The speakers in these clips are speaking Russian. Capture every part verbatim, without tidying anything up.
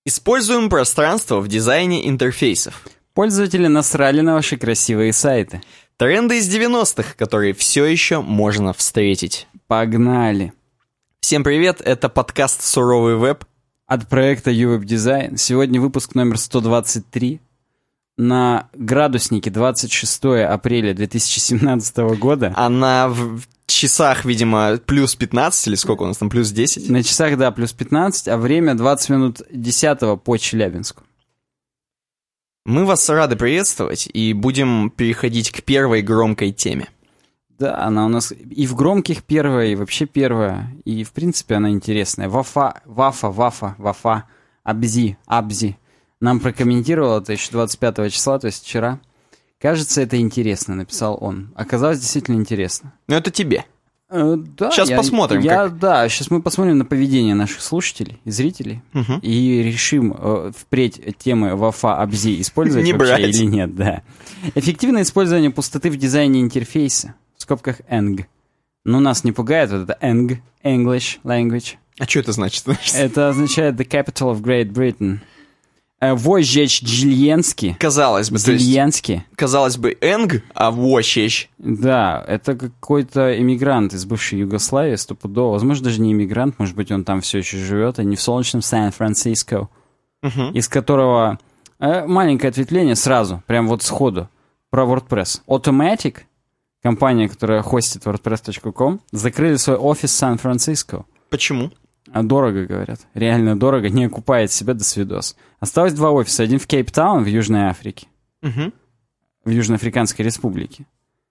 Используем пространство в дизайне интерфейсов. Пользователи насрали на ваши красивые сайты. Тренды из девяностых, которые все еще можно встретить. Погнали. Всем привет, это подкаст «Суровый веб». От проекта YouWeb Design. Сегодня выпуск номер сто двадцать три. На градуснике двадцать шестое апреля две тысячи семнадцатого года. А на в часах, видимо, плюс пятнадцать, или сколько у нас там, плюс десять? На часах, да, плюс пятнадцать, а время двадцать минут десятого по Челябинску. Мы вас рады приветствовать и будем переходить к первой громкой теме. Да, она у нас и в громких первая, и вообще первая, и в принципе она интересная. Вафа, вафа, вафа, вафа, абзи, абзи. Нам прокомментировал это еще двадцать пятого числа, то есть вчера. Кажется, это интересно, написал он. Оказалось, действительно интересно. Ну, это тебе. Э, да, сейчас я, посмотрим. Я, как... Да, сейчас мы посмотрим на поведение наших слушателей и зрителей. Угу. И решим э, впредь темы вафа, абзи использовать Не вообще брать. или нет. Да. Эффективное использование пустоты в дизайне интерфейса. В скобках eng. Но нас не пугает вот это eng, English language. А что это значит? Это означает the capital of Great Britain. Вождь Джильенский. Казалось бы, Джильенский. то есть, казалось бы, энг, а вождь. Да, это какой-то иммигрант из бывшей Югославии, стопудово. Возможно, даже не иммигрант, может быть, он там все еще живет, а не в солнечном Сан-Франциско, Угу. из которого э, маленькое ответвление сразу, прям вот сходу, про WordPress. Automatic, компания, которая хостит WordPress точка ком, закрыли свой офис в Сан-Франциско. Почему? А дорого, говорят. Реально дорого, не окупает себя до свидос. Осталось два офиса. Один в Кейптаун, в Южной Африке. Угу. В Южноафриканской Республике.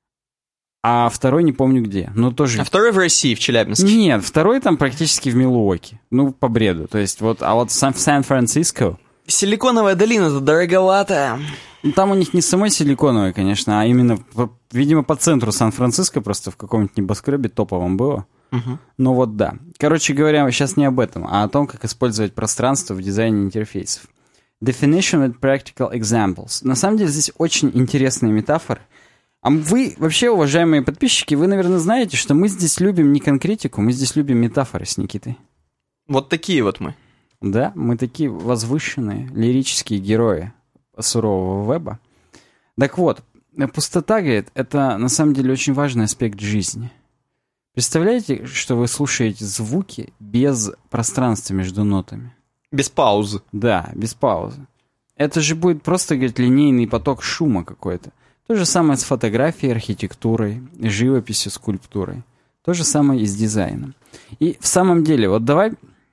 А второй не помню где. Но тоже... А второй в России, в Челябинске. Нет, второй там практически в Милуоки. Ну, по бреду. То есть вот... А вот в Сан- в Сан-Франциско... Силиконовая долина-то дороговато. Ну, там у них не самой силиконовой, конечно, а именно, по- видимо, по центру Сан-Франциско, просто в каком-нибудь небоскребе топовом было. Угу. Ну вот да. Короче говоря, сейчас не об этом, а о том, как использовать пространство в дизайне интерфейсов. Definition with practical examples. На самом деле здесь очень интересные метафоры. А вы, вообще, уважаемые подписчики, вы, наверное, знаете, что мы здесь любим не конкретику, мы здесь любим метафоры с Никитой. Вот такие вот мы. Да, мы такие возвышенные лирические герои сурового веба. Так вот, пустота, говорит, это на самом деле очень важный аспект жизни. Представляете, что вы слушаете звуки без пространства между нотами? Без паузы. Да, без паузы. Это же будет просто, говорит, линейный поток шума какой-то. То же самое с фотографией, архитектурой, живописью, скульптурой. То же самое и с дизайном. И в самом деле, вот давай,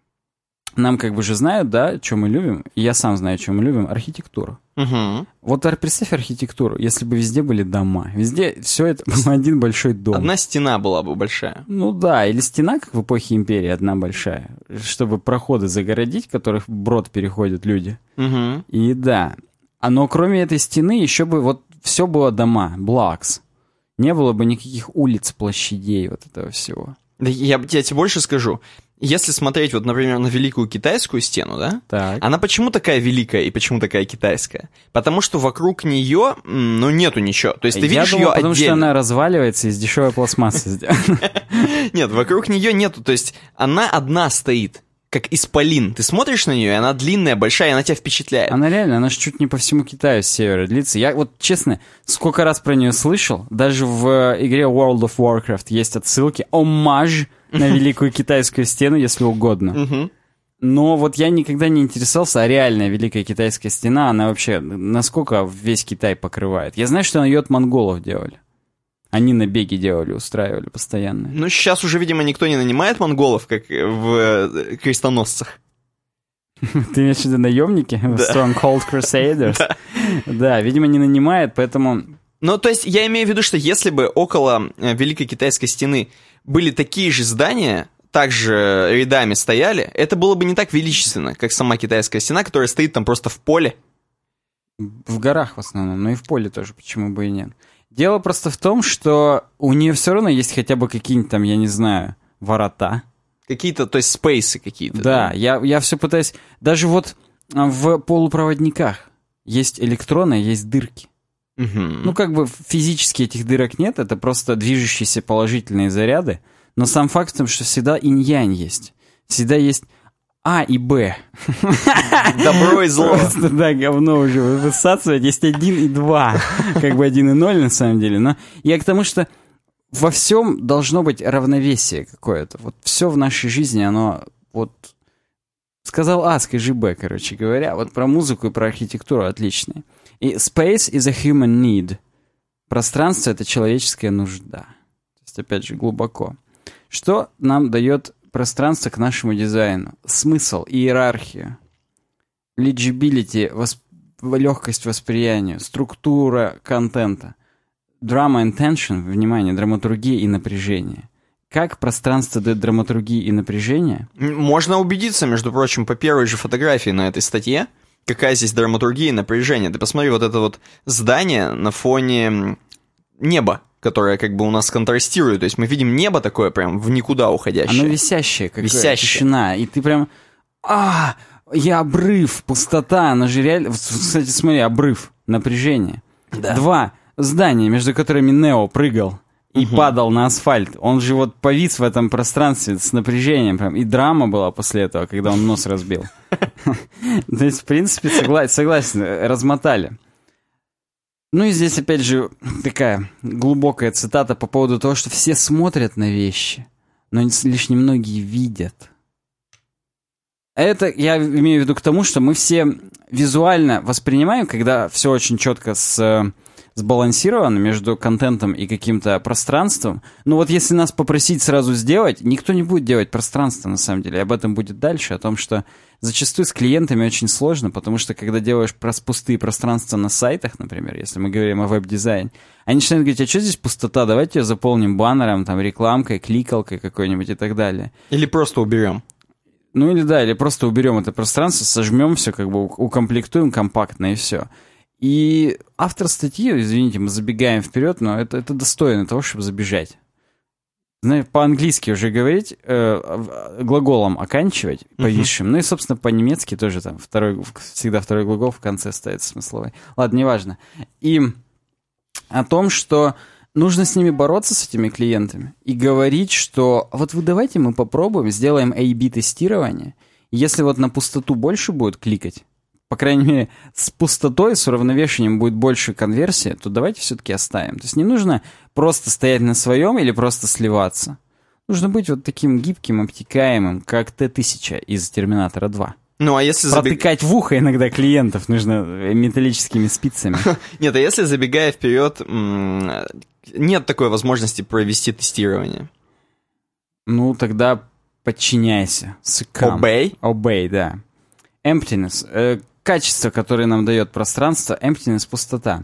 нам как бы же знают, да, что мы любим, и я сам знаю, что мы любим, архитектуру. Угу. Вот представь архитектуру, если бы везде были дома. Везде все это был один большой дом. Одна стена была бы большая. Ну да, или стена, как в эпохе империи, одна большая, чтобы проходы загородить, в которых брод переходят люди. Угу. И да. А но кроме этой стены еще бы вот все было дома, blocks. Не было бы никаких улиц, площадей, вот этого всего. Да я, я тебе больше скажу. Если смотреть, вот, например, на Великую Китайскую стену, да? Так. Она почему такая великая и почему такая китайская? Потому что вокруг нее, ну, нету ничего. То есть ты Я видишь думал, ее потому отдельно. что она разваливается из дешевой пластмассы сделана. Нет, вокруг нее нету. То есть она одна стоит, как исполин. Ты смотришь на нее, и она длинная, большая, и она тебя впечатляет. Она реально, она же чуть не по всему Китаю с севера длится. Я вот, честно, сколько раз про нее слышал, даже в игре World of Warcraft есть отсылки, оммаж на Великую Китайскую стену, если угодно. Угу. Но вот я никогда не интересовался, а реальная Великая Китайская стена, она вообще, насколько весь Китай покрывает. Я знаю, что ее от монголов делали. Они набеги делали, устраивали постоянно. Ну, сейчас уже, видимо, никто не нанимает монголов, как в э, крестоносцах. Ты имеешь в виду наемники? Да. Stronghold Crusaders? Да. Да, видимо, не нанимает, поэтому... Ну, то есть, я имею в виду, что если бы около э, Великой Китайской стены были такие же здания, также рядами стояли, это было бы не так величественно, как сама Китайская стена, которая стоит там просто в поле. В горах в основном, но и в поле тоже, почему бы и нет. Дело просто в том, что у нее все равно есть хотя бы какие-нибудь там, я не знаю, ворота. Какие-то, то есть, спейсы какие-то. Да, я, я все пытаюсь... Даже вот а, в полупроводниках есть электроны, есть дырки. Угу. Ну, как бы физически этих дырок нет, это просто движущиеся положительные заряды, но сам факт в том, что всегда инь-янь есть. Всегда есть А и Б. Добро и зло. Просто, да, говно уже высасывать. Есть один и два. Как бы один и ноль на самом деле. Но я к тому, что во всем должно быть равновесие какое-то. Вот все в нашей жизни, оно вот... Сказал А, скажи Б, короче говоря. Вот про музыку и про архитектуру отличные. И space is a human need. Пространство — это человеческая нужда. То есть, опять же, глубоко. Что нам дает пространство к нашему дизайну? Смысл, иерархию, legibility, восп... легкость восприятия, структура контента, drama and tension, внимание, драматургия и напряжение. Как пространство дает драматургии и напряжение? Можно убедиться, между прочим, по первой же фотографии на этой статье, какая здесь драматургия и напряжение. Ты посмотри, вот это вот здание на фоне неба, которое как бы у нас контрастирует. То есть мы видим небо такое прям в никуда уходящее. Оно висящее, как висящее. Тишина. И ты прям... А, я обрыв, пустота. Оно же реально... Кстати, смотри, обрыв, напряжение. Да. Два здания, между которыми Нео прыгал и угу. падал на асфальт. Он же вот повис в этом пространстве с напряжением. Прям. И драма была после этого, когда он нос разбил. То есть, в принципе, согласен, размотали. Ну и здесь, опять же, такая глубокая цитата по поводу того, что все смотрят на вещи, но лишь немногие видят. Это я имею в виду к тому, что мы все визуально воспринимаем, когда все очень четко с, сбалансировано между контентом и каким-то пространством. Ну вот если нас попросить сразу сделать, никто не будет делать пространство, на самом деле. И об этом будет дальше, о том, что зачастую с клиентами очень сложно, потому что когда делаешь пустые пространства на сайтах, например, если мы говорим о веб-дизайне, они начинают говорить, а что здесь пустота, давайте ее заполним баннером, там, рекламкой, кликалкой какой-нибудь и так далее. Или просто уберем. Ну или да, или просто уберем это пространство, сожмем все, как бы укомплектуем компактно и все. И автор статьи, извините, мы забегаем вперед, но это, это достойно того, чтобы забежать. Знаешь, по-английски уже говорить, э, глаголом оканчивать, повисшим. Uh-huh. Ну и, собственно, по-немецки тоже там второй, всегда второй глагол в конце ставится смысловой. Ладно, неважно. И о том, что нужно с ними бороться, с этими клиентами, и говорить, что вот вы давайте мы попробуем, сделаем эй би-тестирование. Если вот на пустоту больше будет кликать, по крайней мере, с пустотой, с уравновешением будет больше конверсии, то давайте все-таки оставим. То есть не нужно просто стоять на своем или просто сливаться. Нужно быть вот таким гибким, обтекаемым, как Т тысяча из Терминатора два. Ну, а если Протыкать забег... в ухо иногда клиентов нужно металлическими спицами. Нет, а если, забегая вперед, нет такой возможности провести тестирование? Ну, тогда подчиняйся. Obey? Obey, да. Emptiness. Качество, которое нам дает пространство, emptiness, пустота.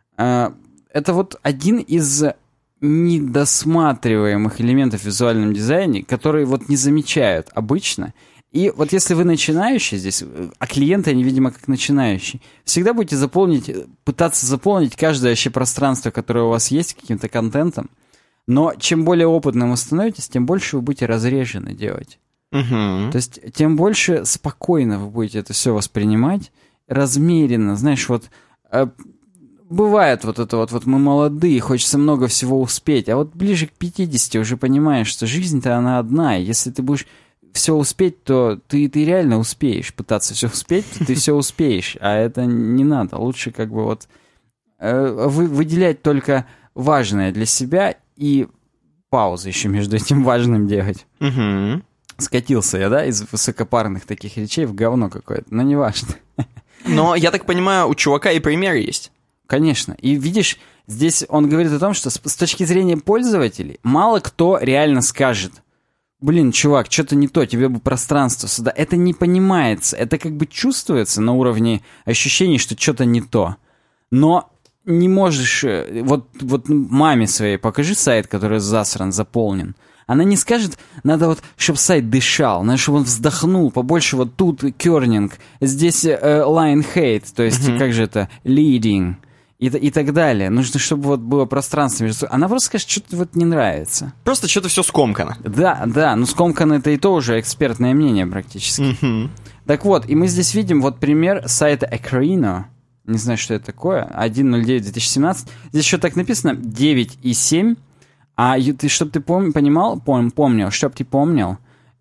Это вот один из недосматриваемых элементов в визуальном дизайне, которые вот не замечают обычно. И вот если вы начинающий здесь, а клиенты, они, видимо, как начинающие, всегда будете заполнить, пытаться заполнить каждое вообще пространство, которое у вас есть, каким-то контентом. Но чем более опытным вы становитесь, тем больше вы будете разрежены делать. Uh-huh. То есть тем больше спокойно вы будете это все воспринимать, размеренно. Знаешь, вот э, бывает вот это вот, вот мы молодые, хочется много всего успеть, а вот ближе к пятидесяти уже понимаешь, что жизнь-то она одна, и если ты будешь все успеть, то ты, ты реально успеешь. Пытаться все успеть, то ты все успеешь, а это не надо. Лучше как бы вот э, вы, выделять только важное для себя и паузы еще между этим важным делать. Uh-huh. Скатился я, да, из высокопарных таких речей в говно какое-то, но неважно. Но, я так понимаю, у чувака и пример есть. Конечно. И видишь, здесь он говорит о том, что с, с точки зрения пользователей мало кто реально скажет, блин, чувак, что-то не то, тебе бы пространство сюда. Это не понимается, это как бы чувствуется на уровне ощущений, что что-то не то. Но не можешь... Вот, вот маме своей покажи сайт, который засран, заполнен. Она не скажет, надо вот, чтобы сайт дышал, надо, чтобы он вздохнул, побольше вот тут кернинг, здесь э, line hate, то есть, uh-huh. как же это, leading и, и так далее. Нужно, чтобы вот было пространство между собой. Она просто скажет, что-то вот не нравится. Просто что-то все скомкано. Да, да, ну скомкано это и то уже экспертное мнение практически. Uh-huh. Так вот, и мы здесь видим вот пример сайта Acrino. Не знаю, что это такое. один ноль девять две тысячи семнадцать. Здесь еще так написано девять и семь. А ты, чтобы ты пом- понимал, пом- помнил, чтобы ты помнил,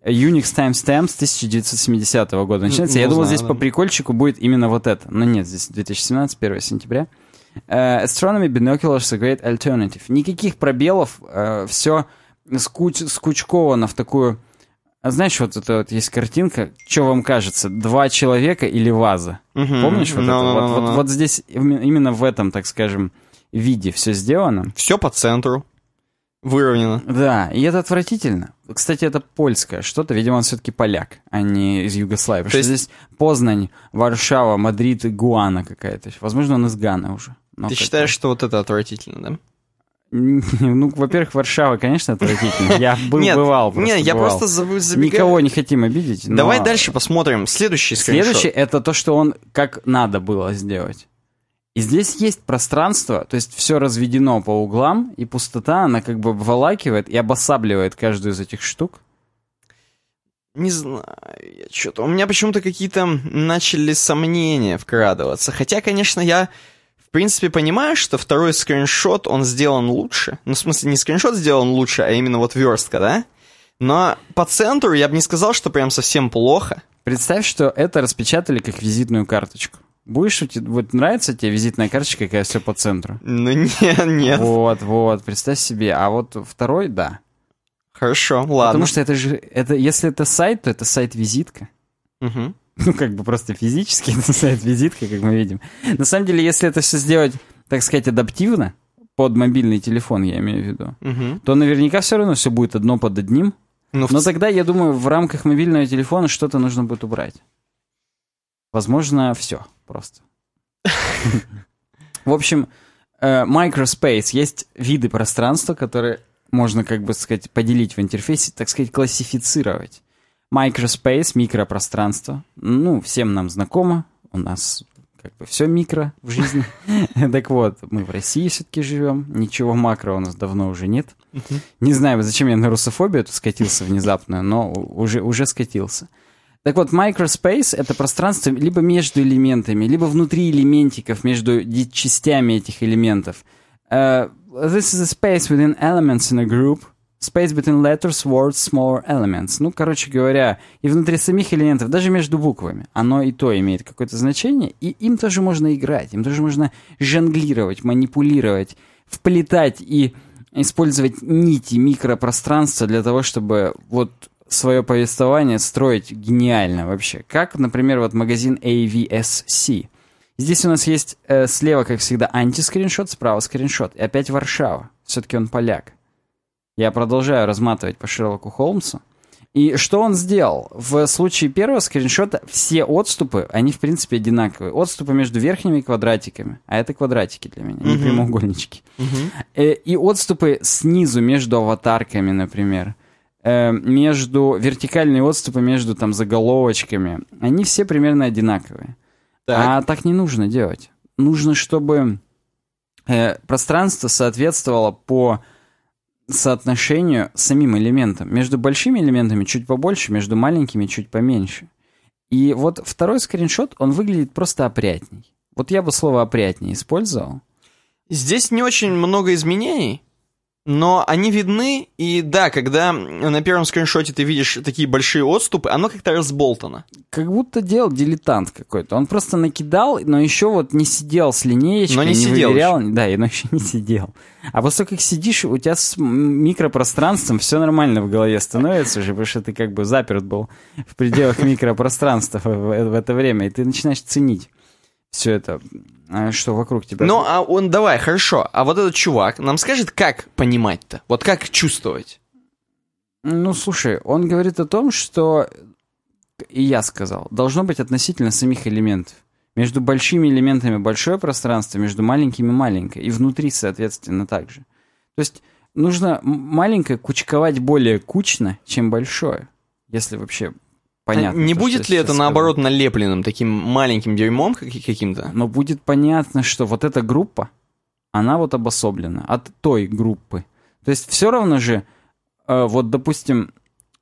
Unix Timestamp с тысяча девятьсот семидесятого года начинается. Ну, Я думал, знаю, здесь да. по прикольчику будет именно вот это. Но нет, здесь две тысячи семнадцатый, первого сентября. Uh, Astronomy Binoculars a Great Alternative. Никаких пробелов, uh, все скуч- скучковано в такую... А знаешь, вот это вот есть картинка, что вам кажется, два человека или ваза? Мгм. Помнишь вот No, это? no, Вот, no, вот, no. вот здесь им- именно в этом, так скажем, виде все сделано. Все по центру. Выровнено. Да, и это отвратительно. Кстати, это польское что-то, видимо, он все-таки поляк, а не из Югославии. Потому То что есть- здесь Познань, Варшава, Мадрид и Гуана какая-то. Возможно, он из Ганы уже. Но Ты как-то- считаешь, что вот это отвратительно, да? Ну, во-первых, Варшава, конечно, отвратительно. Я был, Нет, бывал, просто нет, я бывал. просто заб- забегаю. Никого не хотим обидеть. но Давай дальше посмотрим. Следующий скриншот. Следующее — это то, что он как надо было сделать. И здесь есть пространство, то есть все разведено по углам, и пустота, она как бы обволакивает и обосабливает каждую из этих штук. Не знаю, я что-то... У меня почему-то какие-то начали сомнения вкрадываться. Хотя, конечно, я, в принципе, понимаю, что второй скриншот, он сделан лучше. Ну, в смысле, не скриншот сделан лучше, а именно вот верстка, да? Но по центру я бы не сказал, что прям совсем плохо. Представь, что это распечатали как визитную карточку. Будешь, у тебя- вот нравится тебе визитная карточка, какая все по центру? Ну, нет, нет. Вот, вот, представь себе. А вот второй, да. Хорошо, ладно. Потому что это же, это, если это сайт, то это сайт-визитка. Мгм. Ну, как бы просто физически это сайт-визитка, как мы видим. На самом деле, если это все сделать, так сказать, адаптивно, под мобильный телефон, я имею в виду, Мгм. то наверняка все равно все будет одно под одним. Ну, в Но ц- тогда, я думаю, в рамках мобильного телефона что-то нужно будет убрать. Возможно, все просто. В общем, э, Microspace. Есть виды пространства, которые можно, как бы сказать, поделить в интерфейсе, так сказать, классифицировать. Microspace, микропространство. Ну, всем нам знакомо. У нас как бы все микро в жизни. Так вот, мы в России все-таки живем. Ничего макро у нас давно уже нет. Не знаю, зачем я на русофобию тут скатился внезапно, но уже, уже скатился. Так вот, microspace — это пространство либо между элементами, либо внутри элементиков, между ди- частями этих элементов. Uh, this is a space within elements in a group. Space between letters, words, smaller elements. Ну, короче говоря, и внутри самих элементов, даже между буквами, оно и то имеет какое-то значение, и им тоже можно играть, им тоже можно жонглировать, манипулировать, вплетать и использовать нити микропространства для того, чтобы вот свое повествование строить гениально вообще. Как, например, вот магазин эй ви эс си. Здесь у нас есть э, слева, как всегда, антискриншот, справа скриншот. И опять Варшава. Все-таки он поляк. Я продолжаю разматывать по Шерлоку Холмсу. И что он сделал? В случае первого скриншота все отступы, они в принципе одинаковые. Отступы между верхними квадратиками, а это квадратики для меня, не Мгм. прямоугольнички. Мгм. Э, И отступы снизу между аватарками, например, э, между вертикальные отступы между там заголовочками, они все примерно одинаковые. Так. А так не нужно делать. Нужно, чтобы э, пространство соответствовало по соотношению самим элементам. Между большими элементами чуть побольше, между маленькими чуть поменьше. И вот второй скриншот, он выглядит просто опрятней. Вот я бы слово «опрятней» использовал. Здесь не очень много изменений, но они видны, и да, когда на первом скриншоте ты видишь такие большие отступы, оно как-то разболтано. Как будто делал дилетант какой-то. Он просто накидал, но еще вот не сидел с линеечкой, Но не сидел выверял. Да, и но еще не сидел. А после того, как сидишь, у тебя с микропространством все нормально в голове становится уже, потому что ты как бы заперт был в пределах микропространства в, в- в это время, и ты начинаешь ценить все это, а, что вокруг тебя. Ну, а он, давай, хорошо, а вот этот чувак нам скажет, как понимать-то? Вот как чувствовать? Ну, слушай, он говорит о том, что, и я сказал, должно быть относительно самих элементов. Между большими элементами большое пространство, между маленькими маленькое. И внутри, соответственно, также. То есть нужно м- маленькое кучковать более кучно, чем большое. Если вообще понятно. А не то, будет что ли я это, сейчас наоборот, налепленным таким маленьким дерьмом как- каким-то? сказал. Но будет понятно, что вот эта группа, она вот обособлена от той группы. То есть все равно же, э, вот, допустим,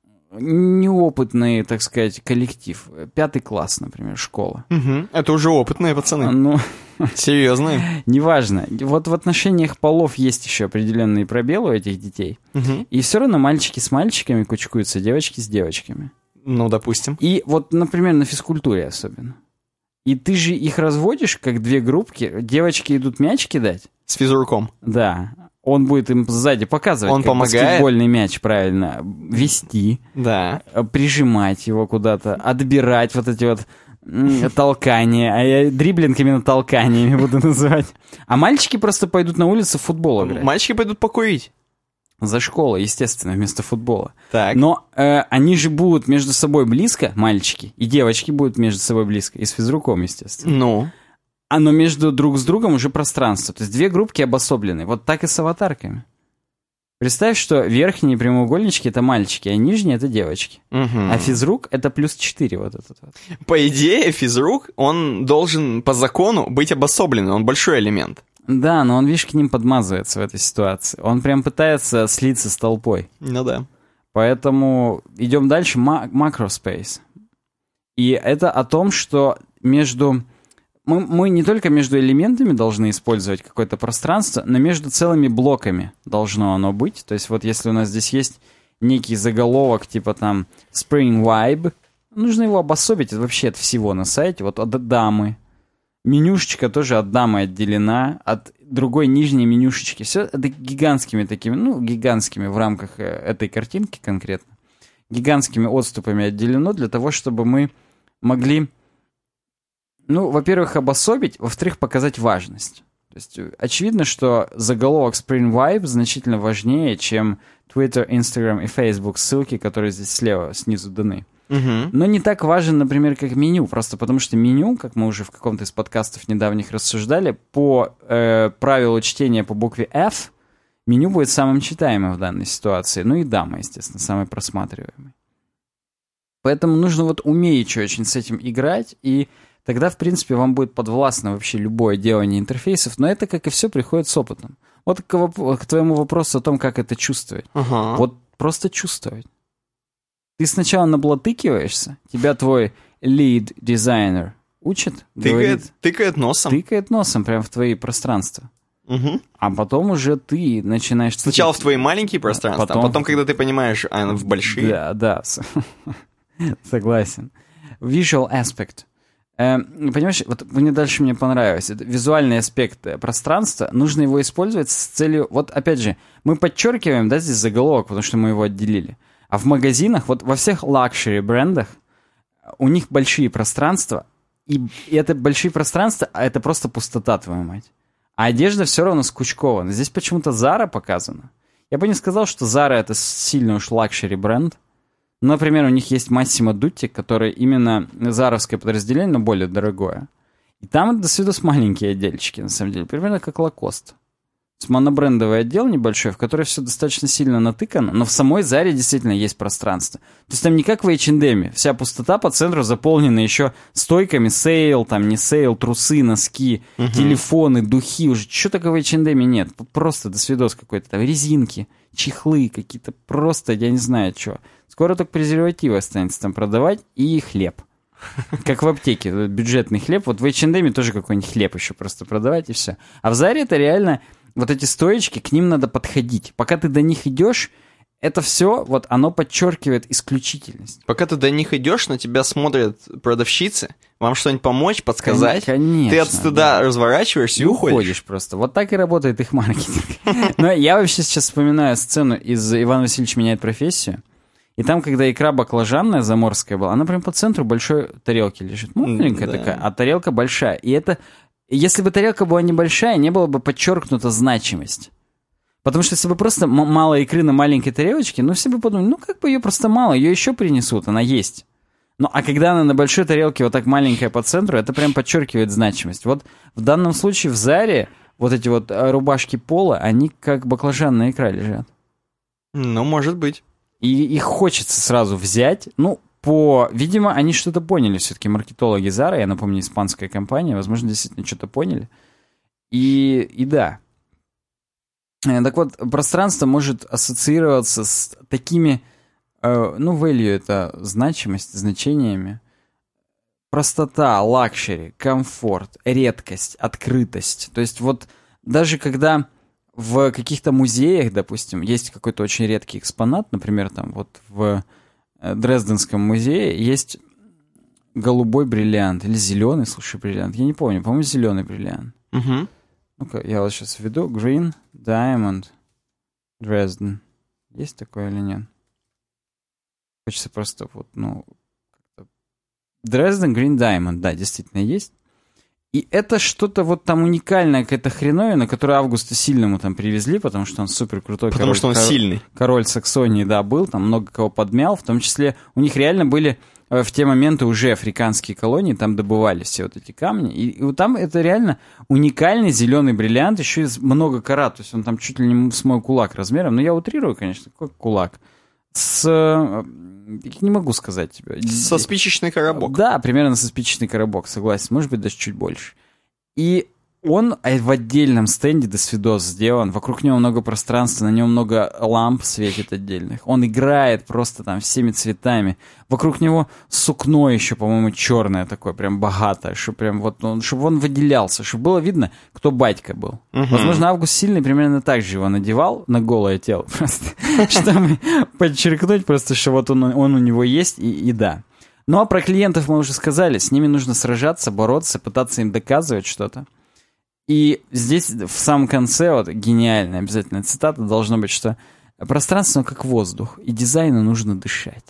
неопытный, так сказать, коллектив. Пятый класс, например, школа. Мгм. Это уже опытные пацаны. Ну, Серьезно? Неважно. Вот в отношениях полов есть еще определенные пробелы у этих детей. Угу. И все равно мальчики с мальчиками кучкуются, девочки с девочками. Ну, допустим. И вот, например, на физкультуре особенно. И ты же их разводишь, как две группки. Девочки идут мяч кидать. С физруком. Да. Он будет им сзади показывать, Он как помогает. баскетбольный мяч правильно вести, Да. прижимать его куда-то, отбирать вот эти вот м, толкания. А я дриблинг именно толканиями буду называть. А мальчики просто пойдут на улицу в футбол играть. Мальчики пойдут покурить. За школой, естественно, вместо футбола. Так. Но э, они же будут между собой близко, мальчики, и девочки будут между собой близко, и с физруком, естественно. Ну? А но между друг с другом уже пространство. То есть две группки обособлены. Вот так и с аватарками. Представь, что верхние прямоугольнички — это мальчики, а нижние — это девочки. Угу. А физрук — это плюс четыре вот этот вот. По идее, физрук, он должен по закону быть обособленный, он большой элемент. Да, но он, видишь, к ним подмазывается в этой ситуации. Он прям пытается слиться с толпой. Ну да. Поэтому идем дальше. Macrospace. И это о том, что между... Мы, мы не только между элементами должны использовать какое-то пространство, но между целыми блоками должно оно быть. То есть вот если у нас здесь есть некий заголовок, типа там Spring Vibe, нужно его обособить вообще от всего на сайте. Вот от дамы. Менюшечка тоже от дамы отделена, от другой нижней менюшечки. Все это гигантскими такими, ну, гигантскими в рамках этой картинки конкретно, гигантскими отступами отделено для того, чтобы мы могли, ну, во-первых, обособить, во-вторых, показать важность. То есть очевидно, что заголовок Spring Vibe значительно важнее, чем Twitter, Instagram и Facebook ссылки, которые здесь слева, снизу даны. Угу. Но не так важен, например, как меню. Просто потому что меню, как мы уже в каком-то из подкастов недавних рассуждали, по э, правилу чтения по букве F, меню будет самым читаемым в данной ситуации. Ну и дама, естественно, самый просматриваемый. Поэтому нужно вот уметь очень с этим играть, и тогда, в принципе, вам будет подвластно вообще любое делание интерфейсов. Но это, как и все, приходит с опытом. Вот к, воп- к твоему вопросу о том, как это чувствовать. Ага. Вот просто чувствовать. Ты сначала наблатыкиваешься, тебя твой лид-дизайнер учит, Тыкает, говорит, тыкает носом. тыкает носом прямо в твои пространства. Угу. А потом уже ты начинаешь... Сначала тыкать. в твои маленькие пространства, Потом- а потом, когда ты понимаешь, а в большие. Да, да, с- согласен. Visual aspect. Э, Понимаешь, вот мне дальше мне понравилось. Это визуальный аспект э, пространства. Нужно его использовать с целью... Вот опять же, мы подчеркиваем, да, здесь заголовок, потому что мы его отделили. А в магазинах, вот во всех лакшери брендах, у них большие пространства, и, и это большие пространства, а это просто пустота, твою мать. А одежда все равно скучкована. Здесь почему-то Zara показана. Я бы не сказал, что Zara это сильно уж лакшери бренд. Например, у них есть Massimo Dutti, который именно заровское подразделение, но более дорогое. И там до свидос маленькие отдельчики, на самом деле. Примерно как Lacoste. С монобрендовый отдел небольшой, в который все достаточно сильно натыкано, но в самой Заре действительно есть пространство. То есть там не как в эйч энд эм, вся пустота по центру заполнена еще стойками сейл, там не сейл, трусы, носки, угу. телефоны, духи, уже что такого в эйч энд эм нет, просто до свидос какой-то, там резинки, чехлы какие-то, просто я не знаю что. Скоро только презервативы останется там продавать и хлеб. Как в аптеке, бюджетный хлеб, вот в эйч энд эм тоже какой-нибудь хлеб еще просто продавать и все. А в Заре это реально... Вот эти стоечки, к ним надо подходить. Пока ты до них идешь, это все, вот оно подчеркивает исключительность. Пока ты до них идешь, на тебя смотрят продавщицы, вам что-нибудь помочь, подсказать. Конечно. Ты от стыда да. разворачиваешься и, и уходишь. уходишь просто. Вот так и работает их маркетинг. Но я вообще сейчас вспоминаю сцену из «Иван Васильевич меняет профессию». И там, когда икра баклажанная заморская была, она прям по центру большой тарелки лежит. Маленькая да. такая, а тарелка большая. И это... Если бы тарелка была небольшая, не было бы подчеркнута значимость. Потому что если бы просто м- мало икры на маленькой тарелочке, ну все бы подумали, ну как бы ее просто мало, ее еще принесут, она есть. Ну а когда она на большой тарелке вот так маленькая по центру, это прям подчеркивает значимость. Вот в данном случае в Заре вот эти вот рубашки пола, они как баклажанная икра лежат. Ну, может быть. И их хочется сразу взять, ну... По, видимо, они что-то поняли все-таки, маркетологи Zara, я напомню, испанская компания, возможно, действительно что-то поняли. И, и да. Так вот, пространство может ассоциироваться с такими, э, ну, value — это значимость, значениями, простота, лакшери, комфорт, редкость, открытость. То есть вот даже когда в каких-то музеях, допустим, есть какой-то очень редкий экспонат, например, там вот в Дрезденском музее есть голубой бриллиант или зеленый, слушай, бриллиант, я не помню, по-моему, зеленый бриллиант. Угу. Ну-ка, я вот сейчас введу Green Diamond Dresden. Есть такое или нет? Хочется просто вот, ну... Dresden Green Diamond, да, действительно есть. И это что-то вот там уникальное, какая-то хреновина, которую Августу Сильному там привезли, потому что он супер крутой. Потому король, что он король, сильный. Король Саксонии, да, был, там много кого подмял, в том числе у них реально были в те моменты уже африканские колонии, там добывались все вот эти камни, и, и вот там это реально уникальный зеленый бриллиант, еще из много карат, то есть он там чуть ли не с мой кулак размером, но я утрирую, конечно, как кулак. С... не могу сказать тебе. Со спичечный коробок. Да, примерно со спичечный коробок, согласен. Может быть, даже чуть больше. И он в отдельном стенде до свидос сделан. Вокруг него много пространства, на нем много ламп светит отдельных. Он играет просто там всеми цветами. Вокруг него сукно еще, по-моему, черное такое, прям богатое, чтобы прям вот он, чтобы он выделялся, чтобы было видно, кто батька был. Угу. Возможно, Август Сильный примерно так же его надевал на голое тело, просто, чтобы подчеркнуть просто, что вот он, он у него есть, и, и да. Ну а про клиентов мы уже сказали, с ними нужно сражаться, бороться, пытаться им доказывать что-то. И здесь в самом конце, вот гениальная обязательно цитата должно быть, что пространство как воздух, и дизайну нужно дышать.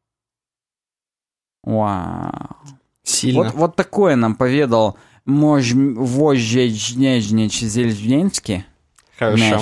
Вау. Сильно. Вот, вот такое нам поведал Мож... Вожжечнежнич Зельжненский. Хорошо.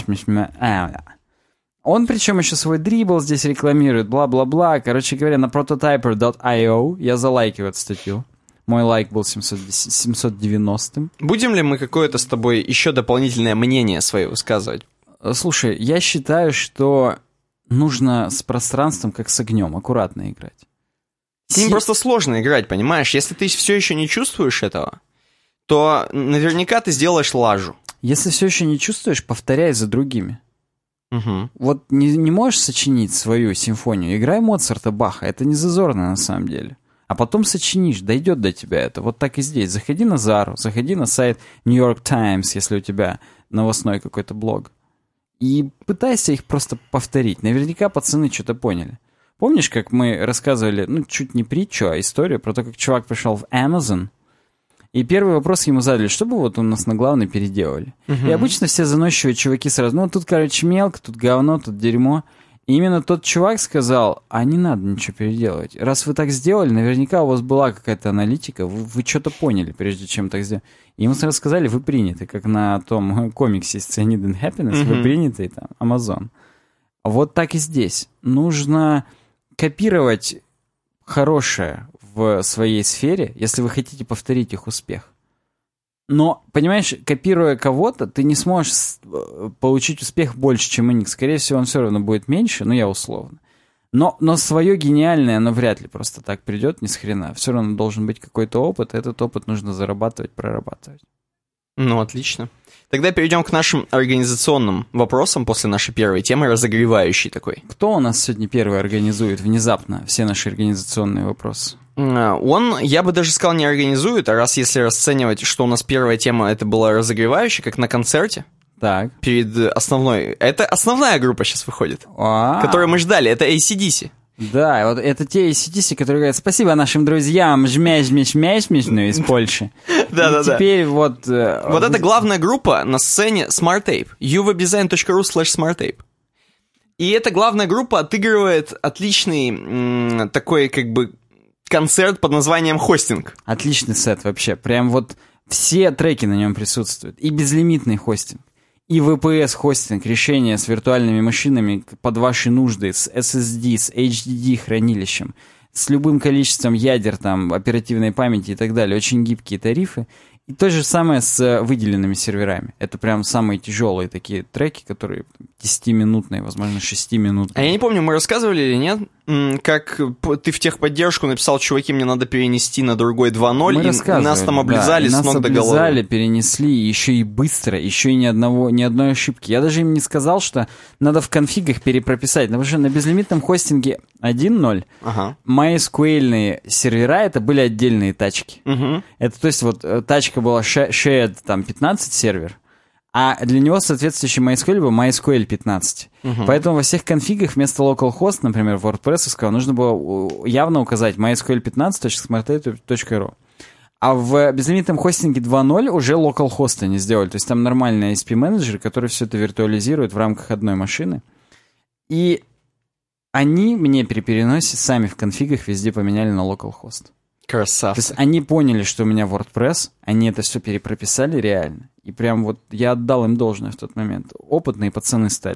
Он причем еще свой дрибл здесь рекламирует, бла-бла-бла. Короче говоря, на prototyper точка ай о я залайкиваю эту статью. Мой лайк был семьсот девяностым. Будем ли мы какое-то с тобой еще дополнительное мнение свое высказывать? Слушай, я считаю, что нужно с пространством, как с огнем, аккуратно играть. С ним Си... просто сложно играть, понимаешь? Если ты все еще не чувствуешь этого, то наверняка ты сделаешь лажу. Если все еще не чувствуешь, повторяй за другими. Угу. Вот не, не можешь сочинить свою симфонию, играй Моцарта, Баха, это не зазорно на самом деле. А потом сочинишь, дойдет до тебя это. Вот так и здесь. Заходи на Зару, заходи на сайт New York Times, если у тебя новостной какой-то блог. И пытайся их просто повторить. Наверняка пацаны что-то поняли. Помнишь, как мы рассказывали, ну, чуть не притчу, а историю про то, как чувак пришел в Amazon, и первый вопрос ему задали, что бы вот у нас на главной переделали. Uh-huh. И обычно все заносчивые чуваки сразу, ну, тут, короче, мелко, тут говно, тут дерьмо. И именно тот чувак сказал, а не надо ничего переделывать. Раз вы так сделали, наверняка у вас была какая-то аналитика, вы, вы что-то поняли, прежде чем так сделать. И ему сразу сказали, вы приняты, как на том комиксе Cyanide and Happiness, mm-hmm. вы приняты, там, Amazon. Вот так и здесь. Нужно копировать хорошее в своей сфере, если вы хотите повторить их успех. Но, понимаешь, копируя кого-то, ты не сможешь получить успех больше, чем у них. Скорее всего, он все равно будет меньше, ну, я условно. Но, но свое гениальное, оно вряд ли просто так придет, ни с хрена. Все равно должен быть какой-то опыт, и этот опыт нужно зарабатывать, прорабатывать. Ну, отлично. Тогда перейдем к нашим организационным вопросам после нашей первой темы, разогревающей такой. Кто у нас сегодня первый организует внезапно все наши организационные вопросы? Он, я бы даже сказал, не организует, а раз если расценивать, что у нас первая тема, это была разогревающая, как на концерте. Так. Перед основной. Это основная группа сейчас выходит, А-а-а. которую мы ждали, это эй си ди си. Да, вот это те эй си ди си, которые говорят спасибо нашим друзьям, жмяж-мяж-мяж-мяж, из Польши. Да-да-да. Теперь вот... Вот это главная группа на сцене SmartTape. ювебизайн точка ру слэш смарттейп. И эта главная группа отыгрывает отличный такой как бы концерт под названием «Хостинг». Отличный сет вообще. Прям вот все треки на нем присутствуют. И безлимитный хостинг. И ви пи эс-хостинг, решение с виртуальными машинами под ваши нужды, с эс эс ди, с эйч ди ди хранилищем, с любым количеством ядер, там, оперативной памяти и так далее. Очень гибкие тарифы. И то же самое с выделенными серверами. Это прям самые тяжелые такие треки, которые десятиминутные, возможно, шестиминутные. А я не помню, мы рассказывали или нет, как ты в техподдержку написал, чуваки, мне надо перенести на другой два ноль, и нас там облизали да, с ног до головы. Нас облизали, перенесли, еще и быстро, еще и ни, одного, ни одной ошибки. Я даже им не сказал, что надо в конфигах перепрописать, потому что на безлимитном хостинге один ноль ага. MySQL-ные сервера, это были отдельные тачки. Угу. Это, то есть, вот тачка была shared, там, пятнадцать сервер, а для него соответствующий MySQL был MySQL пятнадцать. Uh-huh. Поэтому во всех конфигах вместо localhost, например, WordPress, нужно было явно указать mysql пятнадцать точка smartape точка ru. А в безлимитном хостинге два ноль уже localhost они сделали. То есть там нормальный ай эс пи-менеджер, который все это виртуализирует в рамках одной машины. И они мне при переносе сами в конфигах везде поменяли на localhost. Красавцы. То есть они поняли, что у меня WordPress, они это все перепрописали реально. И прям вот я отдал им должное в тот момент. Опытные пацаны стали.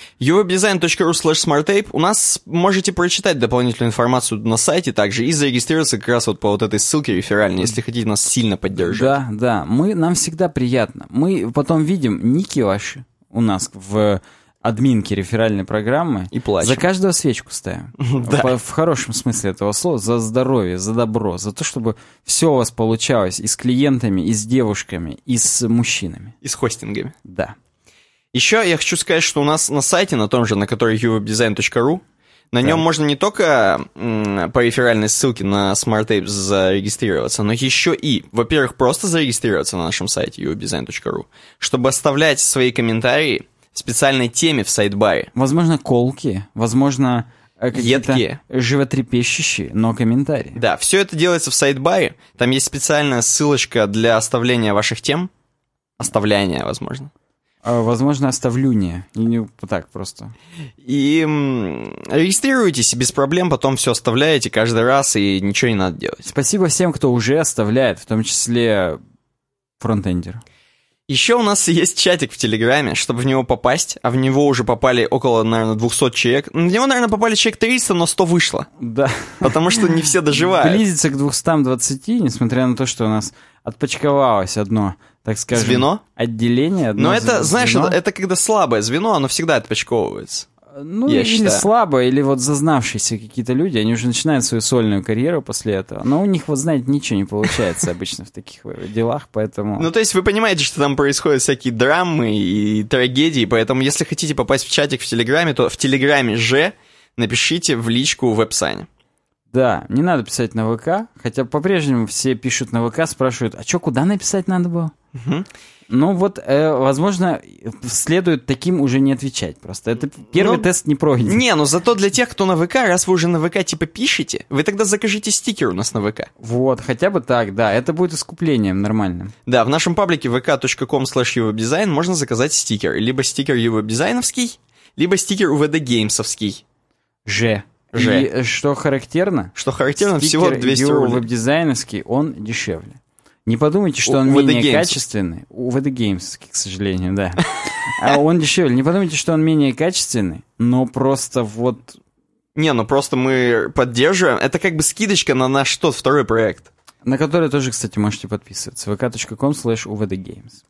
ю веб дизайн точка ру слэш смарттейп. У нас можете прочитать дополнительную информацию на сайте также и зарегистрироваться как раз вот по вот этой ссылке реферальной, если хотите нас сильно поддержать. Да, да. Мы, нам всегда приятно. Мы потом видим ники ваши у нас в админки реферальной программы. И плачем. За каждого свечку ставим. Да. В хорошем смысле этого слова. За здоровье, за добро, за то, чтобы все у вас получалось и с клиентами, и с девушками, и с мужчинами. И с хостингами. Да. Еще я хочу сказать, что у нас на сайте, на том же, на который ю веб дизайн точка ру, на да. нем можно не только м, по реферальной ссылке на SmartTape зарегистрироваться, но еще и, во-первых, просто зарегистрироваться на нашем сайте ю веб дизайн точка ру, чтобы оставлять свои комментарии в специальной теме в сайдбаре. Возможно, колки, возможно, какие-то едкие, животрепещущие, но комментарии. Да, все это делается в сайдбаре. Там есть специальная ссылочка для оставления ваших тем. Оставляния, возможно. А, возможно, оставлюние. И не вот так просто. И м, регистрируйтесь, и без проблем потом все оставляете каждый раз, и ничего не надо делать. Спасибо всем, кто уже оставляет, в том числе фронтендер. Еще у нас есть чатик в Телеграме, чтобы в него попасть, а в него уже попали около, наверное, двухсот человек. На него, наверное, попали человек триста, но сто вышло. Да. Потому что не все доживают. Близится к двухстам двадцати, несмотря на то, что у нас отпочковалось одно, так скажем... Звено? Отделение. Одно но это, звено. знаешь, это, это когда слабое звено, оно всегда отпочковывается. Ну, я или считаю. слабо, или вот зазнавшиеся какие-то люди, они уже начинают свою сольную карьеру после этого. Но у них, вот знаете, ничего не получается обычно в таких делах, поэтому... Ну, то есть вы понимаете, что там происходят всякие драмы и трагедии, поэтому если хотите попасть в чатик в Телеграме, то в Телеграме же напишите в личку в веб-сане. Да, не надо писать на ВК, хотя по-прежнему все пишут на ВК, спрашивают, а что, куда написать надо было? Угу. Ну вот, э, возможно, следует таким уже не отвечать просто. Это первый ну, тест не пройден. Не, но зато для тех, кто на ВК, раз вы уже на ВК типа пишете, вы тогда закажите стикер у нас на ВК. Вот, хотя бы так, да, это будет искуплением нормальным. Да, в нашем паблике ви кей точка ком слэш ю веб дизайн можно заказать стикер. Либо стикер ю веб дизайновский, либо стикер УВД геймсовский. Ж. Ж. И что характерно? Что характерно, всего двести рублей. Веб-дизайновский, он дешевле. Не подумайте, что он У менее Games. качественный. У ви ди Games, к сожалению, да. А он дешевле. Не подумайте, что он менее качественный, но просто вот... Не, ну просто мы поддерживаем. Это как бы скидочка на наш тот второй проект. На который тоже, кстати, можете подписываться. ви кей точка ком слэш ю ви ди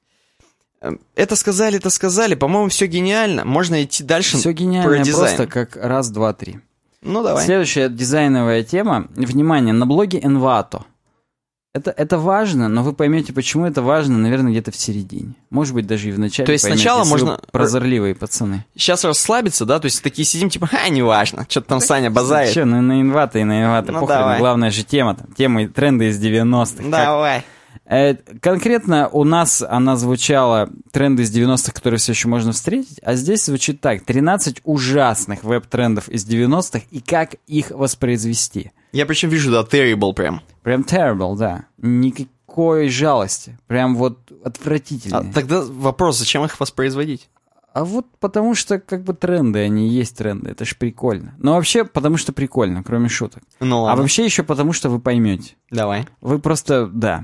Games. Это сказали, это сказали. По-моему, все гениально. Можно идти дальше. Все гениально, просто как раз, два, три. Ну, давай. Следующая дизайновая тема. Внимание, на блоге Envato. Это, это важно, но вы поймете, почему это важно, наверное, где-то в середине. Может быть, даже и в начале. То есть поймете, сначала можно... прозорливые пацаны. Сейчас расслабиться, да? То есть такие сидим, типа, ха, неважно, что-то там Саня базарит. Че, ну на Envato и на Envato ну, похрен. Главная же тема там. Темы, тренды из девяностых. Давай. Э, конкретно у нас она звучала тренды из девяностых, которые все еще можно встретить, а здесь звучит так. тринадцать ужасных веб-трендов из девяностых и как их воспроизвести. Я причем вижу, да, terrible прям. Прям terrible, да. Никакой жалости. Прям вот отвратительно. А тогда вопрос, зачем их воспроизводить? А вот потому что как бы тренды, они и есть тренды. Это ж прикольно. Но вообще потому что прикольно, кроме шуток. Ну ладно. А вообще еще потому что вы поймете. Давай. Вы просто, да.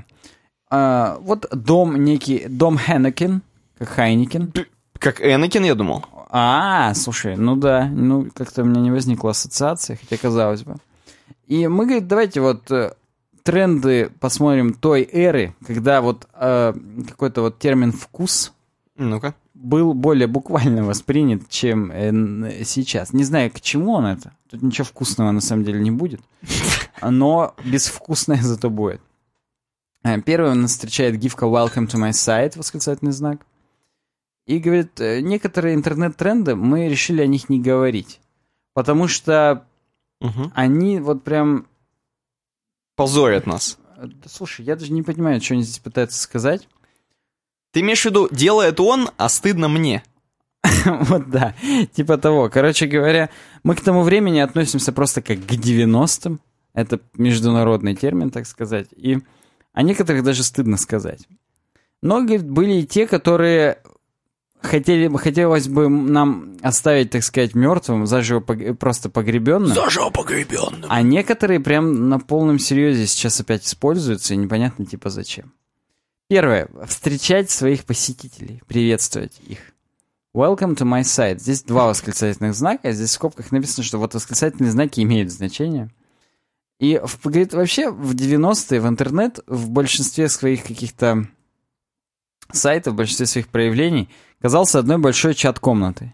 А, вот дом некий, дом Хеннекен, как Хайнекен. Как Энакин, я думал. А, слушай, ну да. Ну, как-то у меня не возникла ассоциация, хотя казалось бы. И мы, говорит, давайте вот э, тренды посмотрим той эры, когда вот э, какой-то вот термин «вкус» Ну-ка. был более буквально воспринят, чем э, сейчас. Не знаю, к чему он это. Тут ничего вкусного на самом деле не будет. Но безвкусное зато будет. Первый он нас встречает гифка «Welcome to my site», восклицательный знак. И говорит, некоторые интернет-тренды, мы решили о них не говорить. Потому что угу. они вот прям... позорят нас. Да, слушай, я даже не понимаю, что они здесь пытаются сказать. Ты имеешь в виду, делает он, а стыдно мне? Вот да, типа того. Короче говоря, мы к тому времени относимся просто как к девяностым. Это международный термин, так сказать. И о некоторых даже стыдно сказать. Но, говорит, были и те, которые хотели, хотелось бы нам оставить, так сказать, мертвым, заживо пог... просто погребенным. Заживо погребенным. А некоторые прям на полном серьезе сейчас опять используются, и непонятно типа зачем. Первое. Встречать своих посетителей, приветствовать их. Welcome to my site. Здесь два восклицательных знака, здесь в скобках написано, что вот восклицательные знаки имеют значение. И, говорит, вообще в девяностые в интернет в большинстве своих каких-то сайтов, в большинстве своих проявлений казался одной большой чат-комнатой.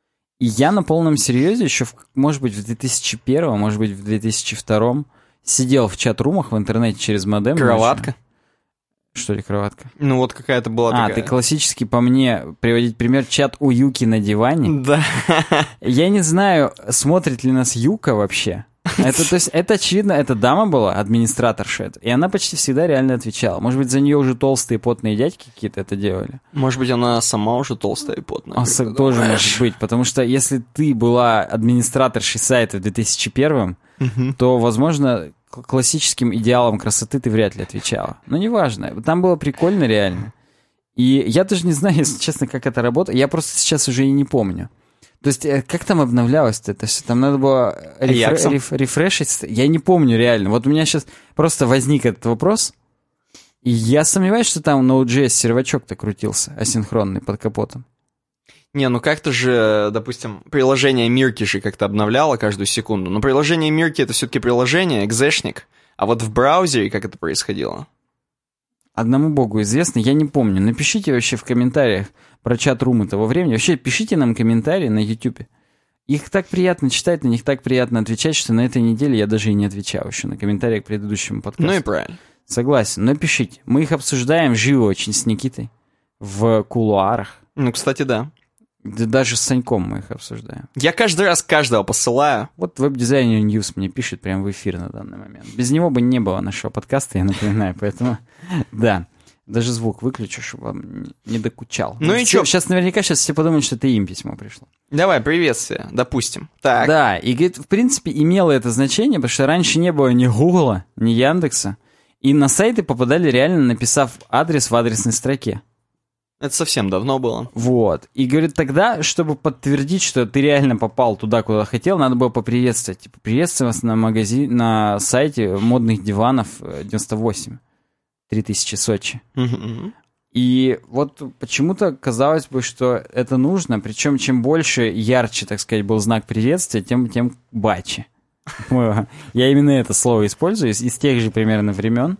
И я на полном серьезе еще, в, может быть, в две тысячи первом, может быть, в две тысячи втором сидел в чат-румах в интернете через модем. Кроватка? Что ли кроватка? Ну вот какая-то была а, такая. А, ты классический по мне приводить пример чат у Юки на диване? Да. Я не знаю, смотрит ли нас Юка вообще. Это, то есть, это очевидно, эта дама была, администраторша, и она почти всегда реально отвечала. Может быть, за нее уже толстые потные дядьки какие-то это делали. Может быть, она сама уже толстая и потная. А, тоже думаешь? Может быть, потому что если ты была администраторшей сайта в две тысячи первом, угу. то, возможно, классическим идеалам красоты ты вряд ли отвечала. Но неважно, там было прикольно реально. И я даже не знаю, если честно, как это работает. Я просто сейчас уже и не помню. То есть, как там обновлялось-то это все? Там надо было рефре- реф- рефрешить? Я не помню реально. Вот у меня сейчас просто возник этот вопрос, и я сомневаюсь, что там Node.js сервачок-то крутился, асинхронный под капотом. Не, ну как-то же, допустим, приложение Мирки же как-то обновляло каждую секунду. Но приложение Мирки — это все-таки приложение, экзешник. А вот в браузере как это происходило? Одному богу известно, я не помню. Напишите вообще в комментариях про чат-румы того времени. Вообще пишите нам комментарии на Ютубе. Их так приятно читать, на них так приятно отвечать, что на этой неделе я даже и не отвечал еще на комментарии к предыдущему подкасту. Ну и правильно. Согласен, но пишите. Мы их обсуждаем живо очень с Никитой в кулуарах. Ну, кстати, да. Да даже с Саньком мы их обсуждаем. Я каждый раз каждого посылаю. Вот веб-дизайнер Ньюс мне пишет прямо в эфир на данный момент. Без него бы не было нашего подкаста, я напоминаю, поэтому да. Даже звук выключу, чтобы вам не докучал. Ну и что? Сейчас наверняка сейчас все подумают, что это им письмо пришло. Давай, приветствие, допустим. Так. Да, и говорит, в принципе, имело это значение, потому что раньше не было ни Гугла, ни Яндекса, и на сайты попадали реально, написав адрес в адресной строке. Это совсем давно было. Вот. И говорит, тогда, чтобы подтвердить, что ты реально попал туда, куда хотел, надо было поприветствовать. Типа, приветствую вас на магазин, на сайте модных диванов девяносто восемь. три тысячи Сочи. Mm-hmm. И вот почему-то казалось бы, что это нужно, причем чем больше, ярче, так сказать, был знак приветствия, тем, тем баче. Я именно это слово использую из, из тех же примерно времен.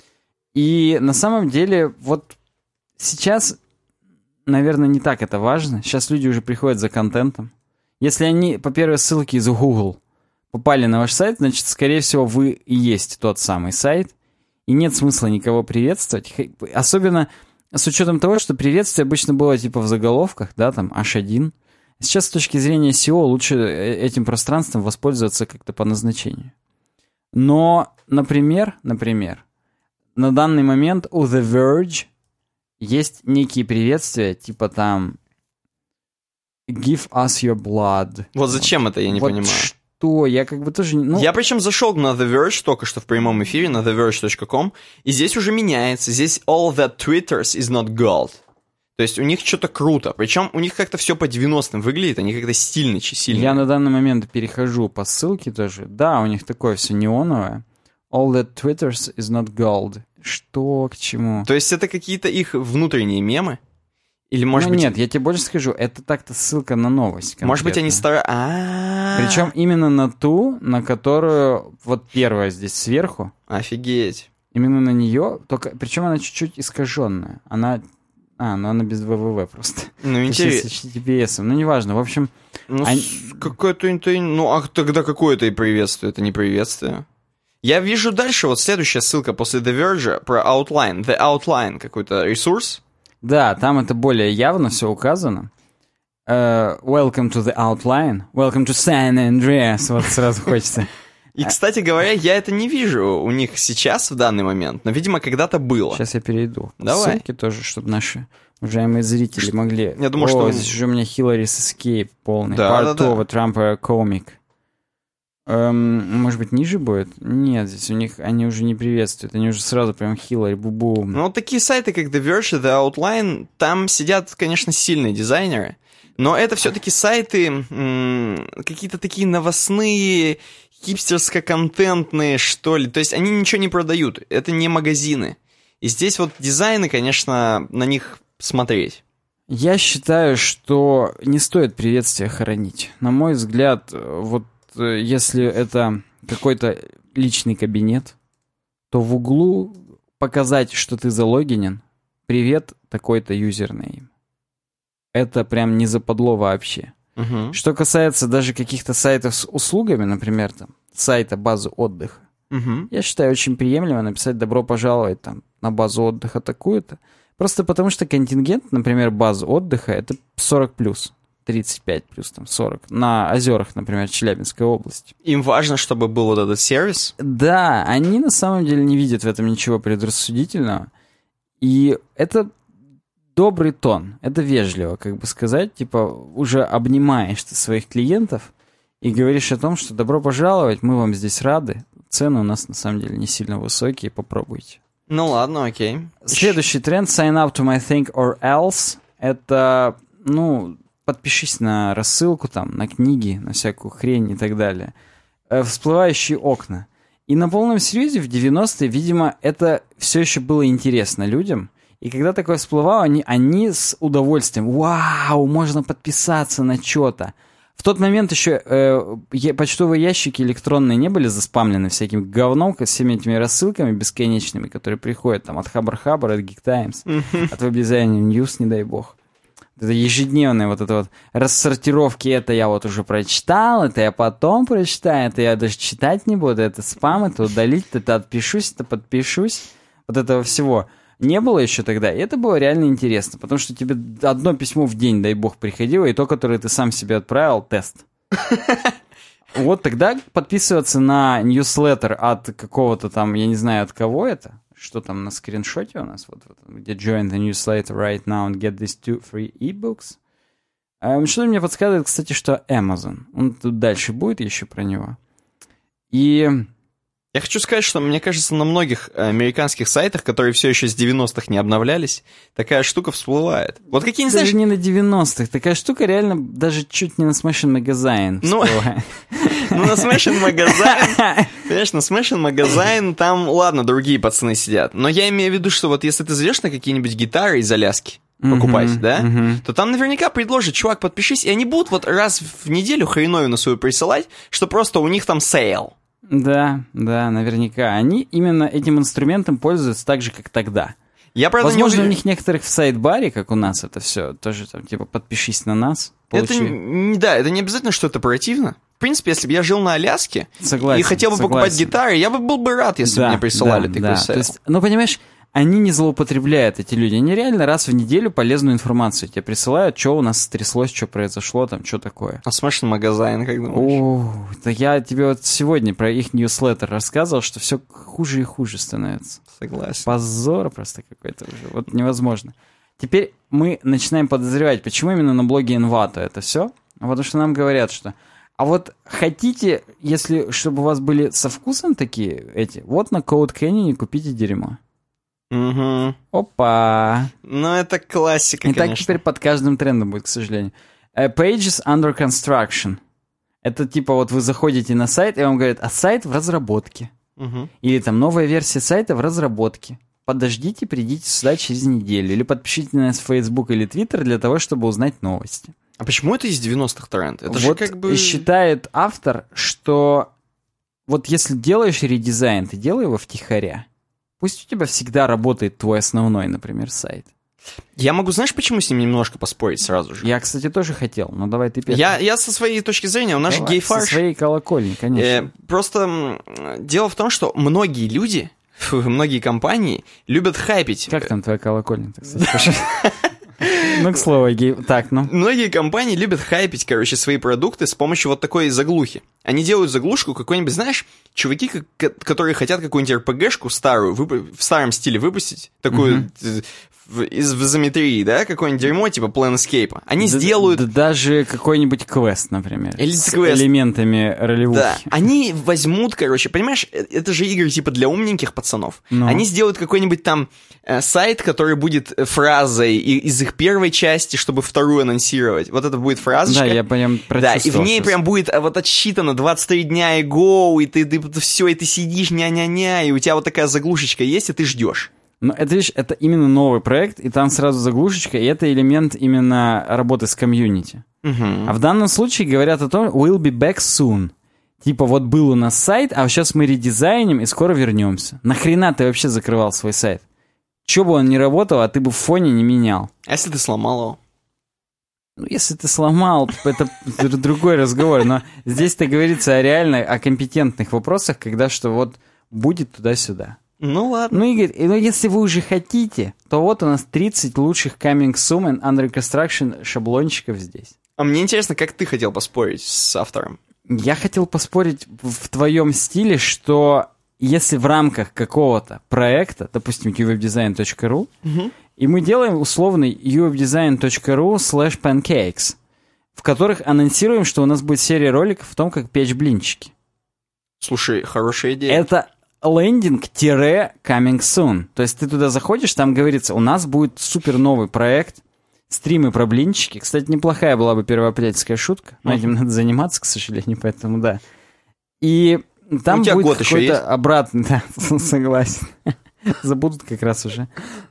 И на самом деле вот сейчас, наверное, не так это важно. Сейчас люди уже приходят за контентом. Если они по первой ссылке из Google попали на ваш сайт, значит, скорее всего, вы и есть тот самый сайт. И нет смысла никого приветствовать. Особенно с учетом того, что приветствие обычно было типа в заголовках, да, там, эйч один. Сейчас с точки зрения сео лучше этим пространством воспользоваться как-то по назначению. Но, например, например, на данный момент у The Verge есть некие приветствия, типа там «Give us your blood». Вот зачем это, я не вот понимаю. Что? Я как бы тоже... Ну... Я причем зашел на The Verge только что в прямом эфире, на the verge точка com, и здесь уже меняется. Здесь all that twitters is not gold. То есть у них что-то круто. Причем у них как-то все по девяностым выглядит, они как-то стильно, сильно. Я на данный момент перехожу по ссылке тоже. Да, у них такое все неоновое. All that twitters is not gold. Что, к чему? То есть это какие-то их внутренние мемы? Или, может ну, быть... нет, я тебе больше скажу, это так-то ссылка на новость конкретно. Может быть, они старые... А-а-а. Причем именно на ту, на которую... Вот первая здесь сверху. Офигеть. Именно на нее, только... Причем она чуть-чуть искаженная. Она А, ну она без вэ вэ вэ просто. Ну, интересно. С эйч ти ти пи эс. Ну, неважно. В общем... Ну, они... какое-то... Ну, а тогда какое-то и приветствие? Это не приветствие. Я вижу дальше, вот следующая ссылка после The Verge про Outline. The Outline, какой-то ресурс. Да, там это более явно все указано. Uh, welcome to the Outline. Welcome to San Andreas. Вот сразу хочется. И, кстати говоря, я это не вижу у них сейчас, в данный момент, но, видимо, когда-то было. Сейчас я перейду. Давай. Ссылки тоже, чтобы наши уважаемые зрители могли... Я думаю, О, что... здесь уже у меня Hillary's Escape полный. Да, да, да. Трумпа комик. Эм, может быть, ниже будет? Нет, здесь у них они уже не приветствуют. Они уже сразу прям Хиллари, бу-бу. Ну, вот такие сайты, как The Verge и The Outline, там сидят, конечно, сильные дизайнеры, но это все-таки сайты м- какие-то такие новостные, хипстерско-контентные, что ли. То есть они ничего не продают. Это не магазины. И здесь вот дизайны, конечно, на них смотреть. Я считаю, что не стоит приветствия хоронить. На мой взгляд, вот если это какой-то личный кабинет, то в углу показать, что ты залогинен, привет, такой-то юзернейм. Это прям не западло вообще. Угу. Что касается даже каких-то сайтов с услугами, например, там, сайта базы отдыха, угу. я считаю очень приемлемо написать «добро пожаловать там, на базу отдыха такую-то». Просто потому что контингент, например, базы отдыха, это сорок плюс. тридцать пять плюс там сорок. На озерах, например, Челябинской области. Им важно, чтобы был вот этот сервис? Да, они на самом деле не видят в этом ничего предрассудительного. И это добрый тон. Это вежливо, как бы сказать. Типа уже обнимаешь ты своих клиентов и говоришь о том, что добро пожаловать, мы вам здесь рады. Цены у нас на самом деле не сильно высокие, попробуйте. Ну ладно, окей. Следующий тренд, sign up to my thing or else. Это, ну... подпишись на рассылку, там, на книги, на всякую хрень и так далее. Э, всплывающие окна. И на полном серьезе в девяностые, видимо, это все еще было интересно людям. И когда такое всплывало, они, они с удовольствием, вау, можно подписаться на что-то. В тот момент еще э, почтовые ящики электронные не были заспамлены всяким говном, с всеми этими рассылками бесконечными, которые приходят там от Хабр-Хабр, от Geek Times, от Web Design News, не дай бог. Это ежедневные вот это вот рассортировки, это я вот уже прочитал, это я потом прочитаю, это я даже читать не буду, это спам, это удалить, это отпишусь, это подпишусь. Вот этого всего не было еще тогда, и это было реально интересно, потому что тебе одно письмо в день, дай бог, приходило, и то, которое ты сам себе отправил, тест. Вот тогда подписываться на ньюслеттер от какого-то там, я не знаю, от кого это, что там на скриншоте у нас, вот, вот где join the newsletter right now and get these two free ebooks. Um, что-то мне подсказывает, кстати, что Amazon. Он тут дальше будет еще про него. И... Я хочу сказать, что, мне кажется, на многих американских сайтах, которые все еще с девяностых не обновлялись, такая штука всплывает. Вот какие-нибудь, даже знаешь... не на девяностых. Такая штука реально даже чуть не на Smashing Magazine всплывает. Ну, на Smashing Magazine... Конечно, Smashing Magazine, там, ладно, другие пацаны сидят. Но я имею в виду, что вот если ты зайдешь на какие-нибудь гитары из Аляски покупать, uh-huh, да, uh-huh. то там наверняка предложат, чувак, подпишись, и они будут вот раз в неделю хреновину свою присылать, что просто у них там сейл. Да, да, наверняка. Они именно этим инструментом пользуются так же, как тогда. Я, правда, возможно, не... у них некоторых в сайт-баре, как у нас, это все тоже там, типа, подпишись на нас. Это, да, это не обязательно, что это оперативно. В принципе, если бы я жил на Аляске согласен, и хотел бы согласен. покупать гитары, я бы был бы рад, если да, бы мне присылали да, такой да. сейл. То есть, ну, понимаешь, они не злоупотребляют, эти люди. Они реально раз в неделю полезную информацию тебе присылают, что у нас стряслось, что произошло, там, что такое. А Smashing Magazine, как думаешь? О, да я тебе вот сегодня про их ньюслеттер рассказывал, что все хуже и хуже становится. Согласен. Позор просто какой-то уже. Вот невозможно. Теперь мы начинаем подозревать, почему именно на блоге Envato это все. Потому что нам говорят, что а вот хотите, если чтобы у вас были со вкусом такие эти, вот на Code Canyon купите дерьмо. Угу. Опа! Ну, это классика, и конечно. И так теперь под каждым трендом будет, к сожалению. Uh, pages under construction. Это типа вот вы заходите на сайт, и вам говорят, а сайт в разработке. Угу. Или там новая версия сайта в разработке. Подождите, придите сюда через неделю. Или подпишите на нас в Facebook или Twitter для того, чтобы узнать новости. А почему это из девяностых тренд? Это вот же как бы... считает автор, что вот если делаешь редизайн, ты делай его втихаря. Пусть у тебя всегда работает твой основной, например, сайт. Я могу, знаешь, почему с ним немножко поспорить сразу же? Я, кстати, тоже хотел, но давай ты первый. Я, я со своей точки зрения, у нас Давай, же гей-фарш. Со своей колокольни, конечно. Э, просто дело в том, что многие люди, многие компании любят хайпить. Как там твоя колокольня, так сказать? Ну, к слову, гей... Так, ну. Многие компании любят хайпить, короче, свои продукты с помощью вот такой заглухи. Они делают заглушку какой-нибудь, знаешь, чуваки, которые хотят какую-нибудь эр пи гэ-шку старую, в старом стиле выпустить, такую... Mm-hmm. из изометрии, да, какое-нибудь дерьмо типа Planescape. Они да, сделают... Да, даже какой-нибудь квест, например. Или с квест. элементами ролевухи. Да, они возьмут, короче, понимаешь, это же игры типа для умненьких пацанов. Ну. Они сделают какой-нибудь там э, сайт, который будет фразой и, из их первой части, чтобы вторую анонсировать. Вот это будет фразочка. Да, я прям прочувствовал. Да, и в ней сейчас. прям будет вот отсчитано двадцать три дня и go, и ты, ты, ты все, и ты сидишь, ня-ня-ня, и у тебя вот такая заглушечка есть, и ты ждешь. Но это, видишь, это именно новый проект, и там сразу заглушечка, и это элемент именно работы с комьюнити. Uh-huh. А в данном случае говорят о том, we'll be back soon. Типа вот был у нас сайт, а сейчас мы редизайним и скоро вернемся. Нахрена ты вообще закрывал свой сайт? Че бы он не работал, а ты бы в фоне не менял. А если ты сломал его? Ну, если ты сломал, это другой разговор. Но здесь-то говорится о реально, о компетентных вопросах, когда что вот будет туда-сюда. Ну ладно. Ну, Игорь, ну, если вы уже хотите, то вот у нас тридцать лучших coming soon and under construction шаблончиков здесь. А мне интересно, как ты хотел поспорить с автором? Я хотел поспорить в твоем стиле, что если в рамках какого-то проекта, допустим, ю веб дизайн точка ру, угу. и мы делаем условный ю веб дизайн точка ру слэш pancakes, в которых анонсируем, что у нас будет серия роликов о том, как печь блинчики. Слушай, хорошая идея. Это лендинг-coming soon. То есть ты туда заходишь, там говорится, у нас будет супер новый проект, стримы про блинчики. Кстати, неплохая была бы первоапрельская шутка, но uh-huh. этим надо заниматься, к сожалению, поэтому да. И там будет год какой-то еще есть? Обратный, да, согласен. Забудут как раз уже.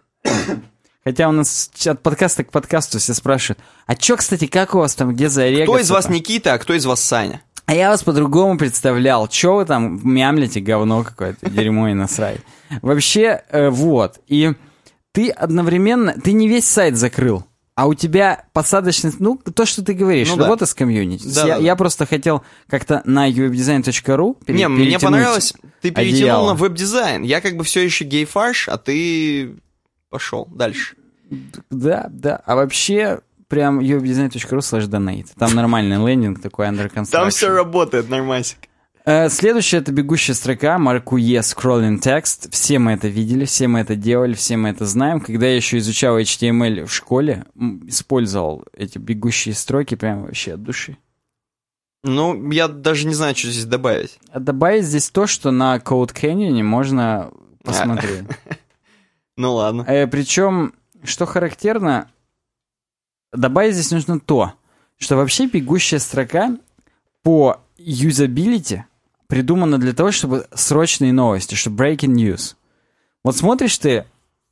Хотя у нас от подкаста к подкасту все спрашивают, а чё, кстати, как у вас там, где зарегаться? Кто из вас Никита, а кто из вас Саня? А я вас по-другому представлял. Чё вы там мямлите, говно какое-то, дерьмо и насрать. Вообще, э, вот. И ты одновременно... Ты не весь сайт закрыл, а у тебя посадочность... Ну, то, что ты говоришь, ну, работа да. с комьюнити. Да, я, да, я да. просто хотел как-то на ю веб дизайн точка ру пере- Не, мне понравилось, ты перетянул одеяло. на веб-дизайн. Я как бы все еще гей-фарш, а ты пошел дальше. Да, да. А вообще... Прям ю веб дизайн точка ру слэш donate. Там нормальный лендинг такой under construction. Там все работает, нормасик. Uh, следующая — это бегущая строка, маркуе scrolling text. Все мы это видели, все мы это делали, все мы это знаем. Когда я еще изучал эйч ти эм эль в школе, использовал эти бегущие строки прям вообще от души. Ну, я даже не знаю, что здесь добавить. А добавить здесь то, что на Code Canyon можно посмотреть. Ну ладно. Причем, что характерно, добавить здесь нужно то, что вообще бегущая строка по юзабилити придумана для того, чтобы срочные новости, чтобы breaking news. Вот смотришь ты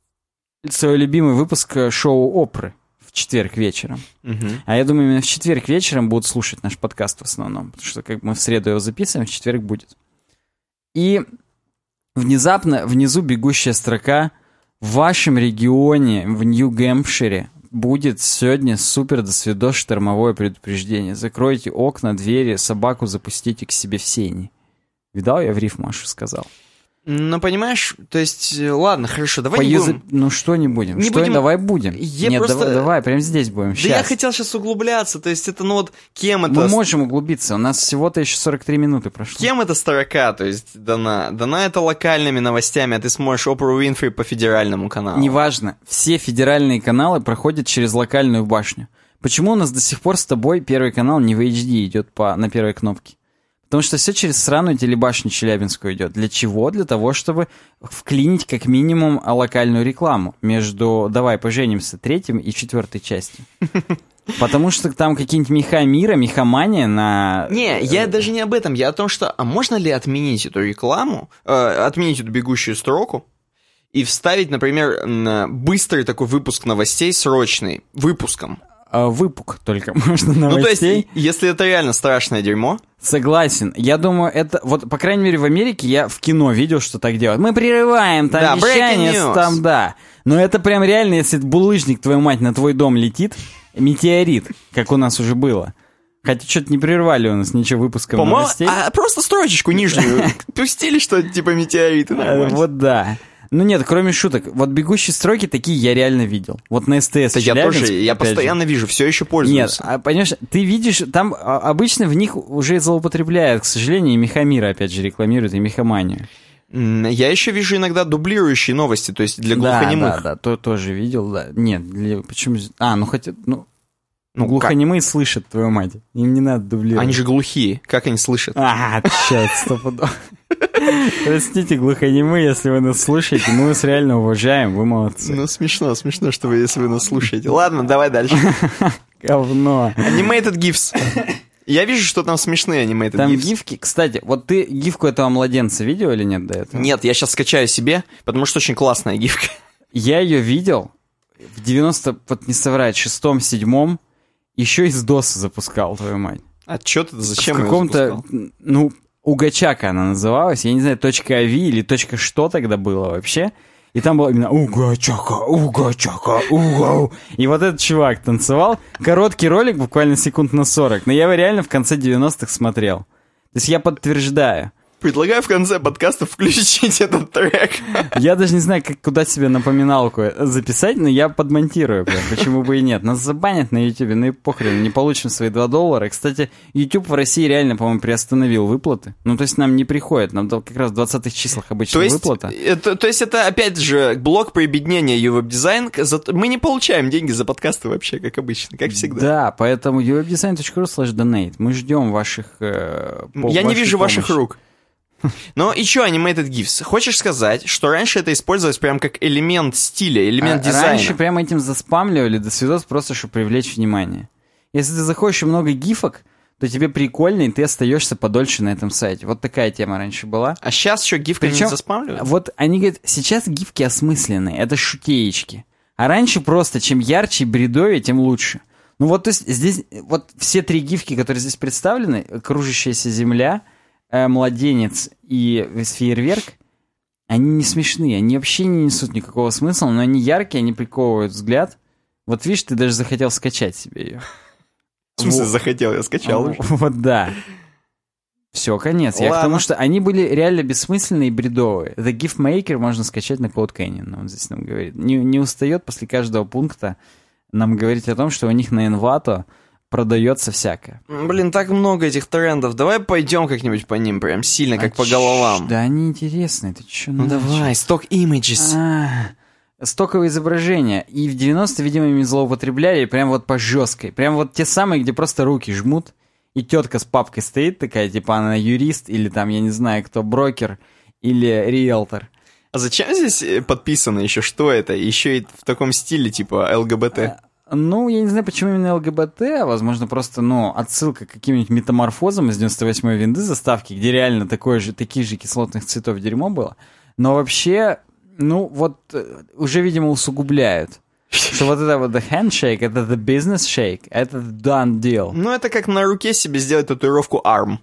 свой любимый выпуск шоу Опры в четверг вечером. Uh-huh. А я думаю, именно в четверг вечером будут слушать наш подкаст в основном, потому что как мы в среду его записываем, в четверг будет. И внезапно внизу бегущая строка: в вашем регионе, в Нью-Гэмпшире, будет сегодня супер до свидос штормовое предупреждение. Закройте окна, двери, собаку запустите к себе в сени. Видал, я в риф Машу сказал. Ну, понимаешь, то есть, ладно, хорошо, давай По не юза... будем... Ну, что не будем? Не что будем... давай будем? Я Нет, просто... давай, давай, прямо здесь будем. Да Сейчас. я хотел сейчас углубляться, то есть это, ну вот, кем это... Мы можем углубиться, у нас всего-то еще сорок три минуты прошло. Кем эта строка, то есть, дана? Дана это локальными новостями, а ты сможешь Опру Уинфри по федеральному каналу. Неважно, все федеральные каналы проходят через локальную башню. Почему у нас до сих пор с тобой Первый канал не в эйч ди идет по... на первой кнопке? Потому что все через сраную телебашню Челябинскую идет. Для чего? Для того, чтобы вклинить как минимум локальную рекламу между «Давай поженимся» третьим и четвертой частью. Потому что там какие-нибудь меха мира, мехомания на... Не, я даже не об этом. Я о том, что а можно ли отменить эту рекламу, э, отменить эту бегущую строку и вставить, например, быстрый такой выпуск новостей, срочный, выпуском? э, выпук только можно новостей. Ну, то есть, если это реально страшное дерьмо... Согласен. Я думаю, это... Вот, по крайней мере, в Америке я в кино видел, что так делают. Мы прерываем там да, вещание, там, да. Но это прям реально, если булыжник, твою мать, на твой дом летит, метеорит, как у нас уже было. Хотя что-то не прервали у нас ничего выпуском По-моему, новостей. А просто строчечку нижнюю пустили, что типа метеориты. Вот да. Ну нет, кроме шуток. Вот бегущие строки такие я реально видел. Вот на СТС. Я тоже, я постоянно вижу, все еще пользуюсь. Нет, а, понимаешь, ты видишь, там а, обычно в них уже злоупотребляют, к сожалению, и Мехамира, опять же, рекламируют, и Мехаманию. Я еще вижу иногда дублирующие новости, то есть для глухонемых. Да, да, да, то, тоже видел, да. Нет, для, почему... А, ну хотя, ну... Ну, глухонемые как? Слышат, твою мать. Им не надо дублировать. Они же глухие. Как они слышат? А, черт, стопудово. Простите, глухонемые, если вы нас слушаете. Мы вас реально уважаем, вы молодцы. Ну, смешно, смешно, что вы, если вы нас слушаете. Ладно, давай дальше. Говно. Animated GIFs. Я вижу, что там смешные animated там GIFs. Там гифки. Кстати, вот ты гифку этого младенца видел или нет до этого? Нет, я сейчас скачаю себе, потому что очень классная гифка. Я ее видел в девяносто, вот не соврать, шестом, седьмом. Еще из доса запускал, твою мать. А что ты, зачем в каком-то, ну, Угачака она называлась. Я не знаю, точка ави или точка что тогда было вообще. И там было именно Угачака, Угачака, Угау. И вот этот чувак танцевал. Короткий ролик, буквально секунд на сорок. Но я его реально в конце девяностых смотрел. То есть я подтверждаю. Предлагаю в конце подкаста включить этот трек. Я даже не знаю, как, куда себе напоминалку записать, но я подмонтирую прям, почему бы и нет. Нас забанят на Ютубе, ну и похрен, не получим свои два доллара. Кстати, YouTube в России реально, по-моему, приостановил выплаты. Ну, то есть нам не приходит, нам как раз в двадцатых числах обычно то есть, выплата. Это, то есть это, опять же, блок проебеднения YouWebDesign. Мы не получаем деньги за подкасты вообще, как обычно, как всегда. Да, поэтому uwebdesign.ru слэш donate. Мы ждем ваших э, по, Я не вижу помощи. Ваших рук. Но еще Animated GIFs. Хочешь сказать, что раньше это использовалось прям как элемент стиля, элемент а, дизайна? Раньше прямо этим заспамливали до свидос, просто чтобы привлечь внимание. Если ты заходишь в много гифок, то тебе прикольно, и ты остаешься подольше на этом сайте. Вот такая тема раньше была. А сейчас еще гифками Причем, заспамливают? Вот они говорят, сейчас гифки осмысленные, это шутеечки. А раньше просто, чем ярче и бредовее, тем лучше. Ну вот то есть здесь, вот все три гифки, которые здесь представлены, кружащаяся земля, младенец и фейерверк, они не смешные, они вообще не несут никакого смысла, но они яркие, они приковывают взгляд. Вот видишь, ты даже захотел скачать себе ее. В смысле вот. захотел? Я скачал уже. Вот да. Все, конец. Я к тому, что они были реально бессмысленные и бредовые. The GIF Maker можно скачать на Code Canyon, он здесь нам говорит. Не, не устает после каждого пункта нам говорить о том, что у них на Envato продается всякое. Блин, так много этих трендов. Давай пойдем как-нибудь по ним, прям сильно, а как по головам. Да они интересные, ты чё Ну начал? Давай, stock images. А, стоковые изображения. И в девяностые, видимо, ими злоупотребляли прям вот по жесткой. Прям вот те самые, где просто руки жмут, и тетка с папкой стоит такая, типа она юрист, или там, я не знаю, кто, брокер, или риэлтор. А зачем здесь подписано еще? Что это? Еще и в таком стиле, типа ЛГБТ. А, ну, я не знаю, почему именно ЛГБТ, а возможно, просто, ну, отсылка к каким-нибудь метаморфозам из девяносто восьмой винды заставки, где реально такое же, такие же кислотных цветов дерьмо было. Но вообще, ну, вот, уже, видимо, усугубляют. Что вот это вот the handshake, это the business shake, это the done deal. Ну, это как на руке себе сделать татуировку арм.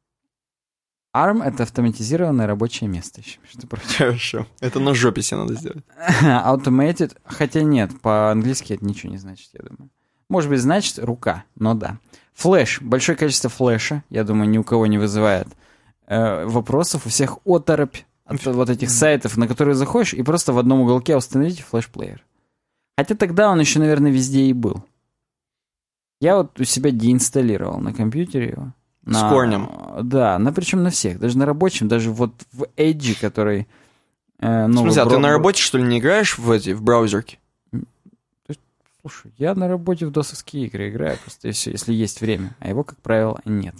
арм — это автоматизированное рабочее место еще. Что Хорошо. Это на жопе себе надо сделать. Automated, хотя нет, по-английски это ничего не значит, я думаю. Может быть, значит рука, но да. Флэш, большое количество флэша, я думаю, ни у кого не вызывает э, вопросов. У всех оторопь от вот этих сайтов, на которые заходишь, и просто в одном уголке установите флэш-плеер. Хотя тогда он еще, наверное, везде и был. Я вот у себя деинсталлировал на компьютере его. На, с корнем. Да, на, причем на всех. Даже на рабочем, даже вот в Edge, который... Э, в смысле, а бро... ты на работе, что ли, не играешь в эти, в браузерке? Слушай, я на работе в досовские игры играю, просто если, если есть время. А его, как правило, нет.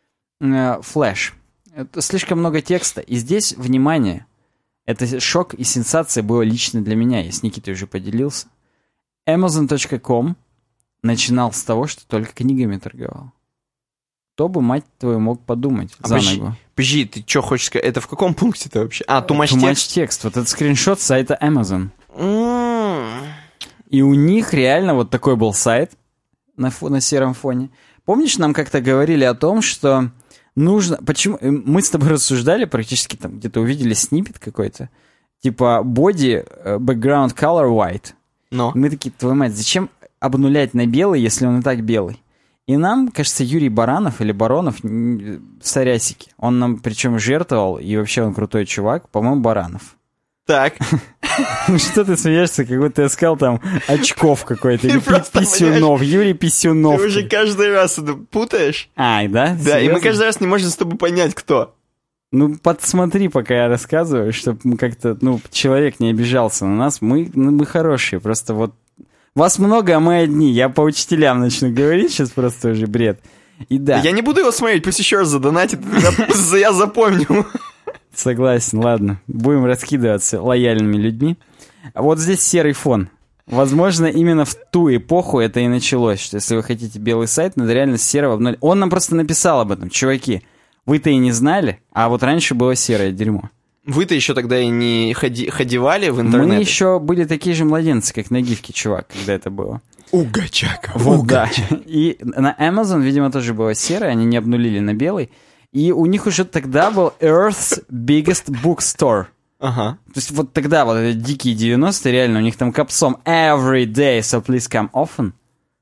Флэш. Это слишком много текста. И здесь, внимание, это шок и сенсация было лично для меня. Я с Никитой уже поделился. Amazon точка ком начинал с того, что только книгами торговал. Кто бы, мать твою, мог подумать а за подожди, ногу. Подожди, ты что хочешь сказать? Это в каком пункте-то вообще? А, too much too text? much text. Вот этот скриншот с сайта Amazon. Mm. И у них реально вот такой был сайт. на, фо- на сером фоне. Помнишь, нам как-то говорили о том, что нужно... Почему... Мы с тобой рассуждали, практически там где-то увидели сниппет какой-то, типа body, background color white. Но. И мы такие, твою мать, зачем обнулять на белый, если он и так белый? И нам, кажется, Юрий Баранов или Баронов, сорясики, он нам причем жертвовал, и вообще он крутой чувак, по-моему, Баранов. Так. Ну что ты смеешься, как будто я сказал там очков какой-то, или Писюнов, Юрий Писюнов. Ты уже каждый раз это путаешь. Ай, да? Да, и мы каждый раз не можем с тобой понять, кто. Ну, подсмотри, пока я рассказываю, чтобы как-то, ну, человек не обижался на нас. Мы, ну, мы хорошие, просто вот... Вас много, а мы одни. Я по учителям начну говорить, сейчас просто уже бред. И да. Я не буду его смотреть, пусть еще раз задонатит, я запомню. Согласен, ладно. Будем раскидываться лояльными людьми. Вот здесь серый фон. Возможно, именно в ту эпоху это и началось, что если вы хотите белый сайт, надо реально с серого обнулять. Он нам просто написал об этом, чуваки. Вы-то и не знали, а вот раньше было серое дерьмо. Вы-то еще тогда и не ходи, ходивали в интернет? Мы еще были такие же младенцы, как на гифке, чувак, когда это было. Угачака, вот, угача. Да. И на Amazon, видимо, тоже было серое, они не обнулили на белый. И у них уже тогда был Earth's Biggest Bookstore. Ага. То есть вот тогда, вот это дикие девяностые, реально, у них там капсом Every day, so please come often.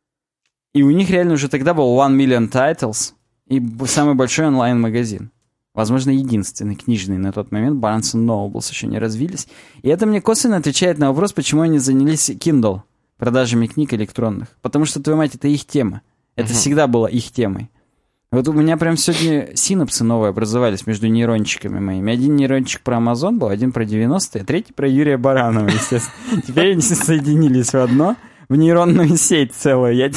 И у них реально уже тогда был One Million Titles и самый большой онлайн-магазин. Возможно, единственный книжный на тот момент. Barnes энд Noble еще не развились. И это мне косвенно отвечает на вопрос, почему они занялись Kindle, продажами книг электронных. Потому что, твою мать, это их тема. Это uh-huh. всегда было их темой. Вот у меня прям сегодня синапсы новые образовались между нейрончиками моими. Один нейрончик про Amazon был, один про девяностые, а третий про Юрия Баранова, естественно. Теперь они соединились в одно, в нейронную сеть целую. Я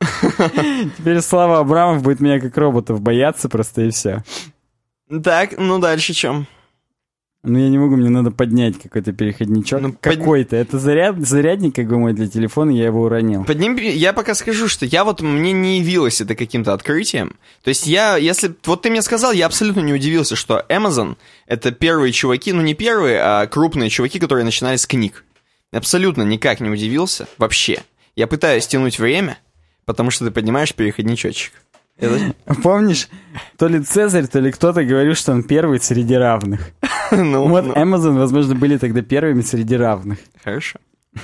теперь Слава Абрамов будет меня как роботов бояться просто и все. Так, ну дальше чем? Ну я не могу, мне надо поднять какой-то переходничок. Ну, какой-то. Под... Это заряд... зарядник, как бы мой для телефона, я его уронил. Подним... Я пока скажу, что я вот, мне не явилось это каким-то открытием. То есть я, если... Вот ты мне сказал, я абсолютно не удивился, что Amazon — это первые чуваки, ну не первые, а крупные чуваки, которые начинали с книг. Абсолютно никак не удивился. Вообще. Я пытаюсь тянуть время, потому что ты поднимаешь переходничочек. Это... Помнишь, то ли Цезарь, то ли кто-то говорил, что он первый среди равных. ну, вот ну. Amazon, возможно, были тогда первыми среди равных. Хорошо.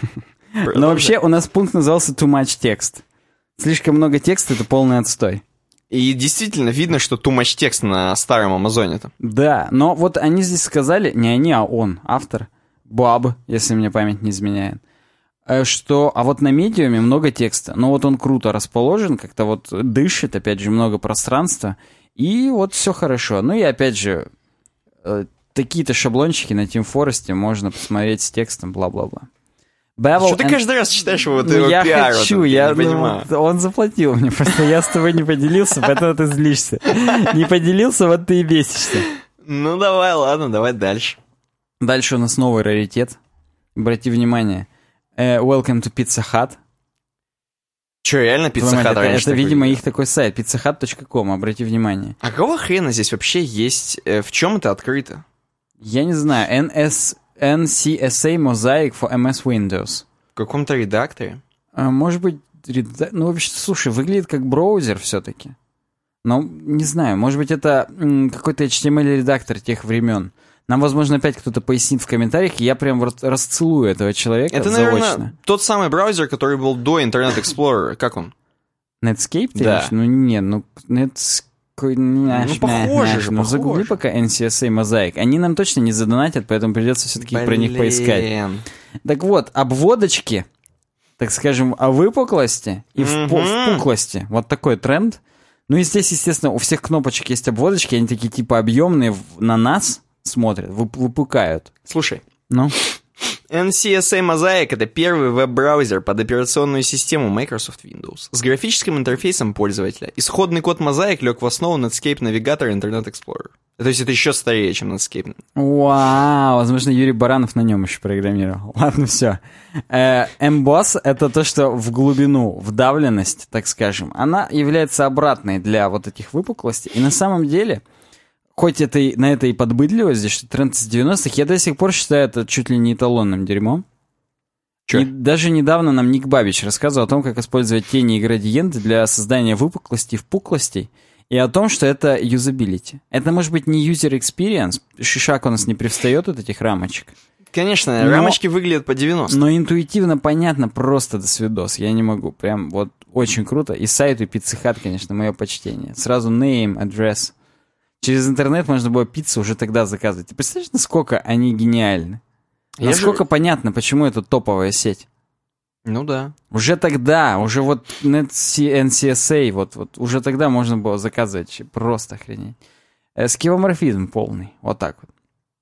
Но вообще у нас пункт назывался Too Much Text. Слишком много текста — это полный отстой. И действительно видно, что too much текст на старом Амазоне-то. Да, но вот они здесь сказали, не они, а он, автор, Боб, если мне память не изменяет, что, а вот на медиуме много текста, но вот он круто расположен, как-то вот дышит, опять же, много пространства, и вот все хорошо. Ну и опять же, э, такие-то шаблончики на Team Forest можно посмотреть с текстом, бла-бла-бла. Bevel что and... ты каждый раз читаешь его, ты ну, его я пиар, хочу, вот, я, я не ну, понимаю. Он заплатил мне, просто я с тобой не поделился, поэтому ты злишься. Не поделился, вот ты и бесишься. Ну давай, ладно, давай дальше. Дальше у нас новый раритет. Обрати внимание. Uh, welcome to Pizza Hut. Че, реально Pizza Hut это, раньше? Это, видимо, их такой сайт, пицца хат точка ком, обрати внимание. А какого хрена здесь вообще есть? В чем это открыто? Я не знаю. эн эс, эн си эс эй Mosaic for эм эс Windows. В каком-то редакторе? А, может быть, редак... ну, вообще, слушай, выглядит как браузер все-таки. Но, не знаю, может быть, это м, какой-то эйч ти эм эль-редактор тех времен. Нам, возможно, опять кто-то пояснит в комментариях, и я прям расцелую этого человека это, заочно. Наверное, тот самый браузер, который был до Internet Explorer. Как он? Netscape? Да. Ты ну, нет, ну, Netscape... Ну, похоже же, Ну, похоже. загугли пока эн си эс эй Mosaic. Они нам точно не задонатят, поэтому придется все-таки про них поискать. Так вот, обводочки, так скажем, о выпуклости и mm-hmm. впуклости. Вот такой тренд. Ну и здесь, естественно, у всех кнопочек есть обводочки, они такие типа объемные на нас смотрят, выпукают. Слушай, ну? эн си эс эй Mosaic — это первый веб-браузер под операционную систему Microsoft Windows с графическим интерфейсом пользователя. Исходный код Mosaic лег в основу Netscape Navigator и Internet Explorer. То есть это еще старее, чем Netscape. Вау, возможно, Юрий Баранов на нем еще программировал. Ладно, все. Э, Emboss — это то, что в глубину, вдавленность, так скажем, она является обратной для вот этих выпуклостей. И на самом деле... Хоть это и, на это и подбыдливость, здесь что тренд с девяностых, я до сих пор считаю это чуть ли не эталонным дерьмом. Чё? И даже недавно нам Ник Бабич рассказывал о том, как использовать тени и градиенты для создания выпуклостей, впуклостей, и о том, что это юзабилити. Это может быть не user experience, шишак у нас не привстает от этих рамочек. Конечно, но, рамочки выглядят по девяносто. Но интуитивно понятно просто до свидос. Я не могу. Прям вот очень круто. И сайт у Pizza Hut, конечно, мое почтение. Сразу name, address. Через интернет можно было пиццу уже тогда заказывать. Ты представляешь, насколько они гениальны? Я насколько же... понятно, почему это топовая сеть? Ну да. Уже тогда, уже вот эн си эс эй, вот, вот уже тогда можно было заказывать. Просто охренеть. Скевоморфизм полный. Вот так вот.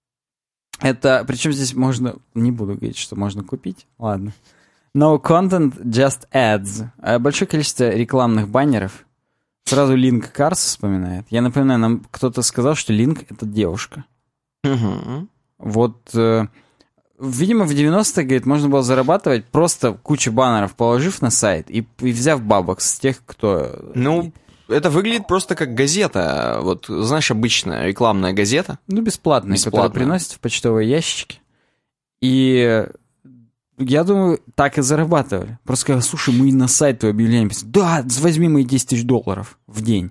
Это, причем здесь можно, не буду говорить, что можно купить. Ладно. No content, just ads. Большое количество рекламных баннеров. Сразу Link Cars вспоминает. Я напоминаю, нам кто-то сказал, что Link — это девушка. Угу. Вот, э, видимо, в девяностых, говорит, можно было зарабатывать, просто кучу баннеров положив на сайт и, и взяв бабок с тех, кто... Ну, это выглядит просто как газета. Вот, знаешь, обычная рекламная газета. Ну, бесплатная, Бесплатная. которую приносят в почтовые ящички. И... Я думаю, так и зарабатывали. Просто сказали, слушай, мы на сайт твой объявление писали. Да, возьми мои десять тысяч долларов в день.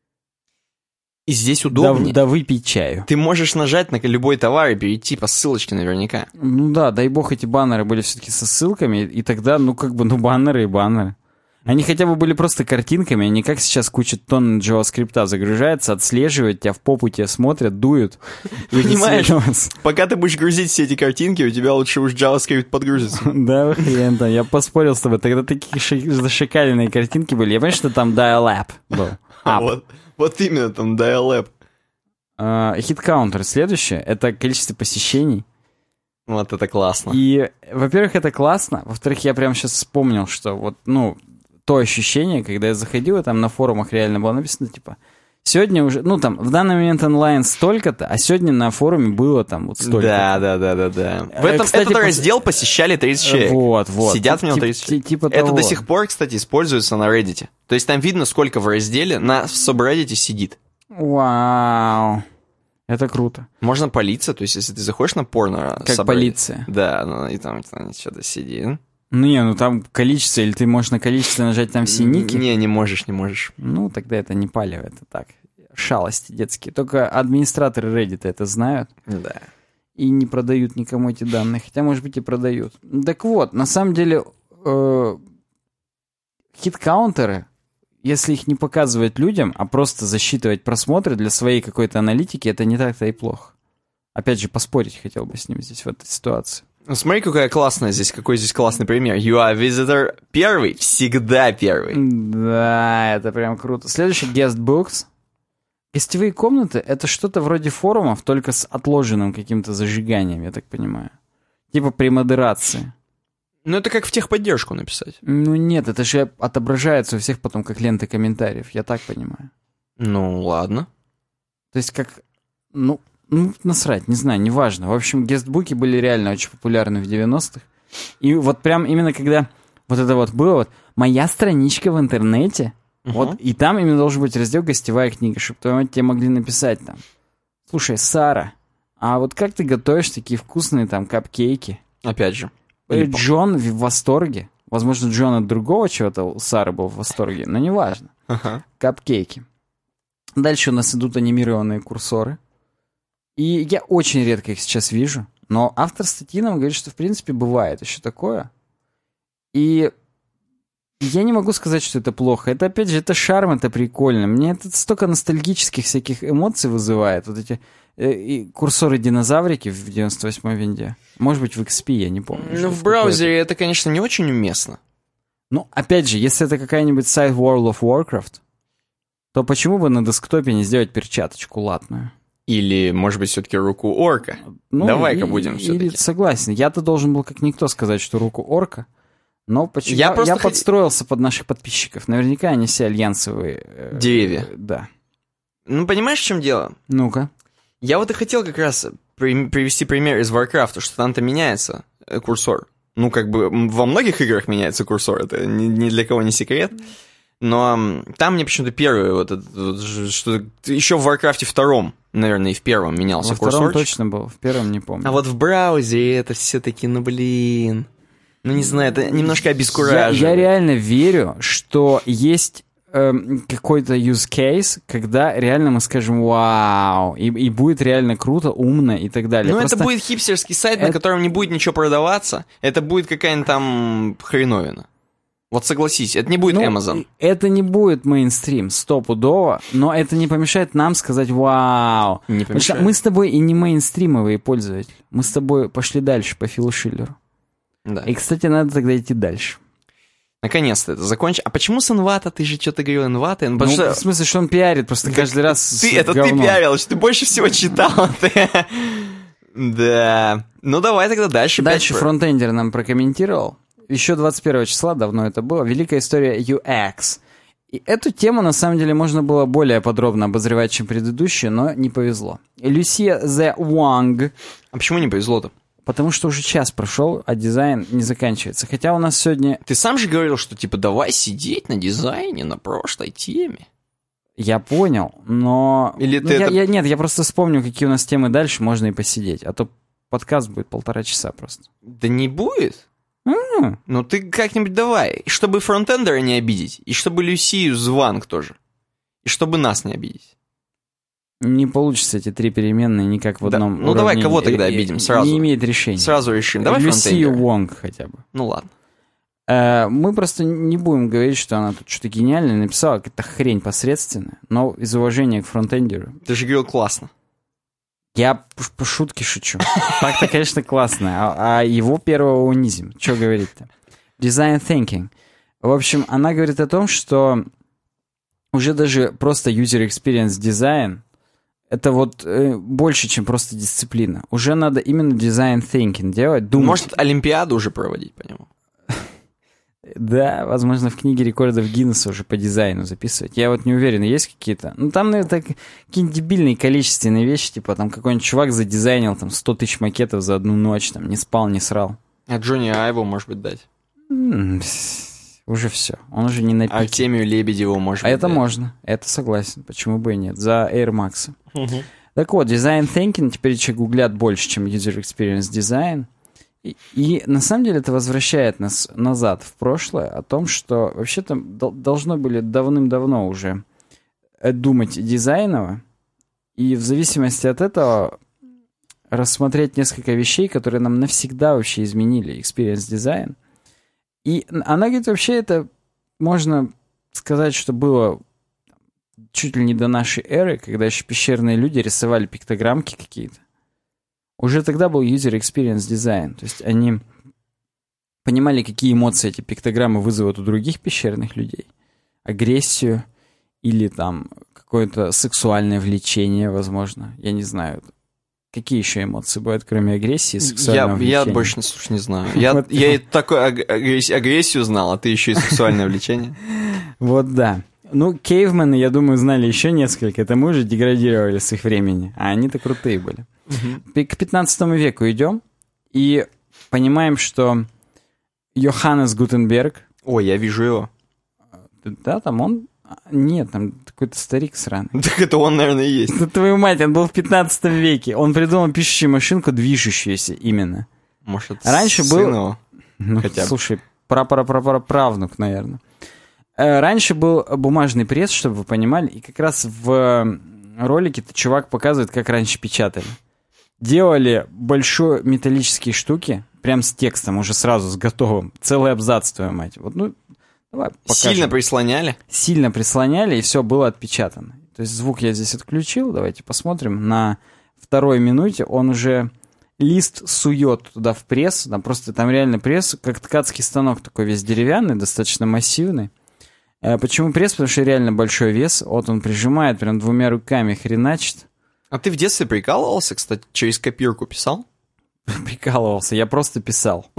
И здесь удобнее. Да, да выпей чаю. Ты можешь нажать на любой товар и перейти по ссылочке наверняка. Ну да, дай бог эти баннеры были все-таки со ссылками, и тогда, ну как бы, ну баннеры и баннеры. Они хотя бы были просто картинками, а не как сейчас куча тонн JavaScript загружается, отслеживают тебя, в попу тебя смотрят, дуют. Понимаешь, пока ты будешь грузить все эти картинки, у тебя лучше уж JavaScript подгрузится. Да, хрен там, я поспорил с тобой, тогда такие зашикаленные картинки были. Я понимаю, что там dial-up был. Вот, вот именно там dial-up. Хит-каунтер следующее, это количество посещений. Вот это классно. И, во-первых, это классно, во-вторых, я прямо сейчас вспомнил, что вот, ну... то ощущение, когда я заходил, и там на форумах реально было написано, типа, сегодня уже, ну там, в данный момент онлайн столько-то, а сегодня на форуме было там вот столько-то. Да, да, да, да, да. В этом, кстати, этот пос... раздел посещали тридцать человек. Вот, вот. Сидят в нем тридцать человек. Типа Это того. до сих пор, кстати, используется на Reddit. То есть там видно, сколько в разделе на сабреддите сидит. Вау. Это круто. Можно политься, то есть если ты заходишь на порно... Как subreddit, полиция. Да, ну и там, там что-то сидит. Ну не, ну там количество, или ты можешь на количество нажать там все ники? Не, не можешь, не можешь. Ну, тогда это не палево, это так, шалости детские. Только администраторы Reddit это знают. Да. И не продают никому эти данные, хотя, может быть, и продают. Так вот, на самом деле, э, хит-каунтеры, если их не показывать людям, а просто засчитывать просмотры для своей какой-то аналитики, это не так-то и плохо. Опять же, поспорить хотел бы с ним здесь, в этой ситуации. Ну, смотри, какая классная здесь, какой здесь классный пример. You are visitor первый, всегда первый. Да, это прям круто. Следующий guest books. Гостевые комнаты — это что-то вроде форумов, только с отложенным каким-то зажиганием, я так понимаю. Типа при модерации. Ну, это как в техподдержку написать. Ну нет, это же отображается у всех потом как ленты комментариев, я так понимаю. Ну, ладно. То есть как, ну... Ну, насрать, не знаю, неважно. В общем, гестбуки были реально очень популярны в девяностых. И вот прям именно когда вот это вот было, вот моя страничка в интернете, uh-huh. вот, и там именно должен быть раздел «Гостевая книга», чтобы тебе могли написать там: слушай, Сара, а вот как ты готовишь такие вкусные там капкейки? Опять же. Джон в восторге. Возможно, Джон от другого чего-то у Сары был в восторге, но неважно. Uh-huh. Капкейки. Дальше у нас идут анимированные курсоры. И я очень редко их сейчас вижу, но автор статьи нам говорит, что в принципе бывает еще такое. И я не могу сказать, что это плохо. Это, опять же, это шарм, это прикольно. Мне это столько ностальгических всяких эмоций вызывает. Вот эти э, и курсоры-динозаврики в девяносто восьмой винде. Может быть, в икс пи, я не помню. Ну, в браузере это, конечно, не очень уместно. Ну, опять же, если это какая-нибудь сайт World of Warcraft, то почему бы на десктопе не сделать перчаточку латную? Или, может быть, все-таки руку орка. Ну, давай-ка и, будем все-таки. Или, согласен. Я-то должен был как никто сказать, что руку орка. Но почему? Я, я, я хот... подстроился под наших подписчиков. Наверняка они все альянсовые. Э, Деревья. Э, да. Ну, понимаешь, в чем дело? Ну-ка. Я вот и хотел как раз при- привести пример из Warcraft, что там-то меняется курсор. Ну, как бы во многих играх меняется курсор. Это ни, ни для кого не секрет. Но там мне почему-то первый, вот, вот что еще в Warcraft втором, наверное, и в первом менялся курсор. Во втором точно был, в первом не помню. А вот в браузере это все-таки, ну блин. Ну, не знаю, это немножко Я, обескураживает. я реально верю, что есть эм, какой-то use case, когда реально мы скажем «Вау!» и, и будет реально круто, умно и так далее. Ну, Просто это будет хипстерский сайт, это- на котором не будет ничего продаваться. Это будет какая-нибудь там хреновина. Вот согласись, это не будет ну, Amazon. это не будет мейнстрим, стопудово, но это не помешает нам сказать «Вау!». Не Потому что помешает. мы с тобой и не мейнстримовые пользователи. Мы с тобой пошли дальше по Филу Шиллеру. Да. И, кстати, надо тогда идти дальше. Наконец-то это закончится. А почему с Envato? Ты же что-то говорил Envato? Ну, Ну, потому что... в смысле, что он пиарит просто каждый раз Ты, с это ты говном. пиарил, что ты больше всего читал. Ты- Да. Ну, давай тогда дальше. Дальше Пять- фронтендер нам прокомментировал. Еще двадцать первого числа, давно это было, великая история ю экс. И эту тему, на самом деле, можно было более подробно обозревать, чем предыдущую, но не повезло. Люсия Зе Уанг, А почему не повезло-то? потому что уже час прошел, а дизайн не заканчивается. Хотя у нас сегодня... Ты сам же говорил, что типа давай сидеть на дизайне, на прошлой теме. Я понял, но... Или Ну, ты я- это- я- нет, я просто вспомню, какие у нас темы дальше, можно и посидеть. А то подкаст будет полтора часа просто. Да не будет. М, Ну ты как-нибудь давай. И чтобы фронтендера не обидеть, и чтобы Люсию Званг тоже. И чтобы нас не обидеть. Не получится эти три переменные никак в Да, одном ну, давай уравнении. кого тогда Э, э, обидим сразу? Не имеет решения. Сразу решим. Давай Люсию фронтендера. Вонг хотя бы. Ну ладно. Э, Мы просто не будем говорить, что она тут что-то гениальное написала, какая-то хрень посредственная, но из уважения к фронтендеру. Ты же говорил классно. Я п- по шутке шучу. Так-то, конечно, классно, а, а его первого унизим. Что говорить-то? Design thinking. В общем, она говорит о том, что уже даже просто user experience design это вот э, больше, чем просто дисциплина. Уже надо именно design thinking делать, думать. Может, Олимпиаду уже проводить по нему? Да, возможно, в книге рекордов Гиннесса уже по дизайну записывать. Я вот не уверен, есть какие-то... Ну, там, наверное, так, какие-нибудь дебильные количественные вещи, типа там какой-нибудь чувак задизайнил там сто тысяч макетов за одну ночь, там, не спал, не срал. А Джонни Айву, может быть, дать. М, Уже все. Он уже не на пике. Артемию Лебедеву, может А быть, это дать. можно. Это согласен. Почему бы и нет? За Air Max. Мгм. Так вот, design thinking теперь еще гуглят больше, чем user experience design. И, и на самом деле это возвращает нас назад в прошлое о том, что вообще-то дол- должно были давным-давно уже э, думать дизайново, и в зависимости от этого рассмотреть несколько вещей, которые нам навсегда вообще изменили experience design. И она говорит, вообще это можно сказать, что было чуть ли не до нашей эры, когда еще пещерные люди рисовали пиктограммки какие-то. Уже тогда был user experience design. То есть они понимали, какие эмоции эти пиктограммы вызовут у других пещерных людей. Агрессию или там какое-то сексуальное влечение, возможно. Я не знаю. Какие еще эмоции бывают, кроме агрессии и Я, сексуального я влечения? больше, слушай, не знаю. Я, Вот. я и такой аг- агресс- агрессию знал, а ты еще и сексуальное влечение. Вот да. Ну, кейвмены, я думаю, знали еще несколько. Это мы уже деградировали с их времени. А они-то крутые были. Пи- К пятнадцатому веку идем и понимаем, что Йоханнес Гутенберг, Ой, я вижу его. да, там он... Нет, там какой-то старик сраный. Так это он, наверное, и есть. Да твою мать, он был в пятнадцатом веке. Он придумал пишущую машинку, движущуюся именно. Может, это Раньше сын был- его? Ну, Хотя бы. слушай, прапраправнук, наверное. Э, Раньше был бумажный пресс, чтобы вы понимали, и как раз в ролике-то чувак показывает, как раньше печатали. Делали большие металлические штуки, прям с текстом, уже сразу, с готовым. Целый абзац, твою мать. Вот, ну, давай покажем. Сильно прислоняли? Сильно прислоняли, и все было отпечатано. То есть звук я здесь отключил, давайте посмотрим. На второй минуте он уже лист сует туда в пресс, там просто там реально пресс, как ткацкий станок такой весь деревянный, достаточно массивный. Э, Почему пресс? Потому что реально большой вес, вот он прижимает прям двумя руками, хреначит. А ты в детстве прикалывался, кстати, через копирку писал? Прикалывался, я просто писал.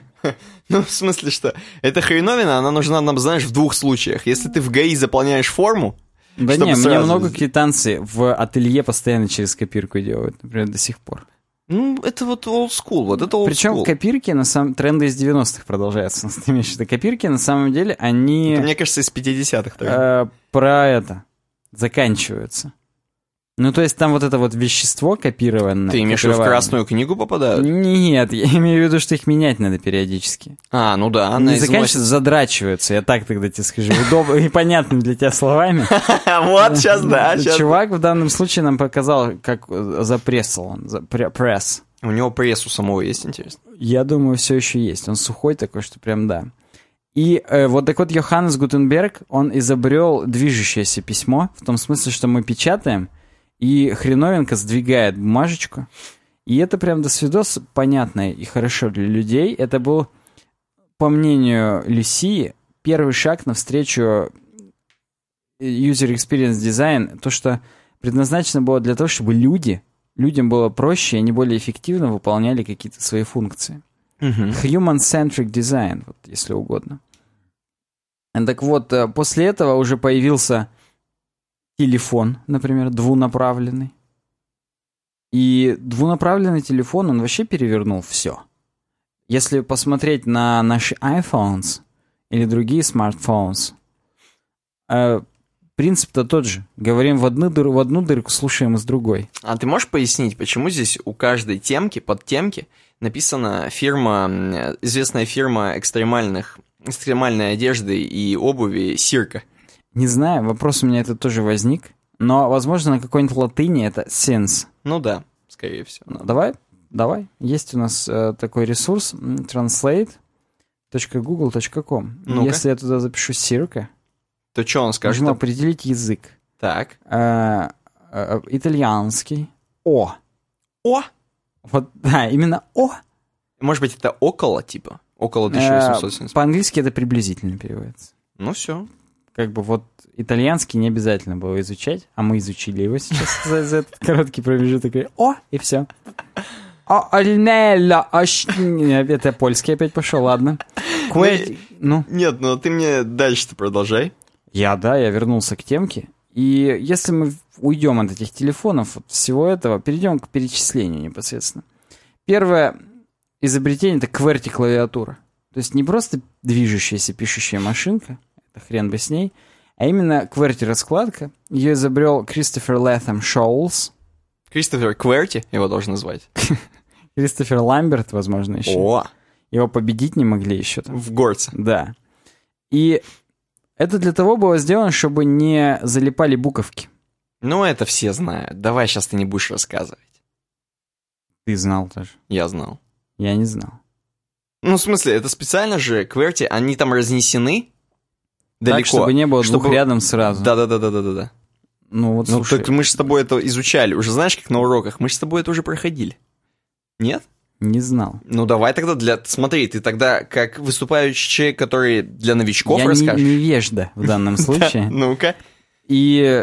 Ну, в смысле, что эта хреновина, она нужна нам, знаешь, в двух случаях. Если ты в ГАИ заполняешь форму, Да чтобы не, мне сразу- много квитанций в ателье постоянно через копирку делают, например, до сих пор. ну, это вот old school, вот это old Причем school. копирки, на самом тренды из девяностых продолжаются. Ты имеешь в виду? Копирки, на самом деле, они Это, мне кажется, из пятидесятых. так. э, про это заканчиваются. Ну, то есть там вот это вот вещество копированное. Ты имеешь в виду в Красную книгу попадают? Нет, я имею в виду, что их менять надо периодически. А, ну да, она Не износит. заканчивается, задрачиваются. Я так тогда тебе скажу. Удобно и понятным для тебя словами. Вот, сейчас, да. Чувак в данном случае нам показал, как запрессал он. Пресс. У него пресс у самого есть, интересно? Я думаю, все еще есть. Он сухой такой, что прям да. И э, вот так вот Йоханнес Гутенберг, он изобрел движущееся письмо, в том смысле, что мы печатаем, и хреновенко сдвигает бумажечку. И это прям до свидос понятно и хорошо для людей. Это был, по мнению Люсии, первый шаг навстречу User Experience Design, то, что предназначено было для того, чтобы люди, людям было проще, и они более эффективно выполняли какие-то свои функции. Uh-huh. Human-centric design, вот, если угодно. Так вот, после этого уже появился телефон, например, двунаправленный. И двунаправленный телефон, он вообще перевернул все. Если посмотреть на наши iPhones или другие смартфоны, э, принцип-то тот же. Говорим в одну, дыр, в одну дырку, слушаем из другой. А ты можешь пояснить, почему здесь у каждой темки, подтемки, написана фирма, известная фирма экстремальных, экстремальной одежды и обуви Сирка? Не знаю, вопрос у меня это тоже возник. Но, возможно, на какой-нибудь латыни это sense. Ну да, скорее всего. Ну, давай, давай. Есть у нас э, такой ресурс translate точка google точка com. Если я туда запишу Сирка, то что он скажет? Нужно определить язык. Так. Э, э, итальянский. О. О? Вот, да, именно О. Может быть, это около, типа? Около тысяча восемьсот семьдесят. Э, по-английски это приблизительно переводится. Ну все. Как бы вот итальянский не обязательно было изучать, а мы изучили его сейчас за, за этот короткий промежуток. О, и все. Это польский опять пошел, ладно. Ну, нет, ну ты мне дальше-то продолжай. Я, да, я вернулся к темке. И если мы уйдем от этих телефонов, от всего этого, перейдем к перечислению непосредственно. Первое изобретение — это QWERTY-клавиатура. То есть не просто движущаяся пишущая машинка, хрен бы с ней, а именно QWERTY-раскладка. Ее изобрел Кристофер Лэtham Шоулс. Кристофер QWERTY его должен назвать. Кристофер Ламберт, возможно, еще. О! Его победить не могли еще там. В горце. Да. И это для того было сделано, чтобы не залипали буковки. Ну, это все знают. Давай сейчас ты не будешь рассказывать. Ты знал тоже. Я знал. Я не знал. Ну, в смысле, это специально же QWERTY, они там разнесены далеко. Так, чтобы не было чтобы... двух рядом сразу. Да-да-да-да-да-да. Ну, вот, ну слушай. так мы же с тобой это изучали. Уже знаешь, как на уроках? Мы же с тобой это уже проходили. Нет? Не знал. Ну, давай тогда для... Смотри, ты тогда как выступающий человек, который для новичков Я расскажешь. Я не, невежда в данном случае. Ну-ка. И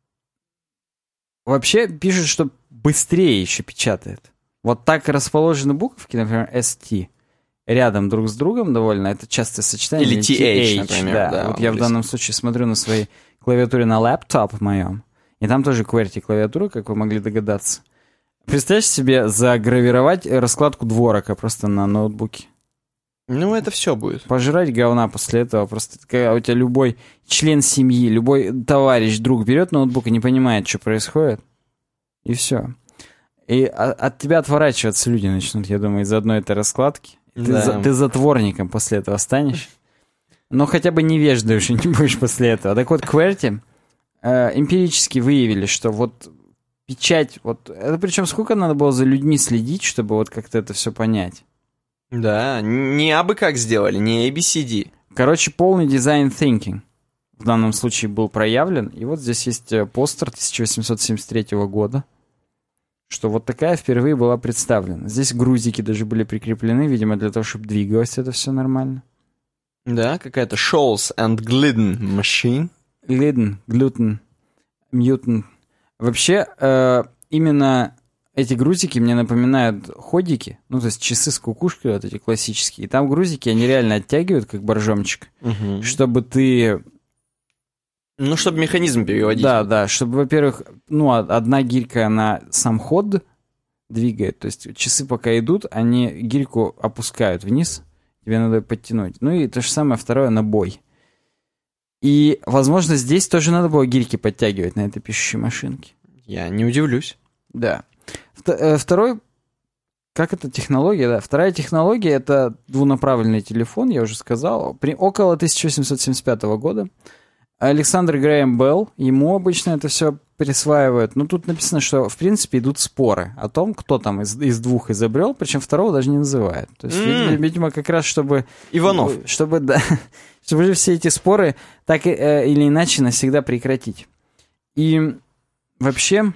вообще пишут, что быстрее еще печатает. Вот так расположены буковки, например, эс ти, рядом друг с другом довольно. Это частое сочетание. Или ти эйч, например. Да. Да, вот я в данном случае смотрю на своей клавиатуре на лэптоп моем. И там тоже QWERTY-клавиатура, как вы могли догадаться. Представь себе загравировать раскладку дворока просто на ноутбуке. Ну, это все будет. Пожрать говна после этого. Просто когда у тебя любой член семьи, любой товарищ, друг берет ноутбук и не понимает, что происходит. И все. И от тебя отворачиваться люди начнут, я думаю, из-за одной этой раскладки. Ты, да. за, ты затворником после этого станешь. Но хотя бы невеждой уже не будешь после этого. Так вот, QWERTY э, эмпирически выявили, что вот печать, вот это причем сколько надо было за людьми следить, чтобы вот как-то это все понять. Да, не абы как сделали, не эй би си ди. Короче, полный дизайн thinking в данном случае был проявлен. И вот здесь есть постер тысяча восемьсот семьдесят третьего года, что вот такая впервые была представлена. Здесь грузики даже были прикреплены, видимо, для того, чтобы двигалось это все нормально. Да, какая-то Scholz and Glidden machine. Glidden, gluten, mutant. Вообще, э, именно эти грузики мне напоминают ходики, ну, то есть часы с кукушкой, вот эти классические. И там грузики, они реально оттягивают, как боржомчик, угу. чтобы ты... Ну, чтобы механизм переводить. Да, да, чтобы, во-первых, ну, одна гирька, она сам ход двигает, то есть часы пока идут, они гирьку опускают вниз, тебе надо подтянуть. Ну, и то же самое второе на бой. И, возможно, здесь тоже надо было гирьки подтягивать на этой пишущей машинке. Я не удивлюсь. Да. Второй, как это технология, да? Вторая технология — это двунаправленный телефон, я уже сказал, при, около тысяча восемьсот семьдесят пятого года. Александр Грэхэм Белл, ему обычно это все присваивают. Но тут написано, что, в принципе, идут споры о том, кто там из, из двух изобрел, причем второго даже не называют. То есть, mm. видимо, как раз чтобы... Иванов. Чтобы, да, чтобы же все эти споры так э, или иначе навсегда прекратить. И вообще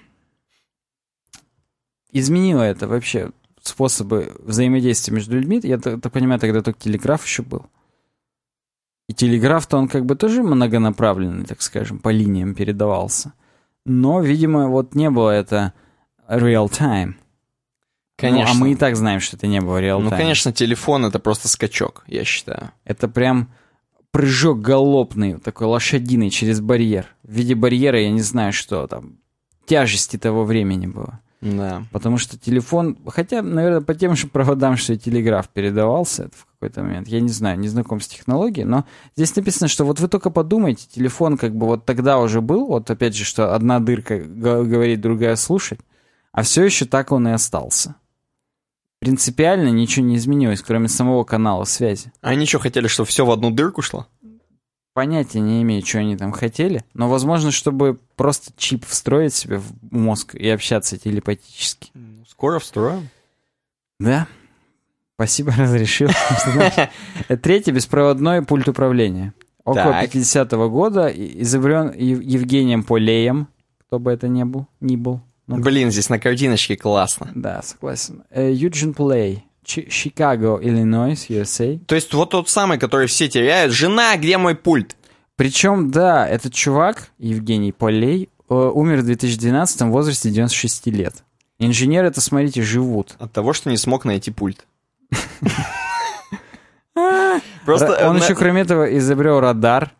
изменило это вообще способы взаимодействия между людьми. Я так, так понимаю, тогда только телеграф еще был. И телеграф-то он как бы тоже многонаправленный, так скажем, по линиям передавался. Но, видимо, вот не было это real-time. Конечно. Ну, а мы и так знаем, что это не было real-time. Ну, конечно, телефон — это просто скачок, я считаю. Это прям прыжок галопный, такой лошадиный через барьер. В виде барьера, я не знаю, что там, тяжести того времени было. Да. Потому что телефон, хотя, наверное, по тем же проводам, что и телеграф передавался это в какой-то момент. Я не знаю, не знаком с технологией, но здесь написано, что вот вы только подумайте, телефон как бы вот тогда уже был, вот опять же, что одна дырка говорит, другая слушать, а все еще так он и остался. Принципиально ничего не изменилось, кроме самого канала связи. А они что, хотели, чтобы все в одну дырку шло? Понятия не имею, что они там хотели, но, возможно, чтобы просто чип встроить себе в мозг и общаться телепатически. Скоро встроим. Да. Спасибо, разрешил. Третий — беспроводной пульт управления. Около пятидесятого года изобрен Евгением Полеем, кто бы это ни был. ни был. Блин, здесь на картиночке классно. Да, согласен. Юджин Полей. Чикаго, Иллинойс, ю эс эй. То есть вот тот самый, который все теряют. Жена, где мой пульт? Причем, да, этот чувак, Евгений Полей, умер в две тысячи двенадцатом в возрасте девяноста шести лет. Инженеры, это, смотрите, живут. От того, что не смог найти пульт. Просто он еще, кроме этого, изобрел радар.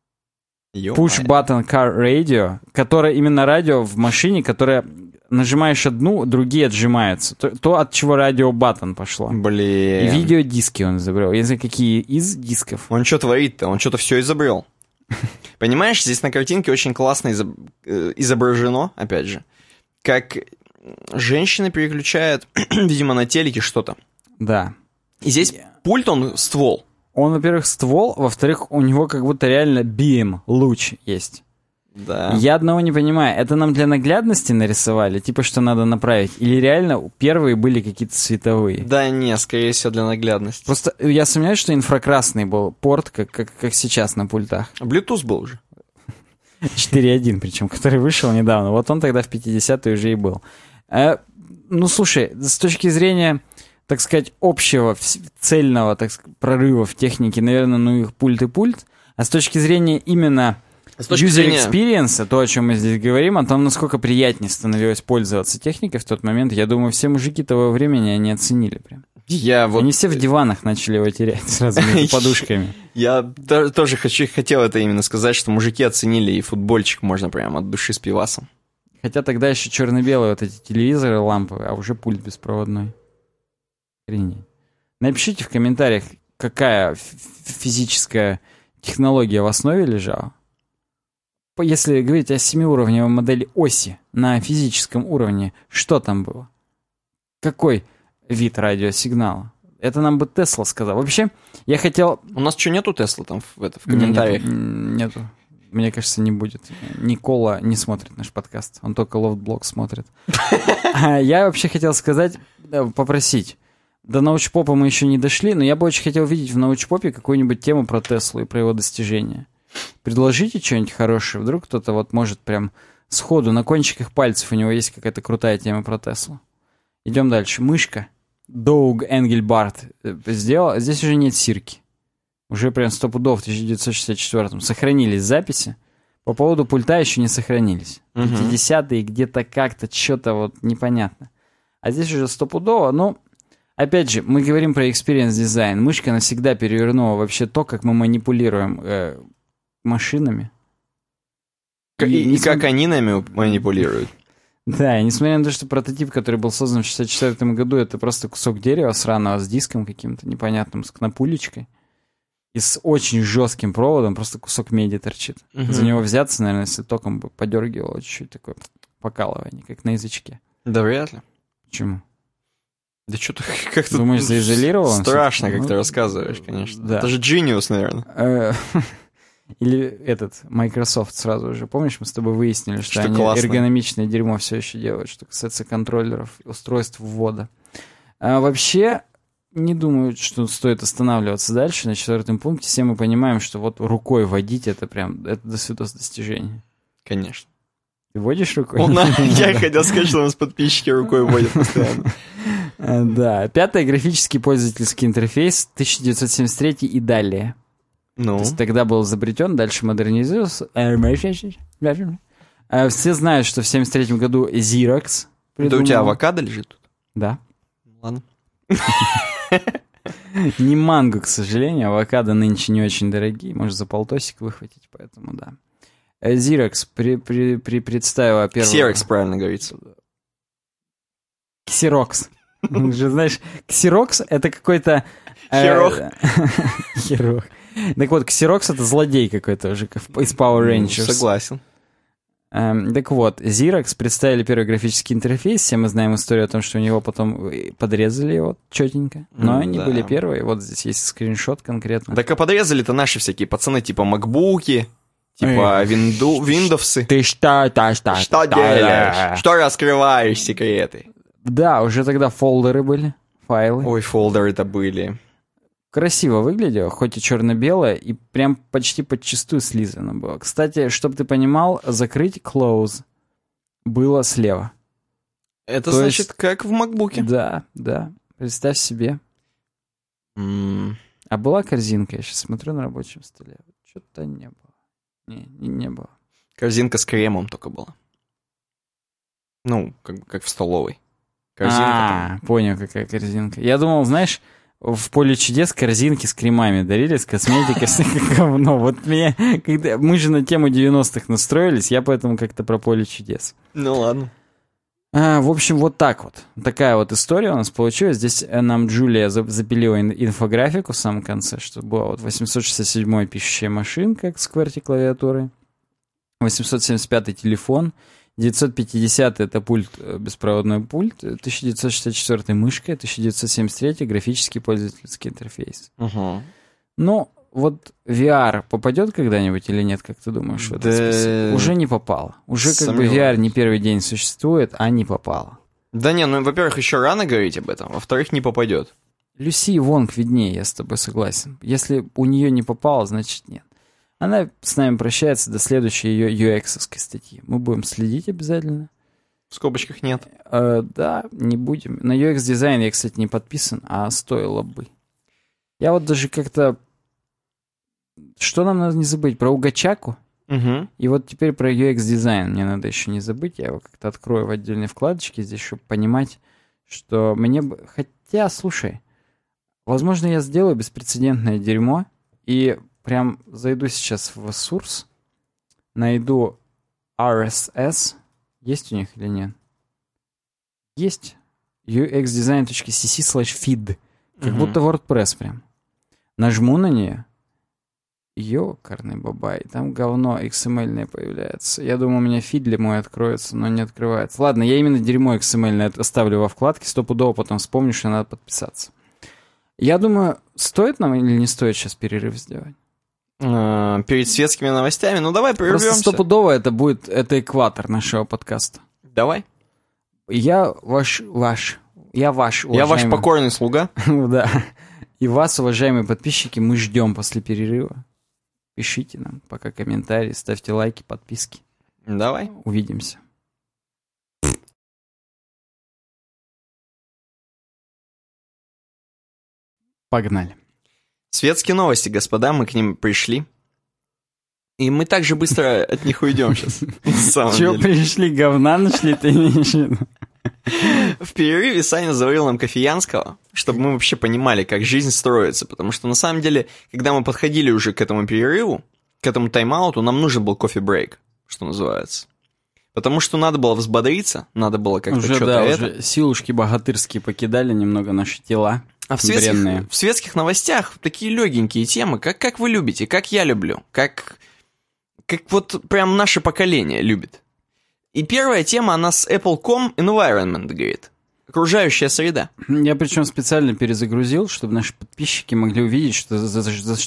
Push Button Car Radio, которое именно радио в машине, которое... Нажимаешь одну, другие отжимаются. То, то от чего радио-баттон пошло. Блин. И видеодиски он изобрел. Я не знаю, какие из дисков. Он что творит-то? Он что-то все изобрел. Понимаешь, здесь на картинке очень классно изображено, опять же, как женщины переключают, видимо, на телеке что-то. Да. И здесь пульт, он ствол. Он, во-первых, ствол, во-вторых, у него как будто реально бим, луч есть. Да. Я одного не понимаю, это нам для наглядности нарисовали, типа что надо направить, или реально первые были какие-то световые? Да не, скорее всего для наглядности. Просто я сомневаюсь, что инфракрасный был порт, как, как, как сейчас на пультах. Bluetooth был уже. четыре один, причем, который вышел недавно. Вот он тогда в пятидесятые уже и был. Э, ну, слушай, с точки зрения, так сказать, общего, цельного, так сказать, прорыва в технике, наверное, ну их пульт и пульт, а с точки зрения именно... User зрения... experience, то, о чем мы здесь говорим, о том, насколько приятнее становилось пользоваться техникой в тот момент, я думаю, все мужики того времени, они оценили прям. Я вот... Они все в диванах начали его терять сразу между подушками. Я тоже хочу, хотел это именно сказать, что мужики оценили, и футбольчик можно прям от души с пивасом. Хотя тогда еще черно-белые вот эти телевизоры, ламповые, а уже пульт беспроводной. Охренеть. Напишите в комментариях, какая физическая технология в основе лежала. Если говорить о семиуровневой модели оси на физическом уровне, что там было? Какой вид радиосигнала? Это нам бы Тесла сказал. Вообще, я хотел... У нас что, нету Тесла там в, это, в комментариях? Нету, нету. Мне кажется, не будет. Никола не смотрит наш подкаст. Он только Лофтблог смотрит. Я вообще хотел сказать, попросить. До научпопа мы еще не дошли, но я бы очень хотел видеть в научпопе какую-нибудь тему про Теслу и про его достижения. Предложите что-нибудь хорошее. Вдруг кто-то вот может прям сходу на кончиках пальцев у него есть какая-то крутая тема про Теслу. Идем дальше. Мышка. Доуг Энгельбарт сделал. Здесь уже нет сирки. Уже прям сто пудов в тысяча девятьсот шестьдесят четвёртом сохранились записи. По поводу пульта еще не сохранились. Угу. пятидесятые где-то как-то что-то вот непонятно. А здесь уже стопудово. Ну, опять же, мы говорим про experience дизайн. Мышка навсегда перевернула вообще то, как мы манипулируем э, машинами. И, и, и как они нами манипулируют. Да, и несмотря на то, что прототип, который был создан в шестьдесят четвёртом году, это просто кусок дерева сраного с диском каким-то непонятным, с кнопулечкой и с очень жестким проводом, просто кусок меди торчит. Uh-huh. За него взяться, наверное, если током бы подергивало чуть-чуть такое. покалывание, как на язычке. Да вряд ли. Почему? Да что-то как-то... Думаешь, заизолировал? Страшно, как ну, ты рассказываешь, конечно. Да. Это же Genius, наверное. Или этот, Microsoft сразу же. Помнишь, мы с тобой выяснили, что, что они классно. эргономичное дерьмо все еще делают, что касается контроллеров, устройств ввода. А вообще, не думаю, что стоит останавливаться дальше. На четвертом пункте все мы понимаем, что вот рукой водить это прям, это до свидос достижение. Конечно. Ты водишь рукой? Я хотел сказать, что у нас подписчики рукой водят постоянно. Да. Пятое, графический пользовательский интерфейс, тысяча девятьсот семьдесят третий и далее. Ну. То есть тогда был изобретен, дальше модернизировался. Все знают, что в семьдесят третьем году Xerox придумал. Да у тебя авокадо лежит тут? Да. Ладно. Не манго, к сожалению. Авокадо нынче не очень дорогие. Может, за полтосик выхватить, поэтому да. Xerox при, при, при представила первого... Xerox, правильно говорится. Xerox. Же знаешь, Xerox — это какой-то... Херох. Херох. Так вот, Xerox — это злодей какой-то уже из Power Rangers. Согласен. Эм, так вот, Xerox представили первый графический интерфейс. Все мы знаем историю о том, что у него потом подрезали его четенько. Но Mm, они да. были первые. Вот здесь есть скриншот конкретно. Так а подрезали-то наши всякие пацаны, типа макбуки, типа винду, Windows. Ты что, та, что, Что делаешь? Что раскрываешь секреты? Да, уже тогда фолдеры были, файлы. Ой, фолдеры это были. Красиво выглядело, хоть и черно-белое, и прям почти подчистую слизано было. Кстати, чтобы ты понимал, закрыть close было слева. Это То значит, есть- как в макбуке. Да, да. Представь себе. М, А была корзинка? Я сейчас смотрю на рабочем столе. Что-то не было. Не, не, не было. Корзинка с кремом только была. Ну, как, как в столовой. Корзинка там. А, понял, какая корзинка. Я думал, знаешь, в поле чудес корзинки с кремами дарили, с косметикой, с говно. Вот мне, когда мы же на тему девяностых настроились, я поэтому как-то про поле чудес. Ну ладно. А, в общем, вот так вот. Такая вот история у нас получилась. Здесь э, нам Джулия за- запилила ин- инфографику в самом конце, что была вот восемьсот шестьдесят седьмая пишущая машинка с QWERTY-клавиатурой, восемьсот семьдесят пятый телефон, девятьсот пятидесятый это пульт, э, беспроводной пульт, тысяча девятьсот шестьдесят четвёртый мышка, тысяча девятьсот семьдесят третий графический пользовательский интерфейс. Угу. Ну, вот ви ар попадет когда-нибудь или нет, как ты думаешь? В этот Да, список? Уже не попало. Уже как бы сомневаюсь. ви ар не первый день существует, а не попало. Да не, ну, во-первых, еще рано говорить об этом, во-вторых, не попадет. Люси Вонг виднее, я с тобой согласен. Если у нее не попало, значит нет. Она с нами прощается до следующей ее ю экс-овской статьи. Мы будем следить обязательно. В скобочках нет. Э, да, не будем. На ю экс-дизайн я, кстати, не подписан, а стоило бы. Я вот даже как-то... Что нам надо не забыть? Про Угачаку? Угу. И вот теперь про ю экс-дизайн мне надо еще не забыть. Я его как-то открою в отдельной вкладочке здесь, чтобы понимать, что мне бы... Хотя, слушай, возможно, я сделаю беспрецедентное дерьмо и прям зайду сейчас в Source, найду ар эс эс. Есть у них или нет? Есть. ю экс дизайн точка си си слэш фид. Как Мгм. будто WordPress прям. Нажму на нее. Ёкарный бабай. Там говно икс эм эль появляется. Я думаю, у меня фидли мой откроется, но не открывается. Ладно, я именно дерьмо икс эм эль оставлю во вкладке. Стопудово потом вспомню, что надо подписаться. Я думаю, стоит нам или не стоит сейчас перерыв сделать? Э, Перед светскими новостями. Ну, давай Просто прервемся. стопудово это будет, это экватор нашего подкаста. Давай. Я ваш, ваш, я ваш, Я ваш уважаемый- покорный слуга. Да. И вас, уважаемые подписчики, мы ждем после перерыва. Пишите нам пока комментарии, ставьте лайки, подписки. Давай. Увидимся. Погнали. Светские новости, господа, мы к ним пришли. И мы так же быстро от них уйдем сейчас. На самом Чего деле. пришли, говна нашли, ты имеешь в виду? В перерыве Саня заварил нам кофеянского, чтобы мы вообще понимали, как жизнь строится. Потому что на самом деле, когда мы подходили уже к этому перерыву, к этому тайм-ауту, нам нужен был кофе-брейк, что называется. Потому что надо было взбодриться, надо было как-то Уже, что-то да, это. уже силушки богатырские покидали немного наши тела. А в светских, бренные. в светских новостях такие легенькие темы, как, как вы любите, как я люблю, как, как вот прям наше поколение любит. И первая тема, она с Apple.com Environment, говорит. Окружающая среда. Я причем специально перезагрузил, чтобы наши подписчики могли увидеть, что за, за, за,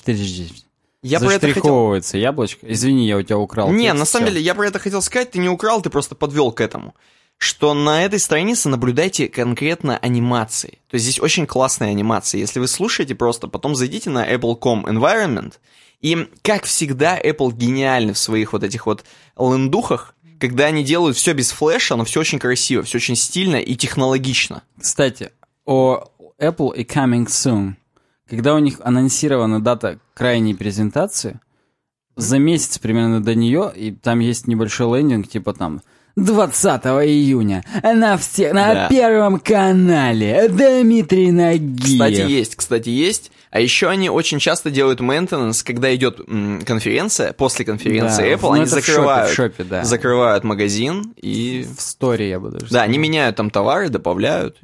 я заштриховывается хотел... яблочко. Извини, я у тебя украл. Не, текст, на самом все. деле, я про это хотел сказать, ты не украл, ты просто подвел к этому. Что на этой странице наблюдайте конкретно анимации. То есть здесь очень классные анимации. Если вы слушаете просто, потом зайдите на Apple.com Environment. И, как всегда, Apple гениальны в своих вот этих вот лендухах, когда они делают все без флеша, но все очень красиво, все очень стильно и технологично. Кстати, о Apple и Coming Soon. Когда у них анонсирована дата крайней презентации, за месяц примерно до нее, и там есть небольшой лендинг, типа там двадцатого июня на, все, на Да. Первом канале Дмитрий Нагиев. Кстати, есть, кстати, есть. А еще они очень часто делают maintenance, когда идет м, конференция, после конференции Да, Apple, ну, они это в закрывают, шопе, в шопе, да. закрывают магазин и... В сторе, я бы даже Да, сказал. они меняют там товары, добавляют.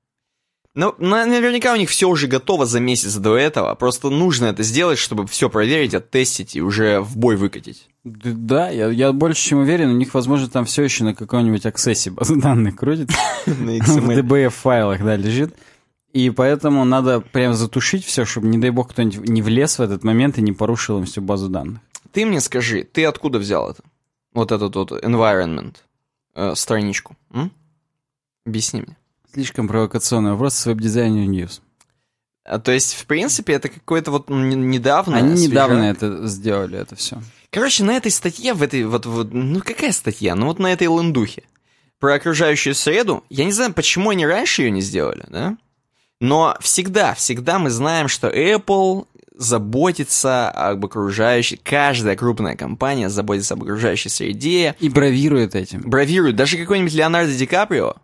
Ну, на- наверняка у них все уже готово за месяц до этого. Просто нужно это сделать, чтобы все проверить, оттестить и уже в бой выкатить. Д- Да, я, я больше чем уверен, у них, возможно, там все еще на каком-нибудь аксессе базы данных крутится. На икс В эм эль. ди би эф-файлах, да, лежит. И поэтому надо прям затушить все, чтобы, не дай бог, кто-нибудь не влез в этот момент и не порушил им всю базу данных. Ты мне скажи, ты откуда взял это? Вот этот вот environment, э, страничку. М? Объясни мне. Слишком провокационный вопрос с веб-дизайнер News. А, то есть, в принципе, это какое-то вот н- недавно... Они свежее- недавно это сделали, это все. Короче, на этой статье, в этой вот, вот... Ну, какая статья? Ну, вот на этой лендухе. Про окружающую среду. Я не знаю, почему они раньше ее не сделали, да? Но всегда, всегда мы знаем, что Apple заботится об окружающей... Каждая крупная компания заботится об окружающей среде. И бравирует этим. Бравирует. Даже какой-нибудь Леонардо Ди Каприо,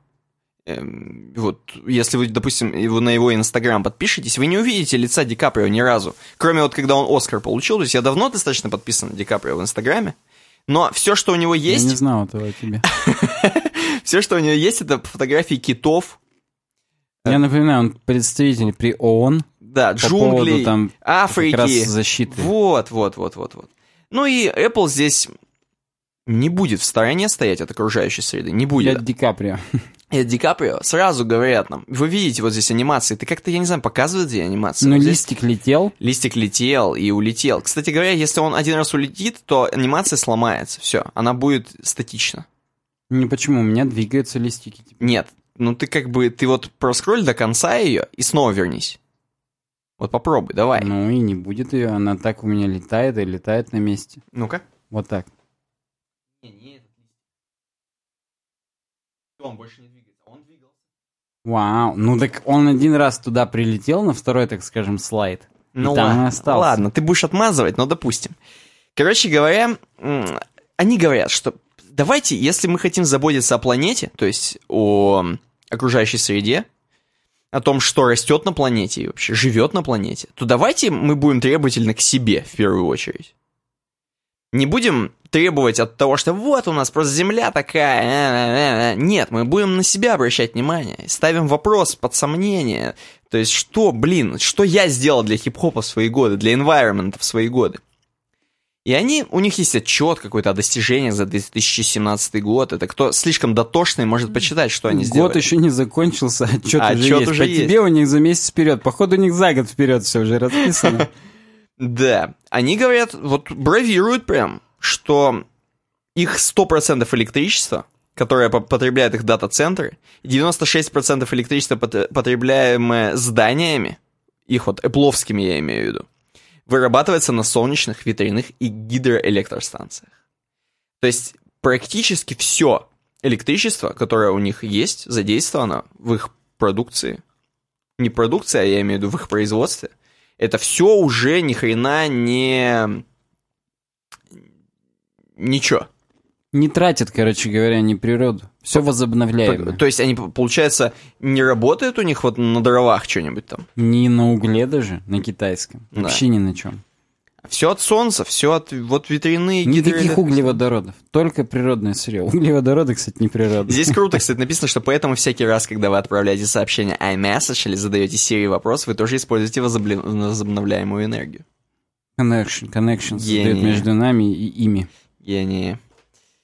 эм, вот, если вы, допустим, его, на его Инстаграм подпишетесь, вы не увидите лица Ди Каприо ни разу. Кроме вот, когда он Оскар получил. То есть я давно достаточно подписан на Ди Каприо в Инстаграме. Но все, что у него есть... Я не знал этого о тебе. Все, что у него есть, это фотографии китов. Я напоминаю, он представитель при ООН. Да, По джунглей, поводу там Африки. как раз защиты. Вот, вот, вот, вот, вот. Ну и Apple здесь не будет в стороне стоять от окружающей среды. Не Я будет. Ди Каприо. И от Ди Каприо сразу говорят нам. Вы видите вот здесь анимации. Ты как-то, я не знаю, показывает здесь анимации? Ну, Вот здесь листик летел. листик летел и улетел. Кстати говоря, если он один раз улетит, то анимация сломается. Все, она будет статична. Не почему, у меня двигаются листики. типа. Нет, ну ты как бы, ты вот проскроль до конца ее и снова вернись. Вот попробуй, давай. Ну и не будет ее, она так у меня летает и летает на месте. Ну-ка. Вот так. Не, не этот листик. Он больше не двигается, он двигался. Вау, ну так он один раз туда прилетел, на второй, так скажем, слайд. Ну и там ладно, и остался. ладно, ты будешь отмазывать, но допустим. Короче говоря, м, они говорят, что давайте, если мы хотим заботиться о планете, то есть о окружающей среде, о том, что растет на планете и вообще живет на планете, то давайте мы будем требовательны к себе в первую очередь. Не будем требовать от того, что вот у нас просто Земля такая. Нет, мы будем на себя обращать внимание. Ставим вопрос под сомнение. То есть, что, блин, что я сделал для хип-хопа в свои годы, для environment в свои годы. И они, у них есть отчет какой-то о достижениях за две тысячи семнадцатый год. Это кто слишком дотошный может почитать, что они сделали. Год еще не закончился, отчет А, уже отчет есть. уже По есть. тебе у них за месяц вперед. Походу, у них за год вперед все уже расписано. Да, они говорят, вот бравируют прям, что их сто процентов электричества, которое по- потребляют их дата-центры, и девяносто шесть процентов электричества, пот- потребляемое зданиями, их вот эпловскими я имею в виду, вырабатывается на солнечных, ветряных и гидроэлектростанциях. То есть практически все электричество, которое у них есть, задействовано в их продукции. Не продукция, а я имею в виду в их производстве. Это все уже ни хрена не... Ничего. Не тратят, короче говоря, ни природу. Все возобновляемо. То, то есть они, получается, не работают у них вот на дровах что-нибудь там? Не на угле даже, на китайском. Да. Вообще ни на чем. Все от солнца, все от вот ветряные... Никаких гидроэлектро- углеводородов. Только природное сырье. Углеводороды, кстати, не природа. Здесь круто, кстати, написано, что поэтому всякий раз, когда вы отправляете сообщение iMessage или задаете Siri вопрос, вы тоже используете возобли- возобновляемую энергию. Connection, connection создает Гений. между нами и ими. Гении.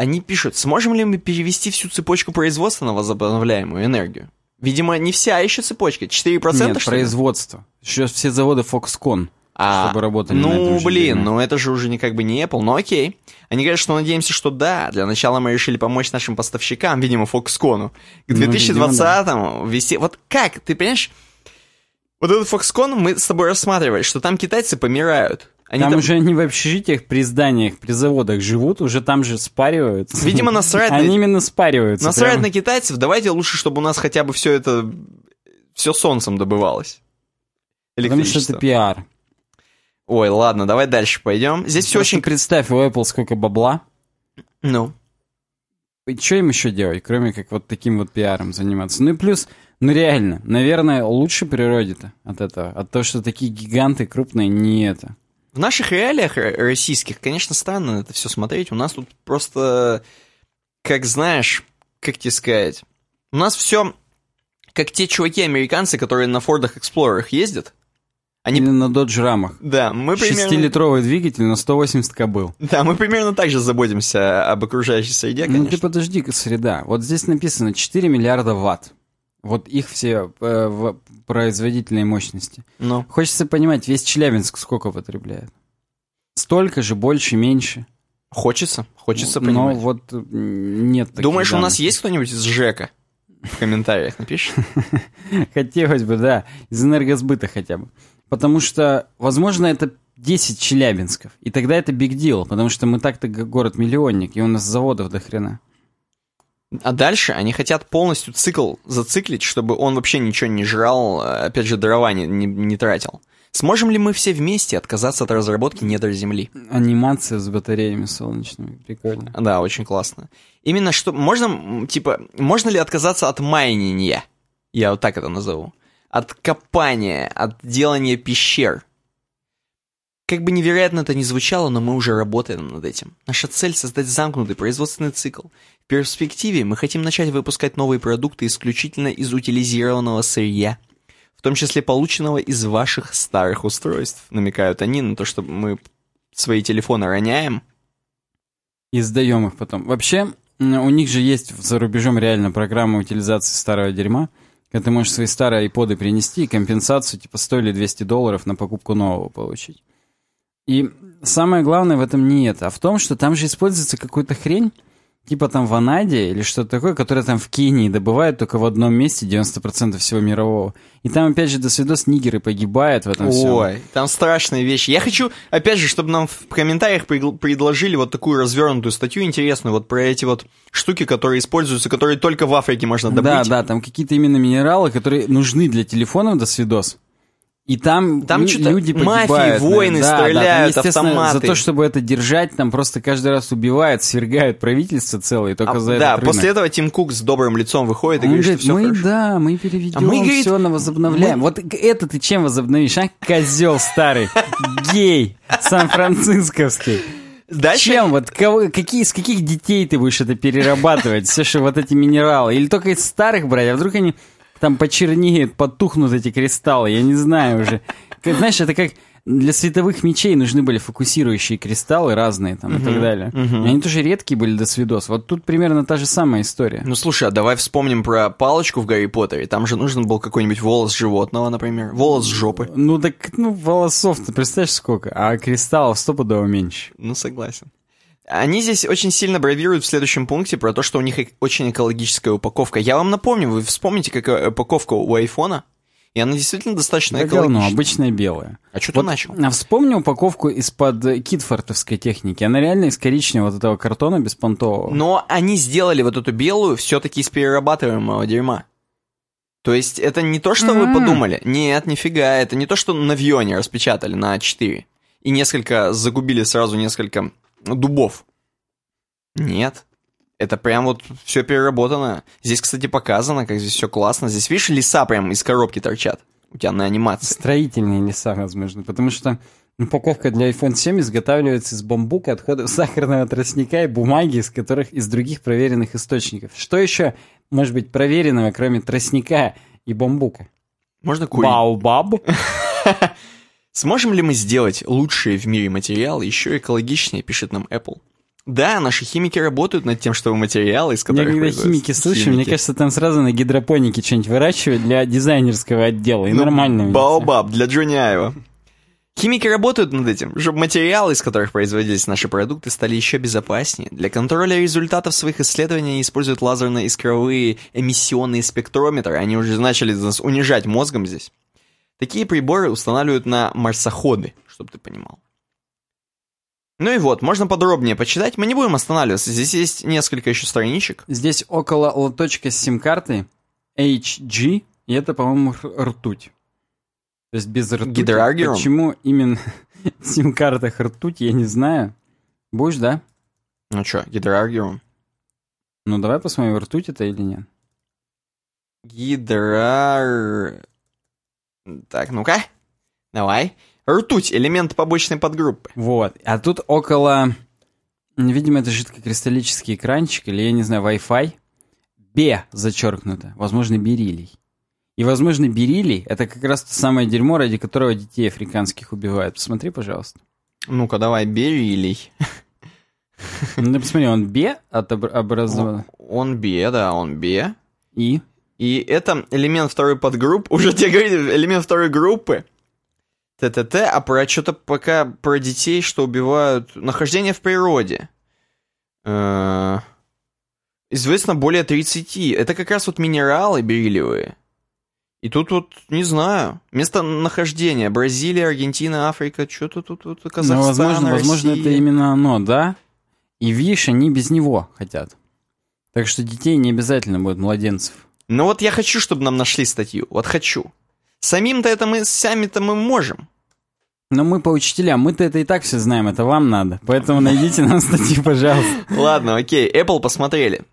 Они пишут, сможем ли мы перевести всю цепочку производства на возобновляемую энергию? Видимо, не вся еще цепочка, четыре процента, Нет, что ли? производство. Сейчас все заводы Foxconn, А, чтобы работали ну, на этом же блин, дерьме. ну это же уже не как бы не Apple, но окей. Они говорят, что надеемся, что да, для начала мы решили помочь нашим поставщикам, видимо, Foxconn, к две тысячи двадцатому ввести... Вот как, ты понимаешь, вот этот Foxconn мы с тобой рассматривали, что там китайцы помирают. Они там, там уже не в общежитиях, при зданиях, при заводах живут, уже там же спариваются. Видимо, насрать... Они именно спариваются. Насрать прям. на китайцев, давайте лучше, чтобы у нас хотя бы все это, все солнцем добывалось. Потому что это пиар. Ой, ладно, давай дальше пойдем. Здесь все Просто очень... представь, у Apple сколько бабла. Ну. И что им еще делать, кроме как вот таким вот пиаром заниматься? Ну и плюс, ну реально, наверное, лучше природе-то от этого. От того, что такие гиганты крупные, не это. В наших реалиях российских, конечно, странно это все смотреть. У нас тут просто, как знаешь, как тебе сказать, у нас все как те чуваки-американцы, которые на Фордах Эксплорерах ездят. Они... Или на Dodge Рамах. Да, мы примерно... шестилитровый двигатель на сто восемьдесят кобыл. Да, мы примерно так же заботимся об окружающей среде, конечно. Ну ты подожди-ка, среда. Вот здесь написано четыре миллиарда ватт. Вот их все э, в производительной мощности. Ну. Хочется понимать, весь Челябинск сколько потребляет? Столько же, больше, меньше? Хочется, хочется Но понимать. вот нет таких Думаешь, данных. у нас есть кто-нибудь из ЖЭКа? В комментариях напиши. Хотелось бы, да, из энергосбыта хотя бы. Потому что, возможно, это десять Челябинсков. И тогда это big deal, потому что мы так-то город-миллионник, и у нас заводов до хрена. А дальше они хотят полностью цикл зациклить, чтобы он вообще ничего не жрал, опять же, дрова не, не, не тратил. Сможем ли мы все вместе отказаться от разработки недр Земли? Анимация с батареями солнечными. Прикольно. Да, очень классно. Именно что... Можно, типа, можно ли отказаться от майнинга? Я вот так это назову. От копания, от делания пещер. Как бы невероятно это ни звучало, но мы уже работаем над этим. Наша цель — создать замкнутый производственный цикл. В перспективе мы хотим начать выпускать новые продукты исключительно из утилизированного сырья, в том числе полученного из ваших старых устройств. Намекают они на то, что мы свои телефоны роняем. И сдаем их потом. Вообще, у них же есть за рубежом реально программа утилизации старого дерьма, когда ты можешь свои старые айподы принести и компенсацию типа сто или двести долларов на покупку нового получить. И самое главное в этом не это, а в том, что там же используется какая-то хрень, типа там ванадия или что-то такое, которое там в Кении добывают только в одном месте девяносто процентов всего мирового. И там опять же до свидос нигеры погибают в этом всем. Ой, там страшные вещи. Я хочу, опять же, чтобы нам в комментариях пригл- предложили вот такую развернутую статью интересную вот про эти вот штуки, которые используются, которые только в Африке можно добыть. Да, да, там какие-то именно минералы, которые нужны для телефонов до свидос. И там, там лю- люди погибают. мафии, войны да, стреляют, да, там, автоматы. За то, чтобы это держать, там просто каждый раз убивают, свергают правительство целое, только а, за да, этот после рынок. этого Тим Кук с добрым лицом выходит и Он говорит, говорит, что все мы, хорошо. да, мы переведем А мы, говорит, все на возобновляем. мы- Вот это ты чем возобновишь, а? Козел старый, гей, сан-францисковский. Дальше... Чем? Вот кого, какие, из каких детей ты будешь это перерабатывать? Все, что вот эти минералы. Или только из старых брать, а вдруг они там почернеют, потухнут эти кристаллы, я не знаю уже. Как, знаешь, это как для световых мечей нужны были фокусирующие кристаллы разные там и так далее. И они тоже редкие были до свидос. Вот тут примерно та же самая история. Ну слушай, а давай вспомним про палочку в Гарри Поттере. Там же нужен был какой-нибудь волос животного, например. Волос жопы. Ну так, ну, волосов-то представляешь сколько, а кристаллов стопудово меньше. Ну, согласен. Они здесь очень сильно бравируют в следующем пункте про то, что у них эк- очень экологическая упаковка. Я вам напомню, вы вспомните, какая упаковка у айфона, и она действительно достаточно Да экологичная. говно, обычное белое. А что Вот, ты начал? а вспомни упаковку из-под китфортовской техники. Она реально из коричневого вот этого картона беспонтового. Но они сделали вот эту белую все-таки из перерабатываемого дерьма. То есть это не то, что вы М. подумали. Нет, нифига. Это не то, что на Вионе распечатали на а четыре. И несколько, загубили сразу несколько дубов. Нет. Это прям вот все переработано. Здесь, кстати, показано, как здесь все классно. Здесь, видишь, леса прям из коробки торчат. У тебя на анимации. Строительные леса, возможно. Потому что упаковка для айфон семь изготавливается из бамбука, отходов сахарного тростника и бумаги, из которых из других проверенных источников. Что еще может быть проверенного, кроме тростника и бамбука? Можно курить. Баобаб? Сможем ли мы сделать лучшие в мире материалы еще экологичнее, пишет нам Apple. Да, наши химики работают над тем, чтобы материалы, из которых Я когда производятся химики слышу, химики. мне кажется, там сразу на гидропонике что-нибудь выращивают для дизайнерского отдела. И Ну, нормально. мне Баобаб для Джонни Айва. Химики работают над этим, чтобы материалы, из которых производились наши продукты, стали еще безопаснее. Для контроля результатов своих исследований они используют лазерно-искровые эмиссионные спектрометры. Они уже начали нас унижать мозгом здесь. Такие приборы устанавливают на марсоходы, чтобы ты понимал. Ну и вот, можно подробнее почитать. Мы не будем останавливаться. Здесь есть несколько еще страничек. Здесь около лоточка с сим-картой эйч джи, и это, по-моему, р- ртуть. То есть без ртути. Гидраргиум? Почему именно в сим-картах ртуть, я не знаю. Будешь, да? Ну что, гидраргиум? Ну давай посмотрим, ртуть это или нет. Гидрар... Так, ну-ка. Давай. Ртуть, элемент побочной подгруппы. Вот. А тут около... Видимо, это жидкокристаллический экранчик, или, я не знаю, Wi-Fi. Б зачеркнуто. Возможно, бериллий. И, возможно, бериллий — это как раз то самое дерьмо, ради которого детей африканских убивают. Посмотри, пожалуйста. Ну-ка, давай, бериллий. Ну, ты посмотри, он Б образован. Он Б, да, он Б. И? И это элемент второй подгруппы. Уже тебе говорили, элемент второй группы. ТТТ, а про что-то пока про детей, что убивают. Нахождение в природе. Э-э- Известно более тридцати. Это как раз вот минералы бериллиевые. И тут вот, не знаю, местонахождение. Бразилия, Аргентина, Африка, что-то тут, тут Казахстан, Ну, возможно, возможно, Россия. это именно оно, да? И видишь, они без него хотят. Так что детей не обязательно будет, младенцев. Ну вот я хочу, чтобы нам нашли статью. Вот хочу. Самим-то это мы, сами-то мы можем. Но мы по учителям, мы-то это и так все знаем, это вам надо. Поэтому найдите нам статью, пожалуйста. Ладно, окей, Apple посмотрели.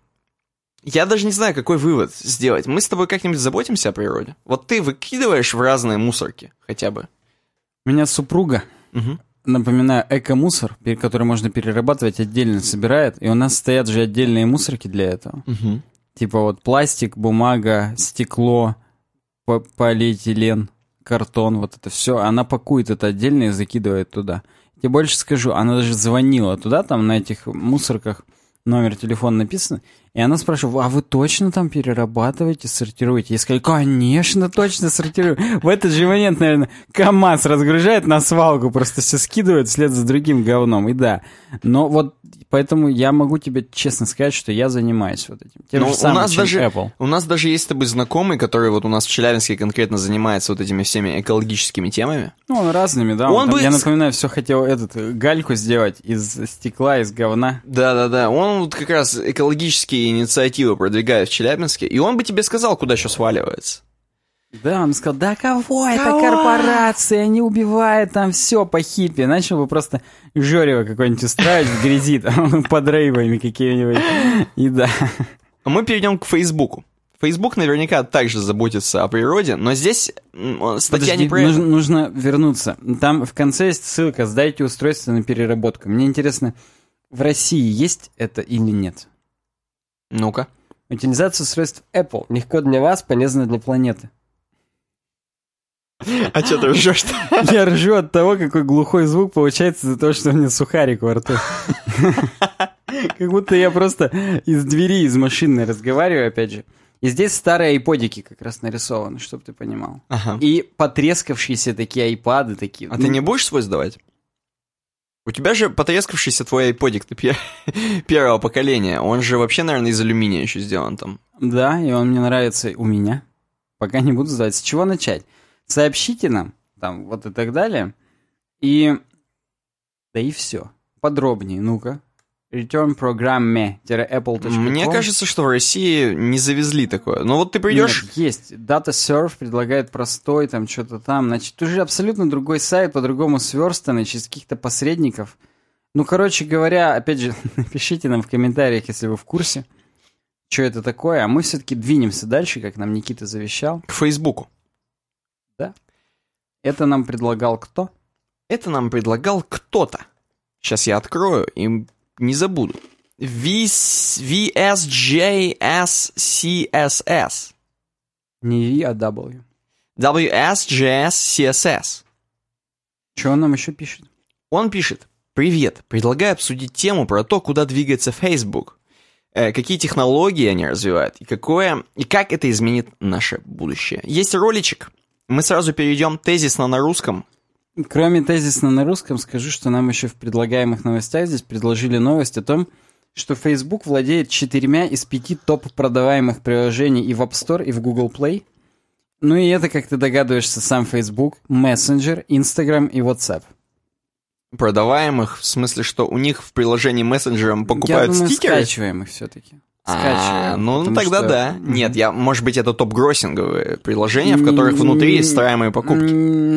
Я даже не знаю, какой вывод сделать. Мы с тобой как-нибудь заботимся о природе? Вот ты выкидываешь в разные мусорки хотя бы. У меня супруга, Угу. напоминаю, эко-мусор, пер- который можно перерабатывать, отдельно собирает. И у нас стоят же отдельные мусорки для этого. Угу. Типа вот пластик, бумага, стекло, по- полиэтилен, картон, вот это все. Она пакует это отдельно и закидывает туда. Я тебе больше скажу, она даже звонила туда, там на этих мусорках номер телефона написан, и она спрашивала, а вы точно там перерабатываете, сортируете? Я сказал, конечно, точно сортирую. В этот же момент, наверное, КамАЗ разгружает на свалку, просто все скидывает вслед за другим говном, и да. Но вот поэтому я могу тебе честно сказать, что я занимаюсь вот этим. Тем Ну, же у самым, нас чем даже Apple. у нас даже есть с тобой знакомый, который вот у нас в Челябинске конкретно занимается вот этими всеми экологическими темами. Ну, он разными, да. Он Он там, бы я с- напоминаю, все хотел этот гальку сделать из стекла, из говна. Да-да-да, он вот как раз экологические инициативы продвигает в Челябинске, и он бы тебе сказал, куда что сваливается. Да, он сказал, да кого? Это Кого? корпорация, они убивают там все по хиппи. Начал бы просто жорево какое-нибудь устраивать в грязи, там, под рейвами какими-нибудь. И да. А мы перейдем к Фейсбуку. Фейсбук наверняка также заботится о природе, но здесь м, статья Подожди, не про это. нужно, нужно вернуться. Там в конце есть ссылка, сдайте устройство на переработку. Мне интересно, в России есть это или нет? Ну-ка. Утилизация устройств Apple. Легко для вас, полезно для планеты. А что ты ржешь? Я ржу от того, какой глухой звук получается за то, что у меня сухарик во рту. Как будто я просто из двери, из машины разговариваю, опять же. И здесь старые айподики как раз нарисованы, чтобы ты понимал. Ага. И потрескавшиеся такие айпады такие. А Ну, ты не будешь свой сдавать? У тебя же потрескавшийся твой айподик ты пер- первого поколения. Он же вообще, наверное, из алюминия еще сделан там. Да, и он мне нравится у меня. Пока не буду сдавать. С чего начать? Сообщите нам, там, вот и так далее. И... Да и все. Подробнее, ну-ка. return программе apple точка com. Мне кажется, что в России не завезли такое. Но вот ты придешь... Нет, есть. DataServe предлагает простой, там, что-то там. Значит, уже абсолютно другой сайт, по-другому сверстанный, через каких-то посредников. Ну, короче говоря, опять же, напишите нам в комментариях, если вы в курсе, что это такое. А мы все-таки двинемся дальше, как нам Никита завещал. К Фейсбуку. Да. Это нам предлагал кто? Это нам предлагал кто-то. Сейчас я открою и не забуду. ви эс джей эс си эс эс. Не V, а W. дабл ю эс джей эс си эс эс. Что он нам еще пишет? Он пишет: Привет, предлагаю обсудить тему про то, куда двигается Facebook, э, какие технологии они развивают, и, какое, и как это изменит наше будущее. Есть роличек, мы сразу перейдем тезисно на русском. Кроме тезисно на русском, скажу, что нам еще в предлагаемых новостях здесь предложили новость о том, что Facebook владеет четырьмя из пяти топ-продаваемых приложений и в App Store, и в Google Play. Ну и это, как ты догадываешься, сам Facebook, Messenger, Instagram и WhatsApp. Продаваемых, в смысле, что у них в приложении мессенджером покупают я думаю, стикеры? скачиваемых все-таки. А, ну тогда что... да. Нет, я, может быть, это топ-гроссинговые приложения, в которых внутри есть встраиваемые покупки.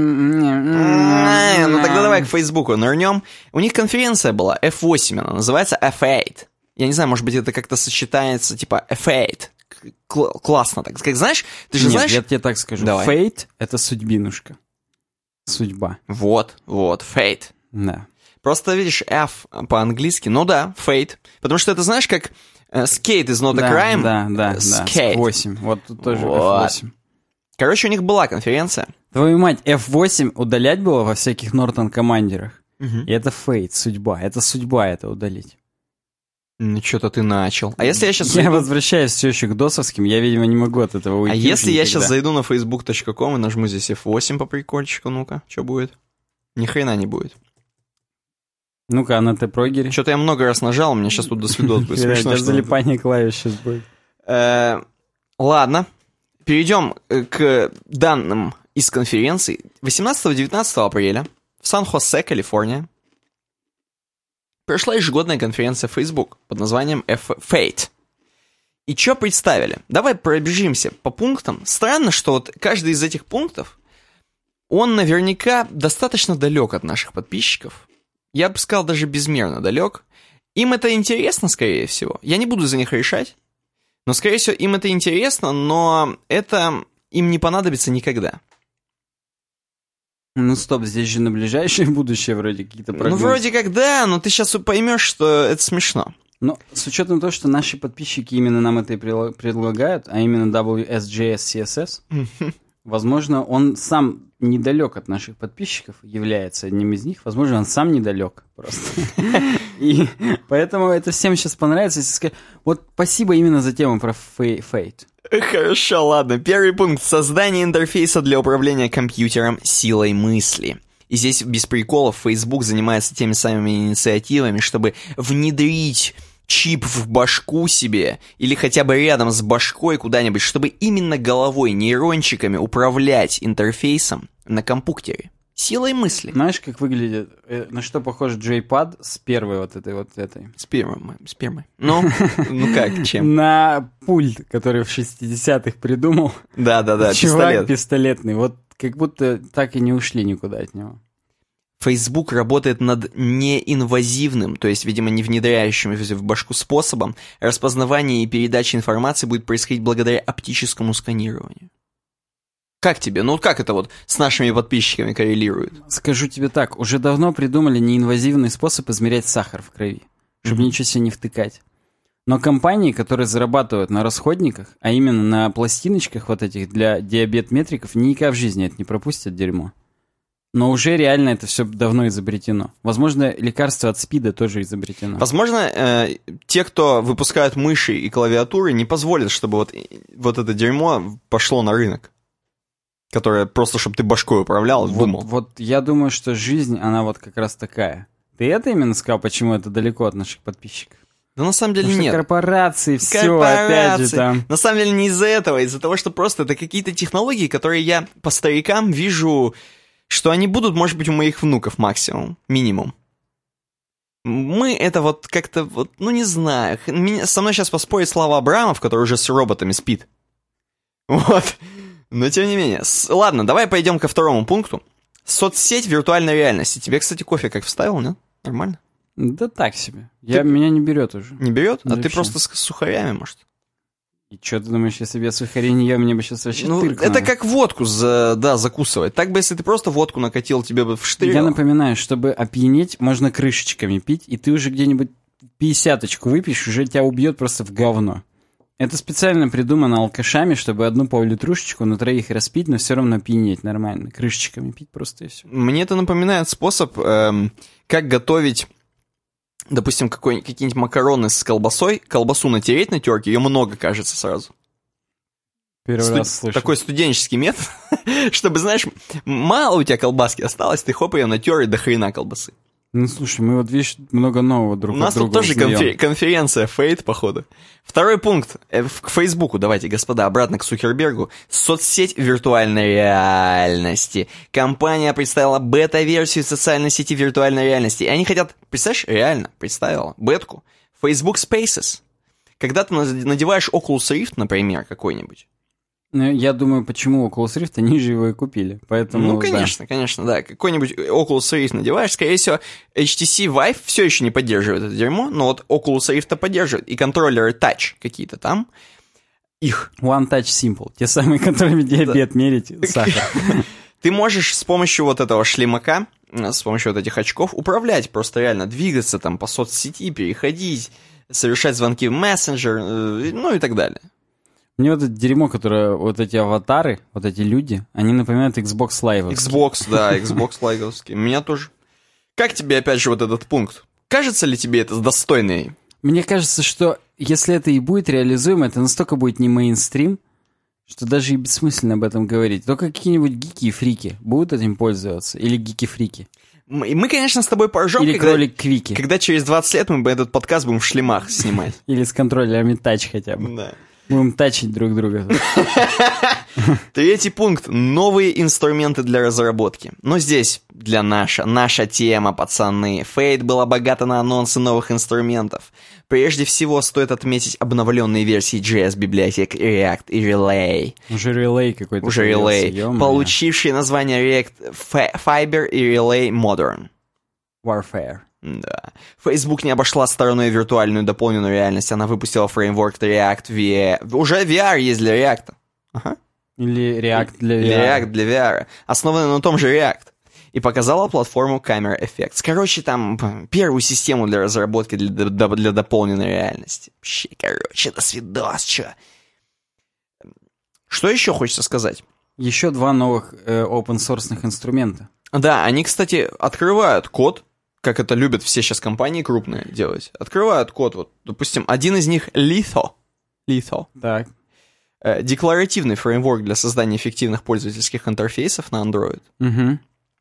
Ну тогда давай к Фейсбуку нырнем. У них конференция была, эф восемь она называется, эф восемь. Я не знаю, может быть, это как-то сочетается, типа эф восемь. Кл- классно так. Как знаешь, ты же Нет, знаешь... я тебе так скажу. Давай. Fate — это судьбинушка. Судьба. Вот, вот, fate. Да. Просто, видишь, F по-английски, ну да, fate. Потому что это, знаешь, как uh, skate is not a да, crime. Да, да, skate. да. эф восемь. Вот тут тоже Вот. эф восемь. Короче, у них была конференция. Твою мать, эф восемь удалять было во всяких Нортон-командерах. Угу. И это fate, судьба. Это судьба это удалить. Ну, что-то ты начал. А если я сейчас... Я зайду... возвращаюсь все еще к досовским, я, видимо, не могу от этого уйти. А если никогда. я сейчас зайду на фейсбук точка ком и нажму здесь эф восемь по прикольчику, ну-ка, что будет? Ни хрена не будет. Ну-ка, а на Т-прогере? Что-то я много раз нажал, у меня сейчас тут до свидос будет. Смешно, что... залипание клавиш сейчас будет. Ладно, перейдем к данным из конференции. восемнадцатого-девятнадцатого апреля в Сан-Хосе, Калифорния, прошла ежегодная конференция Facebook под названием F-Fate. И что представили? Давай пробежимся по пунктам. Странно, что вот каждый из этих пунктов, он наверняка достаточно далек от наших подписчиков. Я бы сказал, даже безмерно далек. Им это интересно, скорее всего. Я не буду за них решать. Но, скорее всего, им это интересно, но это им не понадобится никогда. Ну стоп, здесь же на ближайшее будущее вроде какие-то прогнозы. Ну вроде как да, но ты сейчас поймешь, что это смешно. Но с учетом того, что наши подписчики именно нам это и предлагают, а именно дабл ю эс джей эс, си эс эс, возможно, он сам недалек от наших подписчиков, является одним из них. Возможно, он сам недалек просто. И поэтому это всем сейчас понравится, если сказать... Вот спасибо именно за тему про Fate. Хорошо, ладно. Первый пункт. Создание интерфейса для управления компьютером силой мысли. И здесь без приколов Facebook занимается теми самыми инициативами, чтобы внедрить чип в башку себе или хотя бы рядом с башкой куда-нибудь, чтобы именно головой, нейрончиками управлять интерфейсом на компьютере. Силой мысли. Знаешь, как выглядит, э, на что похож джейпад с первой вот этой вот этой? Спермой. Спермой. Ну, ну как, чем? На пульт, который в шестидесятых придумал. Да-да-да, чувак пистолет. пистолетный. Вот как будто так и не ушли никуда от него. Facebook работает над неинвазивным, то есть, видимо, не внедряющимся в башку способом. Распознавание и передача информации будет происходить благодаря оптическому сканированию. Как тебе? Ну как это вот с нашими подписчиками коррелирует? Скажу тебе так, уже давно придумали неинвазивный способ измерять сахар в крови, чтобы mm-hmm. ничего себе не втыкать. Но компании, которые зарабатывают на расходниках, а именно на пластиночках вот этих для диабет-метриков, никогда в жизни это не пропустят дерьмо. Но уже реально это все давно изобретено. Возможно, лекарство от СПИДа тоже изобретено. Возможно, э, те, кто выпускают мыши и клавиатуры, не позволят, чтобы вот, вот это дерьмо пошло на рынок. Которое просто, чтобы ты башкой управлял, вот, думал. Вот я думаю, что жизнь, она вот как раз такая. Ты это именно сказал, почему это далеко от наших подписчиков? Да на самом деле Потому нет. Что корпорации, все, корпорации. Опять же там. На самом деле не из-за этого, из-за того, что просто это какие-то технологии, которые я по старикам вижу, что они будут, может быть, у моих внуков максимум, минимум. Мы это вот как-то, вот, ну не знаю. Меня, со мной сейчас поспорит Слава Абрамов, который уже с роботами спит. Вот. Но тем не менее. С... Ладно, давай пойдем ко второму пункту. Соцсеть виртуальной реальности. Тебе, кстати, кофе как вставил, нет? Нормально? Да так себе. Я, ты... Меня не берет уже. Не берет? Да а ты вообще. Просто с сухарями, может? И что ты думаешь, если бы я сухари не ел, мне бы сейчас вообще ну, тыркнуло? Это как водку, за... да, закусывать. Так бы, если ты просто водку накатил, тебе бы вштырил. Я напоминаю, чтобы опьянеть, можно крышечками пить, и ты уже где-нибудь пятидесяточку выпьешь, уже тебя убьет просто в говно. Это специально придумано алкашами, чтобы одну пол-литрушечку на троих распить, но все равно пьянеть нормально. Крышечками пить просто и все. Мне это напоминает способ, эм, как готовить, допустим, какой, какие-нибудь макароны с колбасой, колбасу натереть на терке, ее много, кажется, сразу. Первый Студ... раз слышу. Такой студенческий метод, чтобы, знаешь, мало у тебя колбаски осталось, ты хоп, ее натер и до хрена колбасы. Ну, слушай, мы вот, видишь, много нового друг У нас от друга тут тоже узнаем. конфер... конференция Фейт, походу. Второй пункт. К Фейсбуку, давайте, господа, обратно к Цукербергу. Соцсеть виртуальной реальности. Компания представила бета-версию социальной сети виртуальной реальности. И они хотят, представляешь, реально представила бетку. Facebook Spaces. Когда ты надеваешь Oculus Rift, например, какой-нибудь. Ну, я думаю, почему Oculus Rift, они же его и купили, поэтому... Ну, конечно, да. конечно, да. Какой-нибудь Oculus Rift надеваешь, скорее всего, эйч ти си Vive все еще не поддерживает это дерьмо, но вот Oculus Rift поддерживает, и контроллеры Touch какие-то там, их. One Touch Simple, те самые, которыми диабет мерить, сахар. Ты можешь с помощью вот этого шлемака, с помощью вот этих очков управлять, просто реально двигаться там по соцсети, переходить, совершать звонки в мессенджер, ну и так далее. Мне вот это дерьмо, которое, вот эти аватары, вот эти люди, они напоминают Xbox Live. Xbox, да, Xbox Live. Меня тоже. Как тебе, опять же, вот этот пункт? Кажется ли тебе это достойный? Мне кажется, что если это и будет реализуемо, это настолько будет не мейнстрим, что даже и бессмысленно об этом говорить. Только какие-нибудь гики и фрики будут этим пользоваться. Или гики-фрики. Мы, мы, конечно, с тобой поржем, Или когда, кролик-квики. Когда через двадцать лет мы этот подкаст будем в шлемах снимать. Или с контроллерами тач хотя бы. Да. Будем тачить друг друга. Третий пункт. Новые инструменты для разработки. Но здесь для наша, наша тема, пацаны. Фейт была богата на анонсы новых инструментов. Прежде всего, стоит отметить обновленные версии джей эс-библиотек React и Relay. Уже Relay какой-то. Уже Relay. Получившие названия React Fiber и Relay Modern. Warfare. Да. Facebook не обошла стороной виртуальную дополненную реальность. Она выпустила фреймворк React ви ар. Уже ви ар есть для React. Ага. Или React для ви ар. Или React для ви ар. Основанный на том же React. И показала платформу Camera Effects. Короче, там первую систему для разработки для, для, для дополненной реальности. Вообще, короче, до свидос, чё. Что еще хочется сказать? Еще два новых э, open-source инструмента. Да, они, кстати, открывают код, как это любят все сейчас компании крупные делать. Открывают код, вот, допустим, один из них Litho. Litho. Так. Э, декларативный фреймворк для создания эффективных пользовательских интерфейсов на Android. Угу.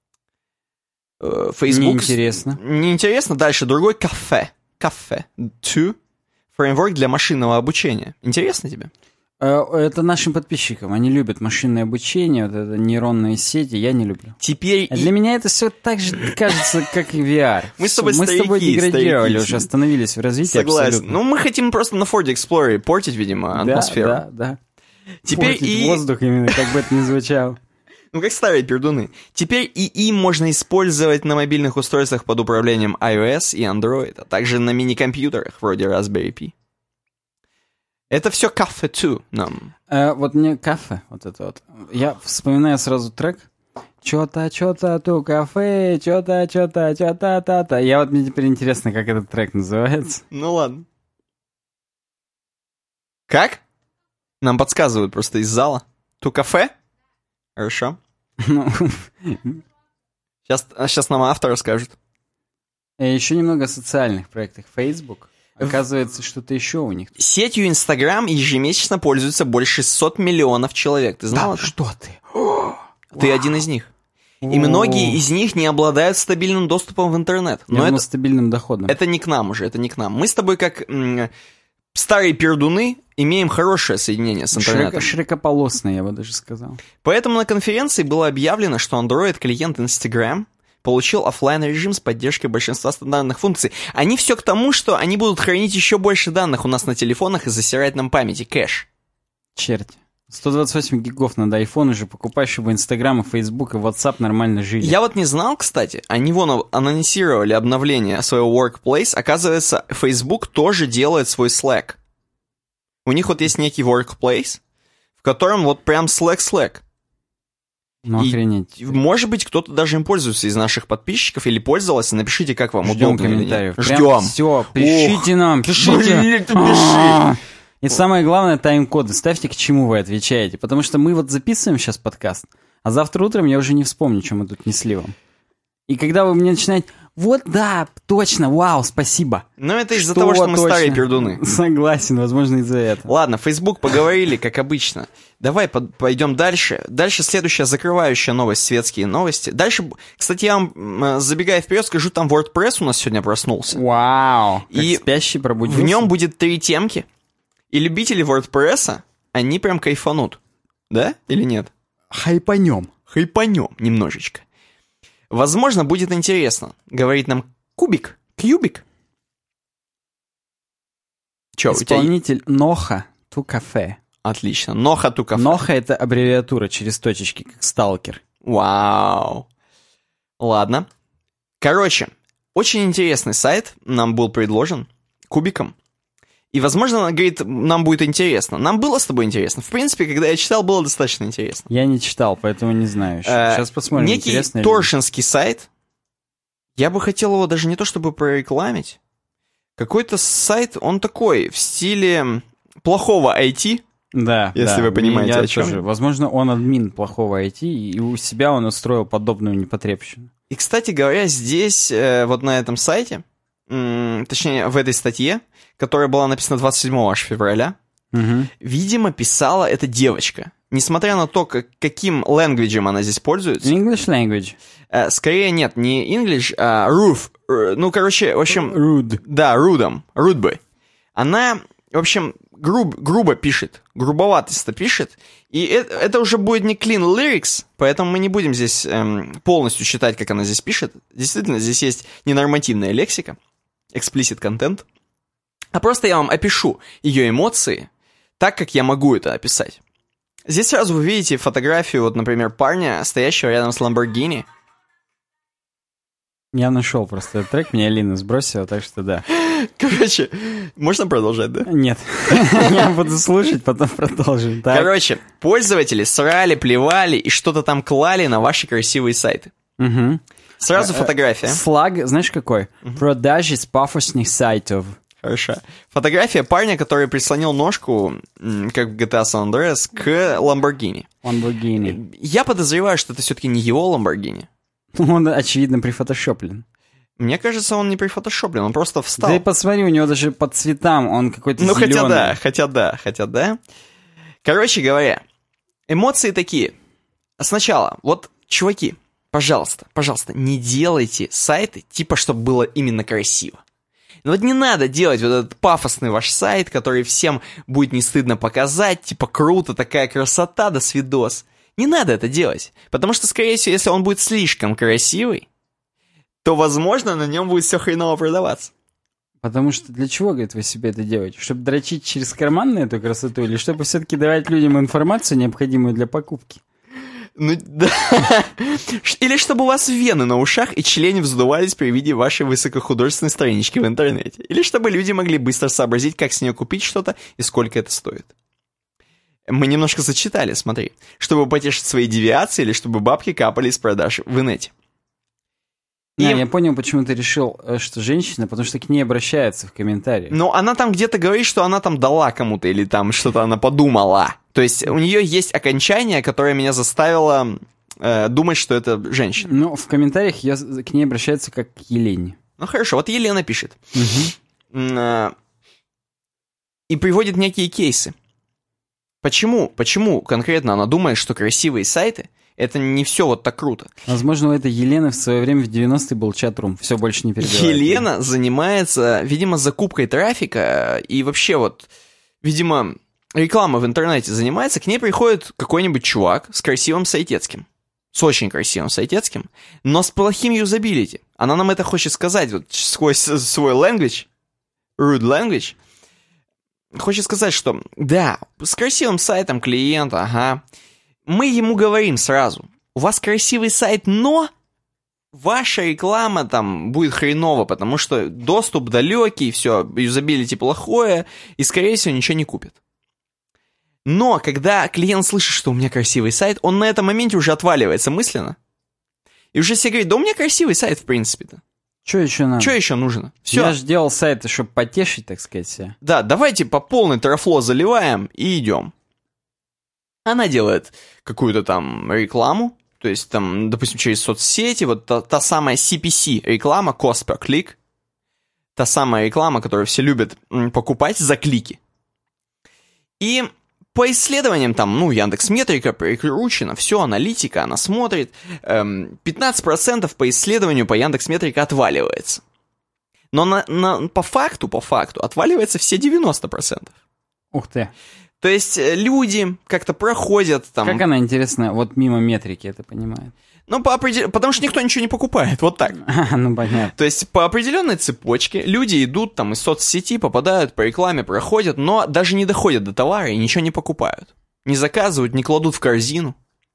Э, Facebook... Неинтересно. Неинтересно. Дальше другой Caffe. Caffe два. Фреймворк для машинного обучения. Интересно тебе? Это нашим подписчикам. Они любят машинное обучение, вот это нейронные сети. Я не люблю. Теперь а для и... меня это все так же кажется, как и ви ар. Мы с тобой Мы старики, с тобой деградировали старики. Уже, остановились в развитии. Согласен. Абсолютно. Ну, мы хотим просто на Ford Explorer портить, видимо, атмосферу. Да, да, да. Теперь портить и... воздух именно, как бы это ни звучало. Ну, как старые пердуны. Теперь и им можно использовать на мобильных устройствах под управлением iOS и Android, а также на мини-компьютерах вроде Raspberry Pi. Это все Caffe два нам. Э, вот мне кафе, вот это вот. Я вспоминаю сразу трек. Чё-то, чё-то, ту кафе, чё-то, чё-то, чё-то, та-та. Я вот мне теперь интересно, как этот трек называется. Ну ладно. Как? Нам подсказывают просто из зала. Ту кафе? Хорошо. Сейчас, сейчас нам автор расскажет. Еще немного о социальных проектах. Facebook. Оказывается, что-то еще у них. Сетью Instagram ежемесячно пользуется больше шестьсот миллионов человек. Ты знал? Да, что ты? Ты Вау. один из них. И многие из них не обладают стабильным доступом в интернет. Но это стабильным доходом. Это не к нам уже, это не к нам. Мы с тобой как м- старые пердуны имеем хорошее соединение с интернетом. Широко, широкополосное, я бы даже сказал. Поэтому на конференции было объявлено, что Android-клиент Instagram получил офлайн режим с поддержкой большинства стандартных функций. Они все к тому, что они будут хранить еще больше данных у нас на телефонах и засирать нам память и кэш. Черт. сто двадцать восемь гигов надо iPhone уже покупать, чтобы Instagram и Facebook и WhatsApp нормально жили. Я вот не знал, кстати, они вон анонсировали обновление своего Workplace. Оказывается, Facebook тоже делает свой Slack. У них вот есть некий Workplace, в котором вот прям Slack-Slack. Ну, охренеть. И, может быть, кто-то даже им пользуется из наших подписчиков или пользовался. Напишите, как вам Ждем удобно. комментариев. Ждем. Все, пишите Ох, нам, пишите. Блин, ты пиши. И самое главное, тайм-коды. Ставьте, к чему вы отвечаете. Потому что мы вот записываем сейчас подкаст, а завтра утром я уже не вспомню, что мы тут несли вам. И когда вы мне начинаете... Вот, да, точно, вау, спасибо. Ну, это из-за того, что мы точно? старые пердуны. Согласен, возможно, из-за этого. Ладно, Facebook поговорили, как обычно. Давай под, пойдем дальше. Дальше следующая закрывающая новость, светские новости. Дальше, кстати, я вам, забегая вперед, скажу, там WordPress у нас сегодня проснулся. Вау, как и спящий пробудился. В нем будет три темки. И любители WordPress, они прям кайфанут. Да или нет? Хайпанем. Хайпанем немножечко. Возможно, будет интересно. Говорит нам Кубик, Кьюбик. Че, Исполнитель Ноха Ту Кафе. Отлично. Ноха Ту Кафе. Ноха — это аббревиатура через точечки, как сталкер. Вау. Ладно. Короче, очень интересный сайт нам был предложен Кубиком. И, возможно, он говорит, нам будет интересно. Нам было с тобой интересно. В принципе, когда я читал, было достаточно интересно. Я не читал, поэтому не знаю еще. Сейчас посмотрим, некий интересно ли. торшинский сайт. Я бы хотел его даже не то чтобы прорекламить. Какой-то сайт, он такой, в стиле плохого ай ти. Да, если да. вы понимаете, я о чем. Тоже. Возможно, он админ плохого ай ти, и у себя он устроил подобную непотребщину. И, кстати говоря, здесь, э, вот на этом сайте, м- точнее, в этой статье, которая была написана двадцать седьмого февраля, угу. видимо, писала эта девочка. Несмотря на то, как, каким language она здесь пользуется. English language. Э, скорее, нет, не English, а Roof. Э, ну, короче, в общем... Rude. Да, Рудом. Рудбой. Она, в общем, груб, грубо пишет, грубоватосто пишет. И это, это уже будет не clean lyrics, поэтому мы не будем здесь эм, полностью читать, как она здесь пишет. Действительно, здесь есть ненормативная лексика, explicit content. А просто я вам опишу ее эмоции так, как я могу это описать. Здесь сразу вы видите фотографию, вот, например, парня, стоящего рядом с Lamborghini. Я нашел просто этот трек, меня Алина сбросила, так что да. Короче, можно продолжать, да? Нет. Я буду слушать, потом продолжим. Так. Короче, пользователи срали, плевали и что-то там клали на ваши красивые сайты. Угу. Сразу фотография. Слаг, знаешь какой? Продажи с пафосных сайтов. Хорошо. Фотография парня, который прислонил ножку, как в джи ти эй San Andreas, к Lamborghini. Lamborghini. Я подозреваю, что это все-таки не его Lamborghini. Он, очевидно, прифотошоплен. Мне кажется, он не прифотошоплен, он просто встал. Да и посмотри, у него даже по цветам он какой-то Ну, зеленый. хотя да, хотя да, хотя да. Короче говоря, эмоции такие. Сначала, вот, чуваки, пожалуйста, пожалуйста, не делайте сайты, типа, чтобы было именно красиво. Ну вот не надо делать вот этот пафосный ваш сайт, который всем будет не стыдно показать, типа круто, такая красота, да свидос. Не надо это делать, потому что, скорее всего, если он будет слишком красивый, то, возможно, на нем будет все хреново продаваться. Потому что для чего, говорит, вы себе это делаете? Чтобы дрочить через карман на эту красоту, или чтобы все-таки давать людям информацию, необходимую для покупки? Ну, да. Или чтобы у вас вены на ушах и члени вздувались при виде вашей высокохудожественной странички в интернете. Или чтобы люди могли быстро сообразить, как с нее купить что-то и сколько это стоит. Мы немножко зачитали, смотри. Чтобы потешить свои девиации или чтобы бабки капали из продаж в инете. И... И... Я понял, почему ты решил, что женщина, потому что к ней обращаются в комментариях. Но она там где-то говорит, что она там дала кому-то или там что-то она подумала. То есть у нее есть окончание, которое меня заставило э, думать, что это женщина. Ну, в комментариях я, к ней обращаются как к Елене. Ну хорошо, вот Елена пишет. Угу. Э, и приводит некие кейсы. Почему? Почему конкретно она думает, что красивые сайты это не все вот так круто? Возможно, у этой Елены в свое время в девяностые был чат-рум. Все больше не перебивает. Елена занимается, видимо, закупкой трафика и вообще вот, видимо, реклама в интернете занимается. К ней приходит какой-нибудь чувак с красивым сайтецким. С очень красивым сайтецким, но с плохим юзабилити. Она нам это хочет сказать вот сквозь свой language, rude language. Хочет сказать, что да, с красивым сайтом клиента, ага. Мы ему говорим сразу, у вас красивый сайт, но ваша реклама там будет хреново, потому что доступ далекий, все, юзабилити плохое, и, скорее всего, ничего не купит. Но когда клиент слышит, что у меня красивый сайт, он на этом моменте уже отваливается мысленно. И уже себе говорит, да у меня красивый сайт, в принципе-то. Что еще надо? Что еще нужно? Все. Я же делал сайты, чтобы потешить, так сказать, себя. Да, давайте по полной трафло заливаем и идем. Она делает какую-то там рекламу, то есть там, допустим, через соцсети, вот та, та самая си пи си реклама, cost per click, та самая реклама, которую все любят покупать за клики. И по исследованиям там, ну, Яндекс.Метрика прикручена, все, аналитика, она смотрит, эм, пятнадцать процентов по исследованию по Яндекс.Метрика отваливается. Но на, на, по факту, по факту, отваливается все девяносто процентов. Ух ты. То есть люди как-то проходят там... Как она, интересно, вот мимо метрики это понимает? Ну, по определ... потому что никто ничего не покупает, вот так. А, ну, понятно. То есть по определенной цепочке люди идут там из соцсети, попадают по рекламе, проходят, но даже не доходят до товара и ничего не покупают. Не заказывают, не кладут в корзину.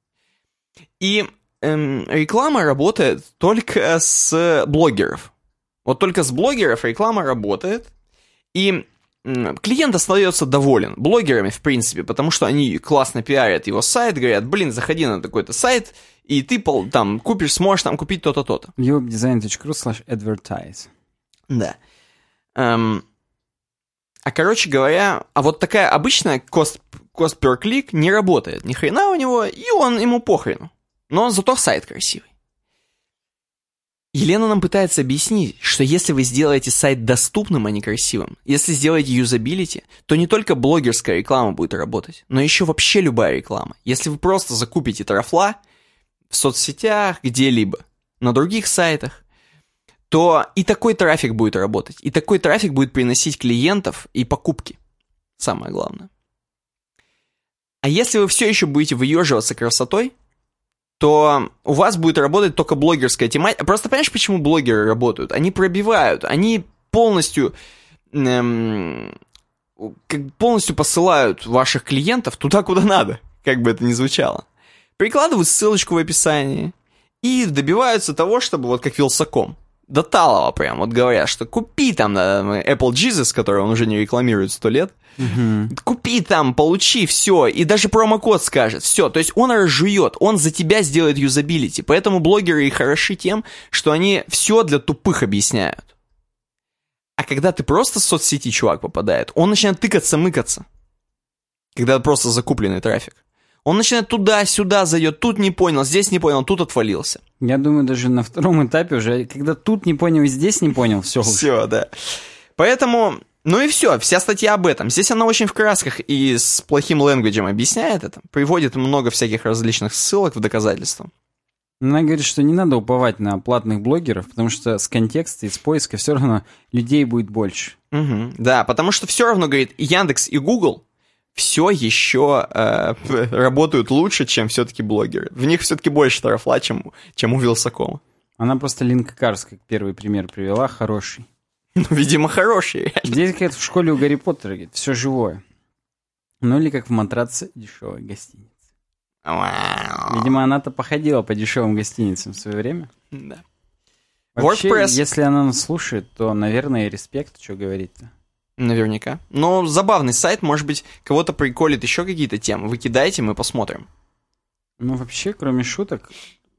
И эм, реклама работает только с блогеров. Вот только с блогеров реклама работает, и м, клиент остается доволен блогерами, в принципе, потому что они классно пиарят его сайт, говорят, блин, заходи на такой-то сайт, и ты там купишь, сможешь там купить то-то, то-то. webdesign.ru slash advertise. Да. Эм, а короче говоря, а вот такая обычная cost, cost per click не работает. Ни хрена у него, и он ему похрену. Но зато сайт красивый. Елена нам пытается объяснить, что если вы сделаете сайт доступным, а не красивым, если сделаете юзабилити, то не только блогерская реклама будет работать, но еще вообще любая реклама. Если вы просто закупите трафла в соцсетях, где-либо, на других сайтах, то и такой трафик будет работать, и такой трафик будет приносить клиентов и покупки. Самое главное. А если вы все еще будете выеживаться красотой, то у вас будет работать только блогерская тематика. Просто понимаешь, почему блогеры работают? Они пробивают, они полностью, эм, полностью посылают ваших клиентов туда, куда надо, как бы это ни звучало. Прикладывают ссылочку в описании и добиваются того, чтобы, вот как Вилсаком, до талого прям, вот говорят, что купи там да, Apple Jesus, который он уже не рекламирует сто лет, uh-huh. Купи там, получи, все, и даже промокод скажет, все, то есть он разжует, он за тебя сделает юзабилити, поэтому блогеры и хороши тем, что они все для тупых объясняют. А когда ты просто с соцсети чувак попадает, он начинает тыкаться-мыкаться, когда просто закупленный трафик. Он начинает туда-сюда зайдет, тут не понял, здесь не понял, тут отвалился. Я думаю, даже на втором этапе уже, когда тут не понял и здесь не понял, все. Все, да. Поэтому, ну и все, вся статья об этом. Здесь она очень в красках и с плохим ленгвиджем объясняет это, приводит много всяких различных ссылок в доказательство. Она говорит, что не надо уповать на платных блогеров, потому что с контекста и с поиска все равно людей будет больше. Угу, да, потому что все равно, говорит, и Яндекс, и Google все еще э, работают лучше, чем все-таки блогеры. В них все-таки больше трафла, чем, чем у Вилсакома. Она просто Link Cars как первый пример привела, хороший. Ну, видимо, хороший, реально. Здесь, как в школе у Гарри Поттера, говорит, все живое. Ну или как в матраце дешевой гостиницы. Видимо, она-то походила по дешевым гостиницам в свое время. Да. Вообще, WordPress. Если она нас слушает, то, наверное, и респект, что говорить-то. Наверняка. Но забавный сайт, может быть, кого-то приколит еще какие-то темы. Вы кидайте, мы посмотрим. Ну, вообще, кроме шуток,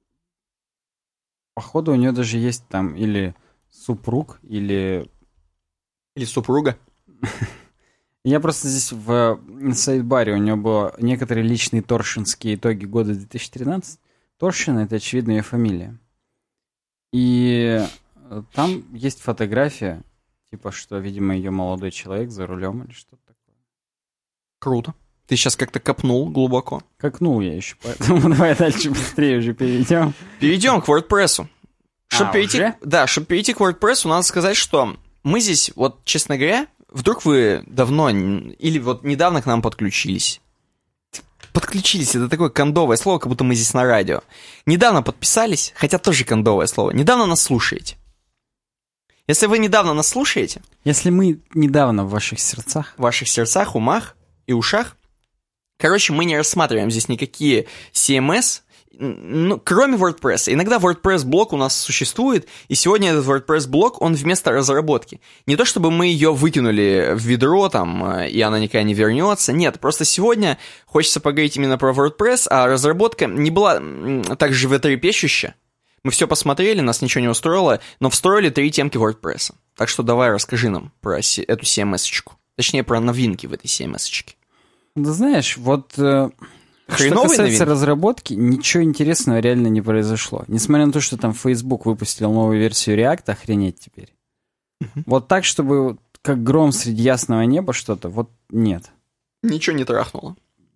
походу у нее даже есть там или супруг, или... Или супруга. Я просто здесь в сайт-баре у нее было некоторые личные торшинские итоги года две тысячи тринадцатого. Торшин — это, очевидно, ее фамилия. И там есть фотография, типа, что, видимо, ее молодой человек за рулем или что-то такое. Круто. Ты сейчас как-то копнул глубоко. Копнул я еще, поэтому давай дальше быстрее уже перейдем. Перейдем к WordPress. Чтобы а, перейти, уже? Да, чтобы перейти к WordPress, надо сказать, что мы здесь, вот, честно говоря, вдруг вы давно или вот недавно к нам подключились. Подключились, это такое кондовое слово, как будто мы здесь на радио. Недавно подписались, хотя тоже кондовое слово. Недавно нас слушаете. Если вы недавно нас слушаете... Если мы недавно в ваших сердцах... В ваших сердцах, умах и ушах. Короче, мы не рассматриваем здесь никакие си эм эс, ну, кроме WordPress. Иногда WordPress-блок у нас существует, и сегодня этот WordPress-блок, он вместо разработки. Не то чтобы мы ее выкинули в ведро, там, и она никогда не вернется. Нет, просто сегодня хочется поговорить именно про WordPress, а разработка не была так животрепещуща. Мы все посмотрели, нас ничего не устроило, но встроили три темки WordPress. Так что давай расскажи нам про си- эту си эм эс-очку. Точнее, про новинки в этой си эм эс-очке. Да знаешь, вот э, что касается новинки? Разработки, ничего интересного реально не произошло. Несмотря на то, что там Facebook выпустил новую версию React, охренеть теперь. Uh-huh. Вот так, чтобы как гром среди ясного неба что-то, вот нет. Ничего не трахнуло.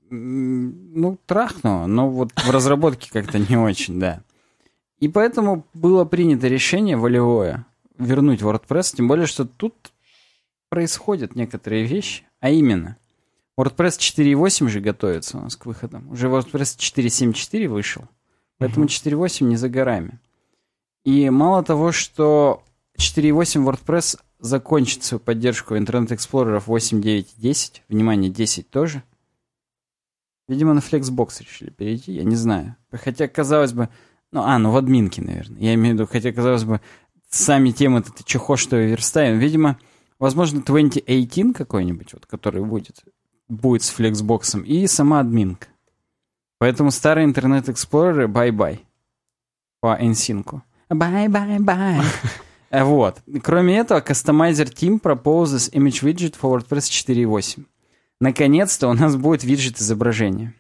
Ну, трахнуло, но вот в разработке как-то не очень, да. И поэтому было принято решение волевое вернуть WordPress, тем более, что тут происходят некоторые вещи, а именно, WordPress четыре точка восемь же готовится у нас к выходам. Уже WordPress четыре точка семь точка четыре вышел, поэтому четыре точка восемь не за горами. И мало того, что четыре точка восемь WordPress закончит свою поддержку Internet Explorer восемь, девять и десять, внимание, десять тоже. Видимо, на Flexbox решили перейти, я не знаю. Хотя, казалось бы, ну, а, ну в админке, наверное. Я имею в виду, хотя, казалось бы, сами темы-то ты чего что и верстаем. Видимо, возможно, две тысячи восемнадцать какой-нибудь, вот, который будет, будет с Flexbox, и сама админка. Поэтому старые Internet Explorer бай-бай. По Ensync. Бай-бай-бай. Вот. Кроме этого, Customizer Team proposes image widget for WordPress четыре точка восемь. Наконец-то у нас будет виджет изображения.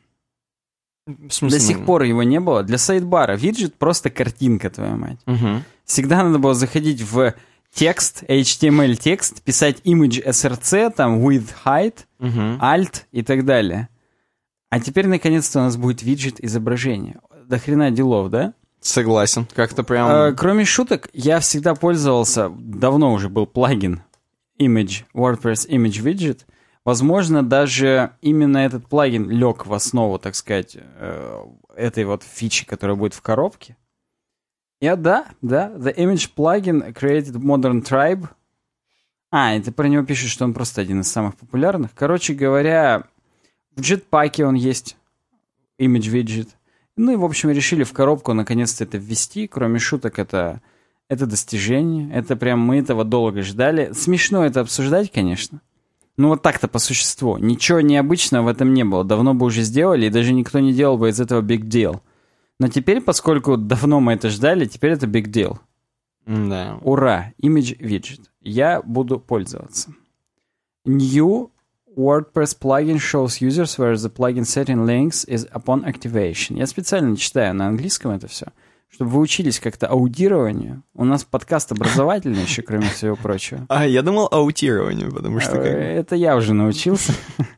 До сих пор его не было. Для сайдбара виджет просто картинка, твоя мать. Угу. Всегда надо было заходить в текст, эйч ти эм эль-текст, писать image эс эр си, там, with height, угу. alt и так далее. А теперь, наконец-то, у нас будет виджет изображения. До хрена делов, да? Согласен, как-то прям... А, кроме шуток, я всегда пользовался, давно уже был плагин Image, WordPress Image Widget. Возможно, даже именно этот плагин лег в основу, так сказать, этой вот фичи, которая будет в коробке. Я, да, да, the image plugin created modern tribe. А, это про него пишут, что он просто один из самых популярных. Короче говоря, в Jetpack он есть, image widget. Ну и, в общем, решили в коробку наконец-то это ввести. Кроме шуток, это, это достижение. Это прям мы этого долго ждали. Смешно это обсуждать, конечно. Ну вот так-то по существу. Ничего необычного в этом не было. Давно бы уже сделали, и даже никто не делал бы из этого big deal. Но теперь, поскольку давно мы это ждали, теперь это big deal. Да. Ура! Image widget. Я буду пользоваться. New WordPress plugin shows users where the plugin setting links is upon activation. Я специально читаю на английском это все, чтобы вы учились как-то аудированию. У нас подкаст образовательный еще, кроме всего прочего. А, я думал аутированию, потому что... Как... Это я уже научился.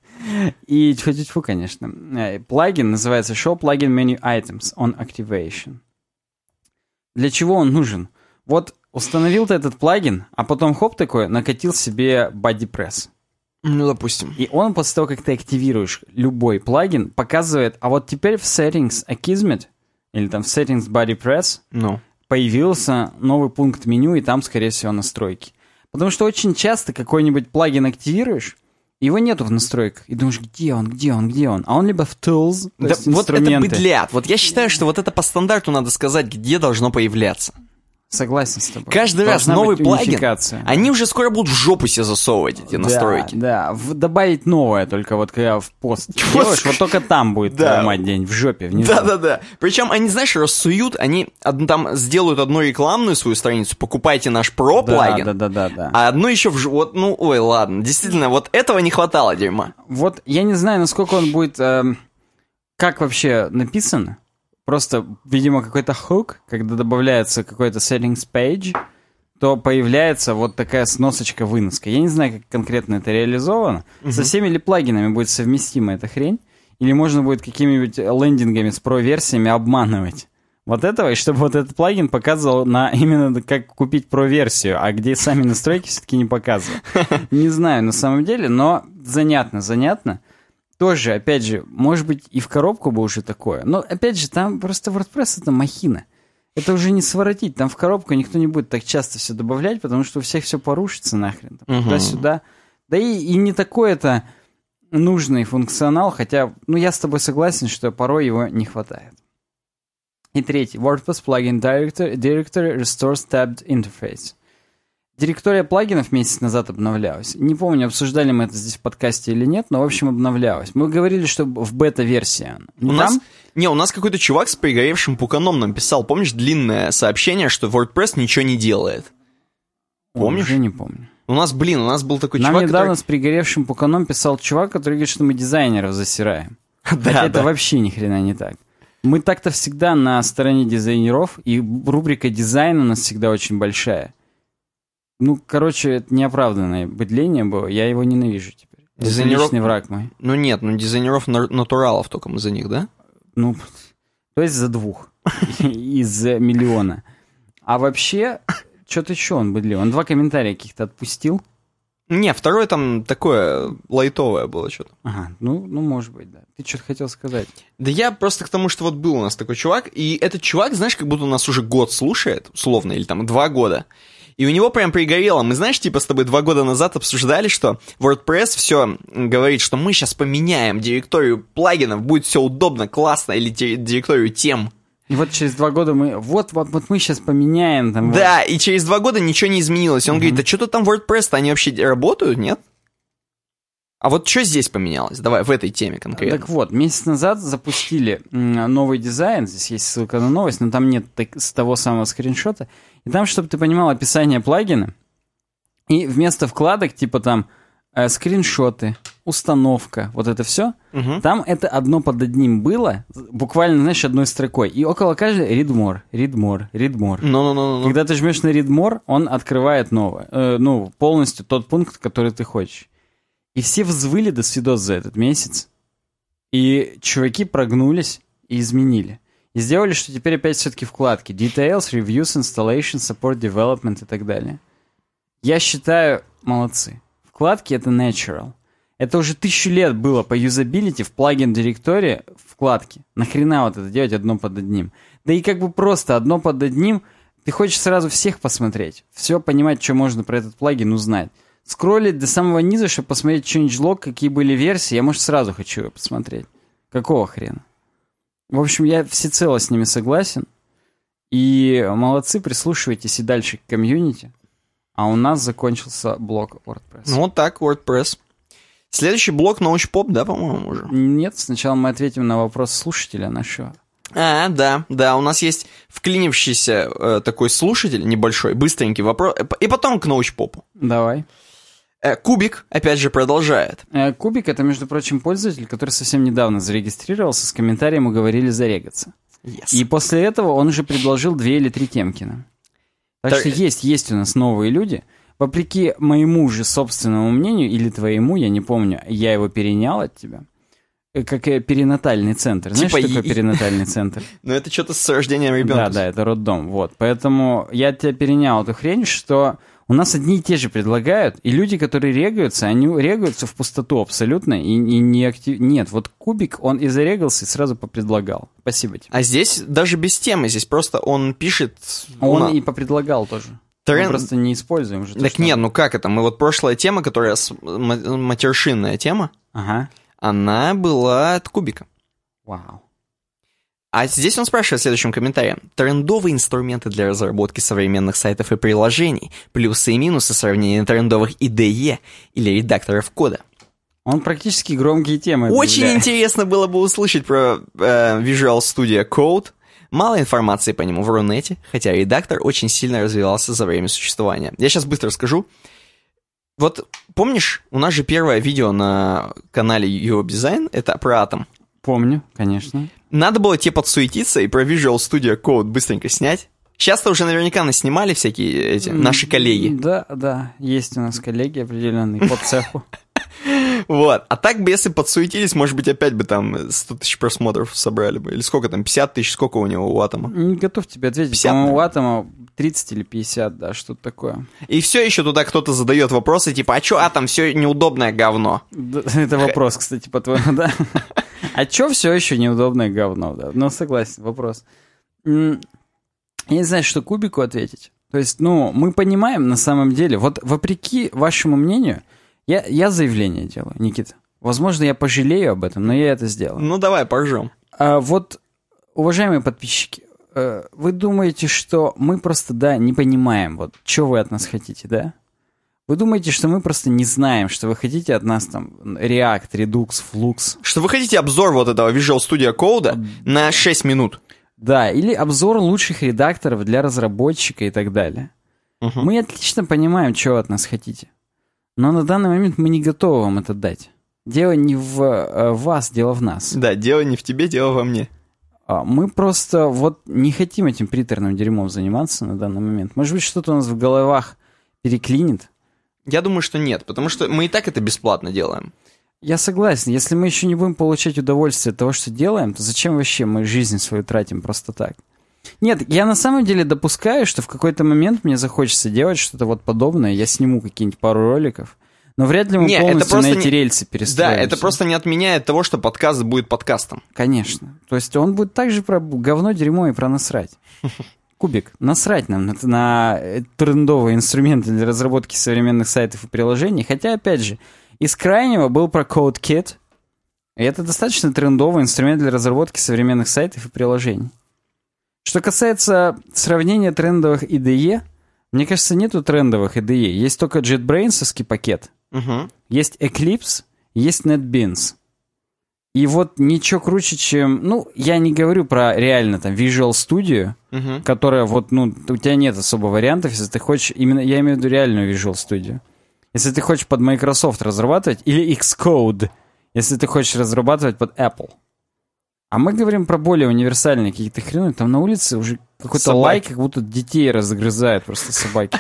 И тьфу-тьфу, конечно. Плагин называется Show Plugin Menu Items on Activation. Для чего он нужен? Вот установил ты этот плагин, а потом хоп такой, накатил себе BuddyPress. Ну, допустим. И он после того, как ты активируешь любой плагин, показывает, а вот теперь в Settings Akismet, или там в Settings BuddyPress, no. появился новый пункт меню, и там, скорее всего, настройки. Потому что очень часто какой-нибудь плагин активируешь, его нету в настройках. И думаешь, где он, где он, где он? А он либо в Tools, то да, есть вот инструменты. это быдлят. Вот я считаю, что вот это по стандарту надо сказать, где должно появляться. Согласен с тобой. Каждый Должна раз новый плагин, унификация. Они уже скоро будут в жопу себе засовывать, эти да, настройки. Да, в, добавить новое, только вот когда в пост делаешь, вот только там будет, да. Мать, день, в жопе, внизу. Да-да-да. Причем они, знаешь, рассуют, они там сделают одну рекламную свою страницу, покупайте наш Pro плагин, да-да-да. А одну еще в жопу, вот, ну, ой, ладно, действительно, вот этого не хватало, дерьма. Вот я не знаю, насколько он будет, э, как вообще написано. Просто, видимо, какой-то хук, когда добавляется какой-то settings page, то появляется вот такая сносочка-выноска. Я не знаю, как конкретно это реализовано. Uh-huh. Со всеми ли плагинами будет совместима эта хрень? Или можно будет какими-нибудь лендингами с про-версиями обманывать вот этого, и чтобы вот этот плагин показывал на именно как купить про-версию, а где сами настройки все-таки не показывают. Не знаю на самом деле, но занятно, занятно. Тоже, опять же, может быть, и в коробку бы уже такое. Но, опять же, там просто WordPress — это махина. Это уже не своротить. Там в коробку никто не будет так часто все добавлять, потому что у всех все порушится нахрен. Угу. Туда-сюда. Да и, и не такой это нужный функционал, хотя, ну, я с тобой согласен, что порой его не хватает. И третий. WordPress Plugin Directory, Directory Restores Tabbed Interface. Директория плагинов месяц назад обновлялась. Не помню, обсуждали мы это здесь в подкасте или нет, но, в общем, обновлялась. Мы говорили, что в бета-версии она. У там... нас... Не, у нас какой-то чувак с пригоревшим пуканом нам писал, помнишь, длинное сообщение, что WordPress ничего не делает? Помнишь? Уже не помню. У нас, блин, у нас был такой Нам чувак, недавно который... с пригоревшим пуканом писал чувак, который говорит, что мы дизайнеров засираем. Хотя это вообще ни хрена не так. Мы так-то всегда на стороне дизайнеров, и рубрика «Дизайн» у нас всегда очень большая. Ну, короче, это неоправданное быдление было, я его ненавижу теперь. Дизайнеров... Это личный враг мой. Ну нет, ну дизайнеров натуралов только мы за них, да? Ну, то есть за двух из миллиона. А вообще, что-то еще он быдлил. Он два комментария каких-то отпустил. Не, второе там такое лайтовое было что-то. Ага, ну, ну, может быть, да. Ты что-то хотел сказать? Да я просто к тому, что вот был у нас такой чувак, и этот чувак, знаешь, как будто у нас уже год слушает, условно, или там два года. И у него прям пригорело. Мы, знаешь, типа с тобой два года назад обсуждали, что WordPress все говорит, что мы сейчас поменяем директорию плагинов, будет все удобно, классно, или директорию тем. И вот через два года мы... Вот, вот, вот мы сейчас поменяем там... Да, вот. И через два года ничего не изменилось. И он mm-hmm. говорит, да что-то там WordPress-то, они вообще работают, нет? А вот что здесь поменялось? Давай в этой теме конкретно. Так вот, месяц назад запустили новый дизайн. Здесь есть ссылка на новость, но там нет так, с того самого скриншота. И там, чтобы ты понимал, описание плагина. И вместо вкладок, типа там э, скриншоты, установка, вот это все, угу. Там это одно под одним было, буквально, знаешь, одной строкой. И около каждой read more, read more, read more. No, no, no, no. Когда ты жмешь на read more, он открывает новое. Э, ну, полностью тот пункт, который ты хочешь. И все взвыли до свидос за этот месяц. И чуваки прогнулись и изменили. И сделали, что теперь опять все-таки вкладки. Details, Reviews, Installation, Support, Development и так далее. Я считаю, молодцы. Вкладки — это natural. Это уже тысячу лет было по юзабилити в плагин-директории вкладки. Нахрена вот это делать одно под одним? Да и как бы просто одно под одним. Ты хочешь сразу всех посмотреть. Все понимать, что можно про этот плагин узнать. Скроллить до самого низа, чтобы посмотреть changelog, какие были версии. Я, может, сразу хочу его посмотреть. Какого хрена? В общем, я всецело с ними согласен. И молодцы, прислушивайтесь и дальше к комьюнити. А у нас закончился блок WordPress. Ну, вот так, WordPress. Следующий блок научпоп, да, по-моему, уже? Нет, сначала мы ответим на вопрос слушателя нашего. А, да, да, у нас есть вклинившийся э, такой слушатель небольшой, быстренький вопрос, и потом к научпопу. Давай. Э, Кубик, опять же, продолжает. Э, Кубик — это, между прочим, пользователь, который совсем недавно зарегистрировался, с комментарием уговорили зарегаться. Yes. И после этого он уже предложил две или три темки нам. Так Tar... что есть, есть у нас новые люди. Вопреки моему же собственному мнению, или твоему, я не помню, я его перенял от тебя. Как перинатальный центр. Знаешь, типа что такое и... перинатальный центр? Ну, это что-то с рождением ребенка. Да, да, это роддом. Вот. Поэтому я от тебя перенял эту хрень, что у нас одни и те же предлагают, и люди, которые регаются, они регаются в пустоту абсолютно, и, и не актив... Нет, вот Кубик, он и зарегался, и сразу попредлагал. Спасибо тебе. А здесь даже без темы, здесь просто он пишет... Он на... и попредлагал тоже. Трен... Мы просто не используем уже. Так нет, ну как это? Мы вот прошлая тема, которая с... матершинная тема, ага. Она была от Кубика. Вау. А здесь он спрашивает в следующем комментарии. Трендовые инструменты для разработки современных сайтов и приложений. Плюсы и минусы сравнения трендовых ай ди и или редакторов кода. Он практически громкие темы объявляет. Очень интересно было бы услышать про э, Visual Studio Code. Мало информации по нему в Рунете, хотя редактор очень сильно развивался за время существования. Я сейчас быстро скажу. Вот помнишь, у нас же первое видео на канале Europe Design, это про Atom. Помню, конечно. Надо было тебе подсуетиться и про Visual Studio Code быстренько снять. Сейчас-то уже наверняка наснимали всякие эти наши коллеги. Да, да, есть у нас коллеги определенные по цеху. Вот, а так бы, если подсуетились, может быть, опять бы там сто тысяч просмотров собрали бы. Или сколько там, пятьдесят тысяч, сколько у него у Атома? Не готов тебе ответить. пятьдесят, по-моему, у Атома тридцать или пятьдесят, да, что-то такое. И все еще туда кто-то задает вопросы, типа, а чё Атом, все неудобное говно? Это вопрос, кстати, по-твоему, да? А чё все еще неудобное говно, да? Ну, согласен, вопрос. Я не знаю, что Кубику ответить. То есть, ну, мы понимаем на самом деле, вот вопреки вашему мнению, я, я заявление делаю, Никита. Возможно, я пожалею об этом, но я это сделаю. Ну, давай, поржем. А вот, уважаемые подписчики, э, вы думаете, что мы просто, да, не понимаем, вот, что вы от нас хотите, да? Вы думаете, что мы просто не знаем, что вы хотите от нас там React, Redux, Flux? Что вы хотите обзор вот этого Visual Studio Code на шесть минут? Да, или обзор лучших редакторов для разработчика и так далее. Угу. Мы отлично понимаем, что вы от нас хотите. Но на данный момент мы не готовы вам это дать. Дело не в э, вас, дело в нас. Да, дело не в тебе, дело во мне. А, мы просто вот не хотим этим приторным дерьмом заниматься на данный момент. Может быть, что-то у нас в головах переклинит. Я думаю, что нет, потому что мы и так это бесплатно делаем. Я согласен. Если мы еще не будем получать удовольствие от того, что делаем, то зачем вообще мы жизнь свою тратим просто так? Нет, я на самом деле допускаю, что в какой-то момент мне захочется делать что-то вот подобное, я сниму какие-нибудь пару роликов, но вряд ли мы не, полностью на эти не... рельсы перестроимся. Да, это просто не отменяет того, что подкаст будет подкастом. Конечно. То есть он будет также про говно, дерьмо и про насрать. Кубик, насрать нам на, на трендовые инструменты для разработки современных сайтов и приложений. Хотя, опять же, из крайнего был про CodeKit. И это достаточно трендовый инструмент для разработки современных сайтов и приложений. Что касается сравнения трендовых ай ди и, мне кажется, нету трендовых ай ди и. Есть только JetBrains-овский пакет. Угу. Есть Eclipse, есть NetBeans. И вот ничего круче, чем... Ну, я не говорю про реально там Visual Studio, uh-huh. которая вот, ну, у тебя нет особо вариантов, если ты хочешь... Именно я имею в виду реальную Visual Studio. Если ты хочешь под Microsoft разрабатывать, или Xcode, если ты хочешь разрабатывать под Apple. А мы говорим про более универсальные какие-то хрены. Там на улице уже какой-то собаки. лайк, как будто детей разгрызают просто собаки.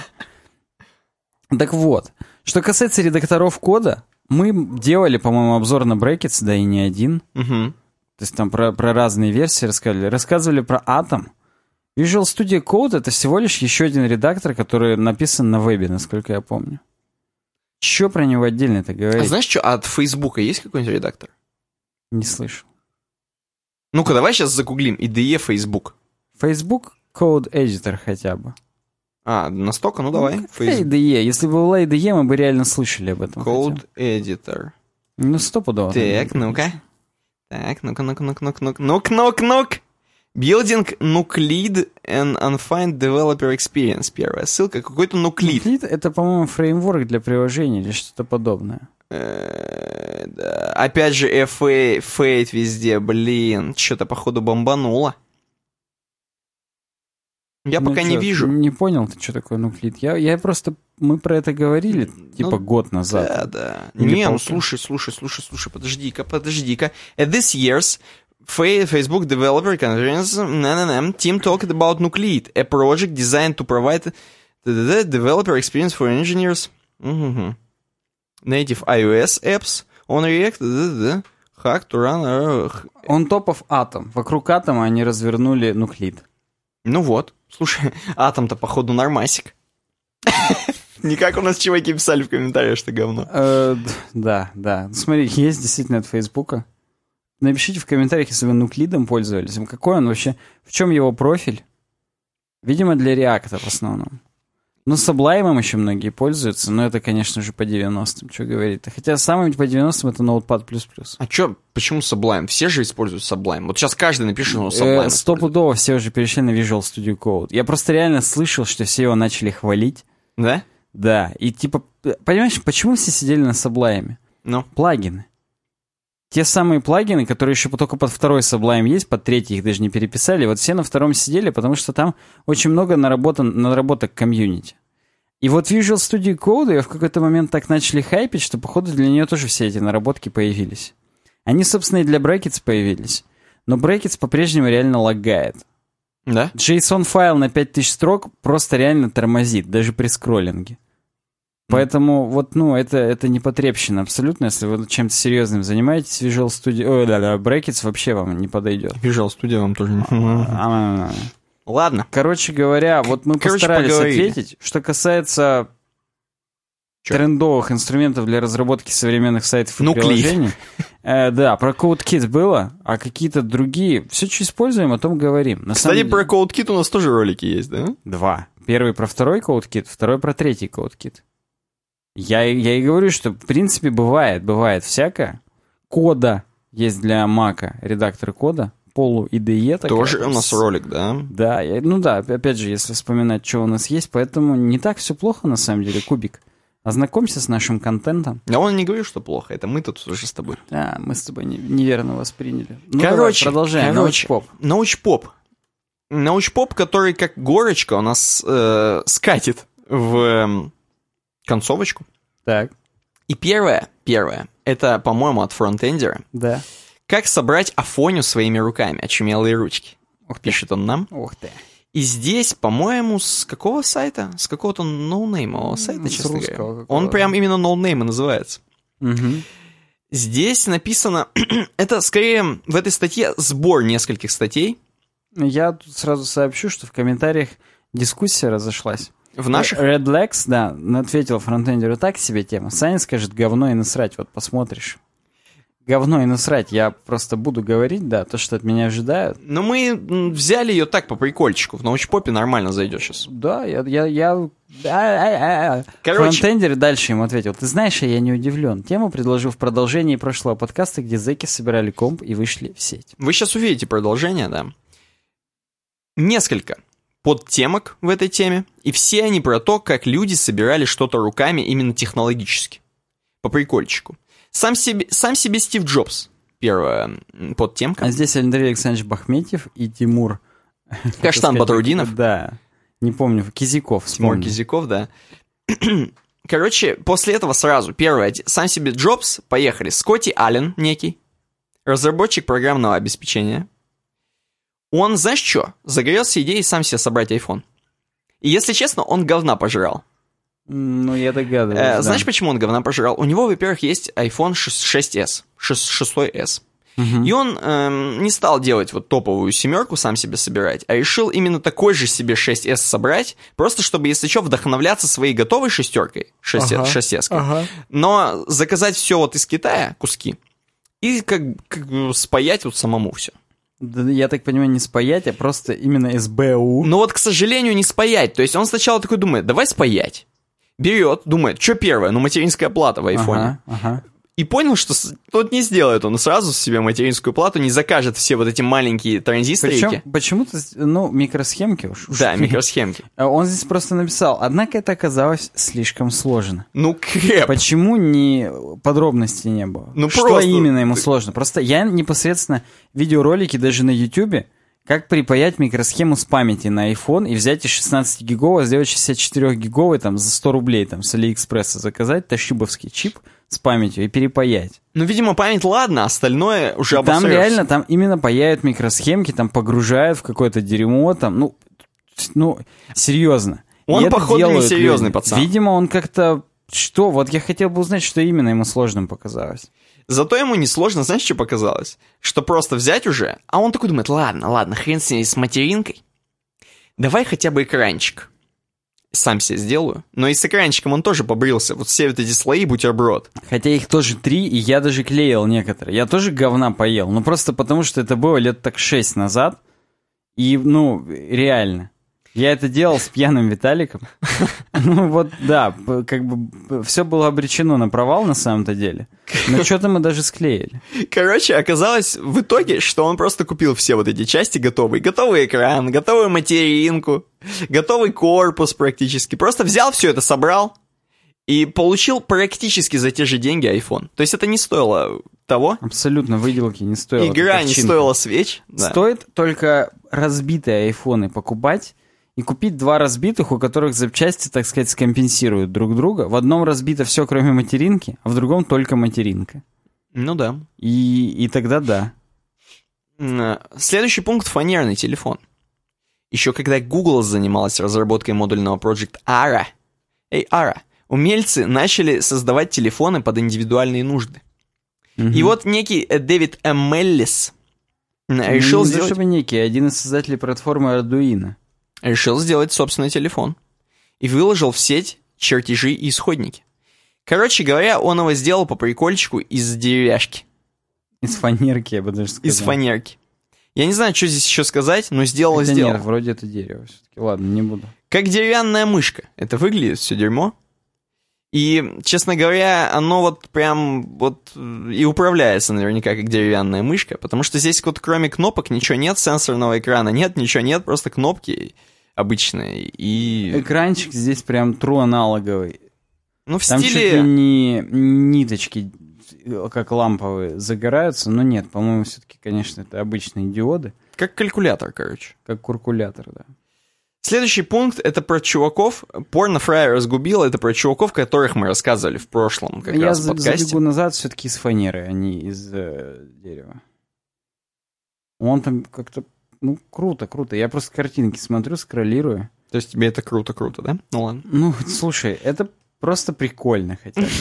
Так вот, что касается редакторов кода... Мы делали, по-моему, обзор на Brackets, да и не один. Угу. То есть там про, про разные версии рассказывали. Рассказывали про Atom. Visual Studio Code — это всего лишь еще один редактор, который написан на вебе, насколько я помню. Че про него отдельно-то говорить? А знаешь что, а от Фейсбука есть какой-нибудь редактор? Не слышал. Ну-ка, давай сейчас загуглим ай ди и Facebook. Facebook Code Editor хотя бы. А, настолько? Ну, давай. Ну, ай ди и. Если бы была ай ди и, мы бы реально слышали об этом. Code Editor. Ну, стопудово. Так, ну-ка. Так, ну-ка, ну-ка, ну-ка, ну-ка, ну-ка. Ну-ка-ну-ка-ну-ка. Building Nucleed and Unfined Developer Experience. Первая ссылка. Какой-то Nucleed. Nucleed — это, по-моему, фреймворк для приложений или что-то подобное. Опять же, эф эй, Fate везде, блин. Что-то, походу, бомбануло. Я ну, пока чё, не вижу. Не понял ты, что такое нуклид. Я, я просто... Мы про это говорили, типа, ну, год назад. Да, да. Или не, ну полтора. слушай, слушай, слушай, слушай, подожди-ка, подожди-ка. At this year's Facebook Developer Conference, na-na-na, team talked about Nucleed, a project designed to provide the developer experience for engineers. Mm-hmm. Native iOS apps on React, да-да-да. Hack to run... On top of Atom. Вокруг Атома они развернули нуклид. Ну вот. Слушай, Атом-то, походу, нормасик. Не как у нас чуваки писали в комментариях, что говно. Да, да. Смотри, есть действительно от Фейсбука. Напишите в комментариях, если вы нуклидом пользовались. Какой он вообще? В чем его профиль? Видимо, для React в основном. Ну, Sublime еще многие пользуются, но это, конечно же, по девяностым, что говорить. Хотя самым по девяностым это Notepad++. А что, почему Sublime? Все же используют Sublime. Вот сейчас каждый напишет, что Sublime. Стопудово все уже перешли на Visual Studio Code. Я просто реально слышал, что все его начали хвалить. Да? Да. И типа, понимаешь, почему все сидели на Sublime? Ну? Плагины. Те самые плагины, которые еще только под второй Sublime есть, под третий их даже не переписали, вот все на втором сидели, потому что там очень много наработан, наработок комьюнити. И вот Visual Studio Code ее в какой-то момент так начали хайпить, что, походу, для нее тоже все эти наработки появились. Они, собственно, и для Brackets появились. Но Brackets по-прежнему реально лагает. Да? JSON-файл на пять тысяч строк просто реально тормозит, даже при скроллинге. Поэтому вот, ну, это, это не потребщина абсолютно. Если вы чем-то серьезным занимаетесь, Visual Studio... Ой, да-да, Brackets вообще вам не подойдет. Visual Studio вам тоже не... Ладно. Короче говоря, вот мы Короче, постарались поговорили. ответить. Что касается Чё? трендовых инструментов для разработки современных сайтов и Nucleed. приложений. Э, да, про CodeKit было, а какие-то другие... Все, что используем, о том говорим. На Кстати, самом про деле... CodeKit у нас тоже ролики есть, да? Два. Первый про второй CodeKit, второй про третий CodeKit. Я, я и говорю, что, в принципе, бывает, бывает всякое. Кода есть для Мака, редактор кода. полу-ай ди и. Тоже у нас ролик, да? Да, я, ну да, опять же, если вспоминать, что у нас есть, поэтому не так все плохо, на самом деле, Кубик. Ознакомься с нашим контентом. А он не говорит, что плохо, это мы тут уже с тобой. Да, мы с тобой не, неверно восприняли. Ну, короче, давай, продолжаем. Короче, научпоп. Научпоп. Научпоп, который как горочка у нас э, скатит в э, концовочку. Так. И первое, первое, это, по-моему, от фронтендера. Да. Как собрать Афоню своими руками, очумелые ручки. Ух ты. Пишет он нам. Ух ты. И здесь, по-моему, с какого сайта? С какого-то ноунеймового сайта, С честно русского говоря. какого-то. Он прям именно ноунейм и называется. Угу. Здесь написано... это скорее в этой статье сбор нескольких статей. Я тут сразу сообщу, что в комментариях дискуссия разошлась. В наших? Red Lex, да, ответил фронтендеру так себе тема. Саня скажет говно и насрать, вот посмотришь. Говно и насрать, я просто буду говорить, да, то, что от меня ожидают. Но мы взяли ее так по прикольчику. В научпопе нормально зайдет сейчас. Да, я... я, я... Короче. Фронтендер дальше ему ответил. Ты знаешь, я не удивлен. Тему предложил в продолжении прошлого подкаста, где зэки собирали комп и вышли в сеть. Вы сейчас увидите продолжение, да. Несколько подтемок в этой теме, и все они про то, как люди собирали что-то руками именно технологически. По прикольчику. Сам себе, сам себе Стив Джобс. Первая подтемка. А здесь Андрей Александрович Бахметьев и Тимур... Каштан Батрудинов. Да. Не помню, Кизяков. Тимур Кизяков, да. Короче, после этого сразу. Первое. Сам себе Джобс. Поехали. Скотти Аллен некий. Разработчик программного обеспечения. Он, знаешь что? Загорелся идеей сам себе собрать iPhone. И, если честно, он говна пожрал. Ну, я догадываюсь, э, да. Знаешь, почему он говна пожрал? У него, во-первых, есть iPhone шесть эс, шесть эс. Угу. И он э, не стал делать вот топовую семерку, сам себе собирать, а решил именно такой же себе шесть эс собрать, просто чтобы, если что, вдохновляться своей готовой шестеркой, шесть эс, ага. но заказать все вот из Китая, куски, и как, как спаять вот самому все. Да, я так понимаю, не спаять, а просто именно эс бэ у. Но вот, к сожалению, не спаять. То есть он сначала такой думает, давай спаять. Берет, думает, что первое? Ну, материнская плата в айфоне. Ага, ага. И понял, что тут не сделает он сразу себе материнскую плату, не закажет все вот эти маленькие транзисторики. Причем почему-то, ну, микросхемки уж. Да, микросхемки. Он здесь просто написал, однако это оказалось слишком сложно. Ну, креп. Почему ни подробностей не было? Ну, что просто... именно ему сложно? Просто я непосредственно видеоролики даже на Ютубе, как припаять микросхему с памяти на iPhone и взять из шестнадцатигигового, сделать шестьдесят четырёхгиговый там за сто рублей там с Алиэкспресса заказать тошибовский чип с памятью и перепаять. Ну, видимо, память ладно, остальное уже обосрёшься. Там реально, там именно паяют микросхемки, там погружают в какое-то дерьмо, там, ну, ну, серьезно. Он, походу, несерьезный пацан. Видимо, он как-то, что, вот я хотел бы узнать, что именно ему сложным показалось. Зато ему несложно, знаешь, что показалось? Что просто взять уже, а он такой думает, ладно, ладно, хрен с ней, с материнкой, давай хотя бы экранчик. Сам себе сделаю. Но и с экранчиком он тоже побрился. Вот все вот эти слои бутерброд. Хотя их тоже три, и я даже клеил некоторые. Я тоже говна поел. Ну, просто потому, что это было лет так шесть назад. И, ну, реально. Я это делал с пьяным Виталиком. Ну, вот, да, как бы все было обречено на провал на самом-то деле. Но что-то мы даже склеили. Короче, оказалось в итоге, что он просто купил все вот эти части готовые. Готовый экран, готовую материнку, готовый корпус практически. Просто взял все это, собрал и получил практически за те же деньги iPhone. То есть это не стоило того. Абсолютно, выделки не стоило. Игра не стоила свеч. Да. Стоит только разбитые айфоны покупать и купить два разбитых, у которых запчасти, так сказать, скомпенсируют друг друга. В одном разбито все, кроме материнки, а в другом только материнка. Ну да. И, и тогда да. Следующий пункт — фанерный телефон. Еще когда Google занималась разработкой модульного проекта Ara, эй, Ara, умельцы начали создавать телефоны под индивидуальные нужды. Угу. И вот некий Дэвид М. Меллис решил не сделать... чтобы некий, один из создателей платформы Arduino. Решил сделать собственный телефон. И выложил в сеть чертежи и исходники. Короче говоря, он его сделал по прикольчику из деревяшки. Из фанерки, я бы даже сказал. Из фанерки. Я не знаю, что здесь еще сказать, но сделал и сделал. Нет, вроде это дерево все-таки. Ладно, не буду. Как деревянная мышка. Это выглядит все дерьмо. И, честно говоря, оно вот прям вот и управляется наверняка как деревянная мышка, потому что здесь вот кроме кнопок ничего нет, сенсорного экрана нет, ничего нет, просто кнопки обычные. И... Экранчик здесь прям true аналоговый. Ну, в Там стиле... чуть ли не ниточки, как ламповые, загораются, но нет, по-моему, все-таки, конечно, это обычные диоды. Как калькулятор, короче. Как калькулятор, да. Следующий пункт — это про чуваков. Порно Фрай разгубил. Это про чуваков, о которых мы рассказывали в прошлом как Я раз в за- подкасте. забегу назад, все-таки из фанеры, а не из э, дерева. Он там как-то, ну, круто, круто. Я просто картинки смотрю, скроллирую. То есть тебе это круто-круто, да? Ну ладно. Ну, слушай, это просто прикольно хотя бы.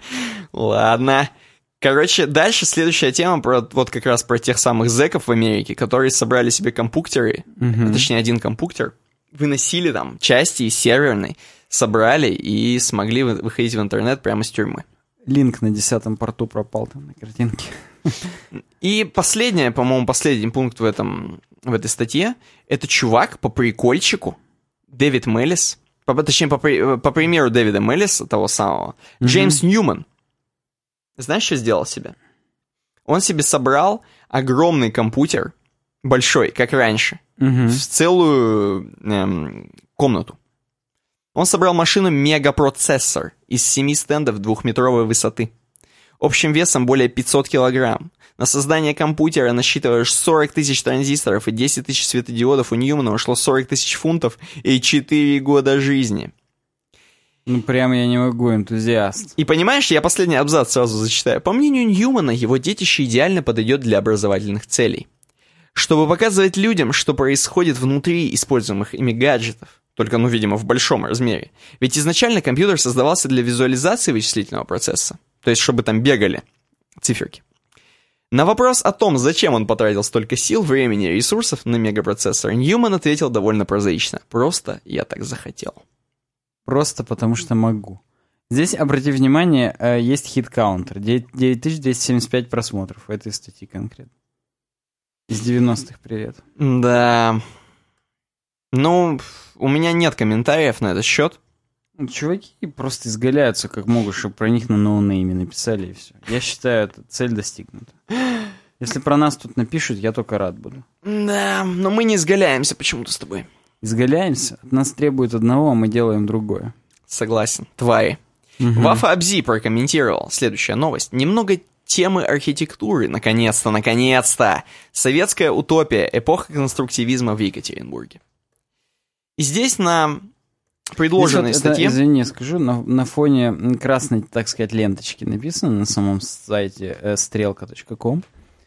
Ладно. Короче, дальше следующая тема про вот как раз про тех самых зэков в Америке, которые собрали себе компьютеры, Мгм. точнее один компьютер, выносили там части из серверной, собрали и смогли вы- выходить в интернет прямо с тюрьмы. Линк на десятом порту пропал там на картинке. И последнее, по-моему, последний пункт в, этом, в этой статье, это чувак по прикольчику, Дэвид Меллис, по, точнее, по, при- по примеру Дэвида Меллиса, того самого, Мгм. Джеймс Ньюман. Знаешь, что сделал себе? Он себе собрал огромный компьютер, большой, как раньше, Мгм. в целую эм, комнату. Он собрал машину мегапроцессор из семи стендов двухметровой высоты. Общим весом более пятьсот килограмм. На создание компьютера насчитываешь сорок тысяч транзисторов и десять тысяч светодиодов. У Ньюмана ушло сорок тысяч фунтов и четыре года жизни. Ну, прям я не могу, энтузиаст. И понимаешь, я последний абзац сразу зачитаю. По мнению Ньюмана, его детище идеально подойдет для образовательных целей. Чтобы показывать людям, что происходит внутри используемых ими гаджетов. Только, ну, видимо, в большом размере. Ведь изначально компьютер создавался для визуализации вычислительного процесса. То есть, чтобы там бегали циферки. На вопрос о том, зачем он потратил столько сил, времени и ресурсов на мегапроцессор, Ньюман ответил довольно прозаично. Просто я так захотел. Просто потому что могу. Здесь, обрати внимание, э, есть хит-каунтер. девять тысяч двести семьдесят пять просмотров в этой статье конкретно. Из девяностых, привет. Да. Ну, у меня нет комментариев на этот счет. Ну, чуваки просто изгаляются как могут, чтобы про них на ноунейме написали и все. Я считаю, эта цель достигнута. Если про нас тут напишут, я только рад буду. Да, но мы не изгаляемся почему-то с тобой. Изгаляемся, от нас требует одного, а мы делаем другое. Согласен. Твари. Мгм. Вафа Абзи прокомментировал. Следующая новость. Немного темы архитектуры. Наконец-то, наконец-то. Советская утопия. Эпоха конструктивизма в Екатеринбурге. И здесь на предложенной Здесь вот это, статье... извини, скажу, на, на фоне красной, так сказать, ленточки написано на самом сайте э, стрелка точка ком.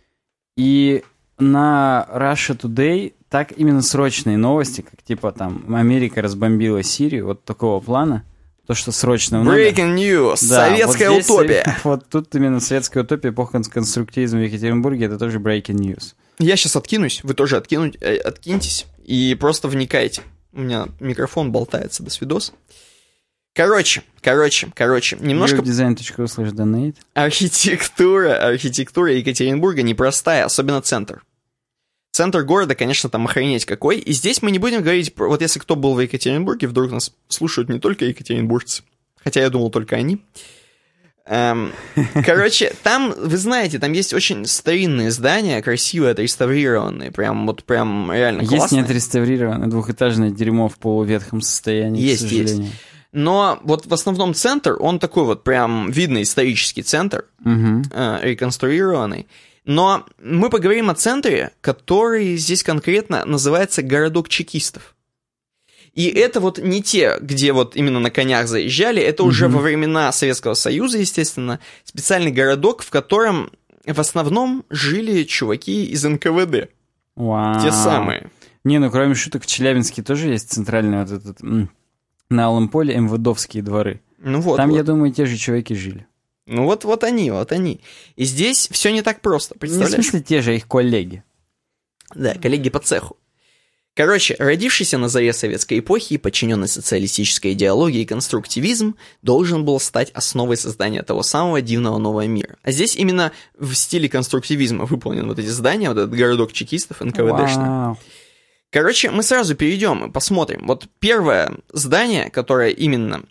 И на Russia Today так именно срочные новости, как типа там Америка разбомбила Сирию, вот такого плана. То, что срочно надо. Breaking news. Да, Советская вот здесь, утопия. Вот тут именно советская утопия, эпоха конструктивизма в Екатеринбурге, это тоже breaking news. Я сейчас откинусь. Вы тоже откинуть, э, откиньтесь. И просто вникайте. У меня микрофон болтается. До свидос. Короче, короче, короче. Немножко... Design точка ру слэш donate. Архитектура, архитектура Екатеринбурга непростая, особенно центр. Центр города, конечно, там охренеть какой. И здесь мы не будем говорить про... Вот если кто был в Екатеринбурге, вдруг нас слушают не только екатеринбуржцы. Хотя я думал, только они. Эм, короче, там, вы знаете, там есть очень старинные здания, красивые, отреставрированные. Прям, вот прям реально Есть классные. не отреставрированное двухэтажное дерьмо в полуветхом состоянии, Есть, к сожалению. есть. Но вот в основном центр, он такой вот прям видный исторический центр, Мгм. э, реконструированный. Но мы поговорим о центре, который здесь конкретно называется городок чекистов. И это вот не те, где вот именно на конях заезжали, это уже Мгм. во времена Советского Союза, естественно, специальный городок, в котором в основном жили чуваки из эн ка вэ дэ. Вау. Те самые. Не, ну кроме шуток, в Челябинске тоже есть центральный вот этот, м, на Алом поле, МВДовские дворы. Ну вот, Там, вот. я думаю, те же чуваки жили. Ну вот, вот они, вот они. И здесь все не так просто, Не в представляешь? смысле те же, а их коллеги. Да, коллеги по цеху. Короче, родившийся на заре советской эпохи и подчиненный социалистической идеологии конструктивизм должен был стать основой создания того самого дивного нового мира. А здесь именно в стиле конструктивизма выполнены вот эти здания, вот этот городок чекистов эн ка вэ дэшный. Вау. Короче, мы сразу перейдем и посмотрим. Вот первое здание, которое именно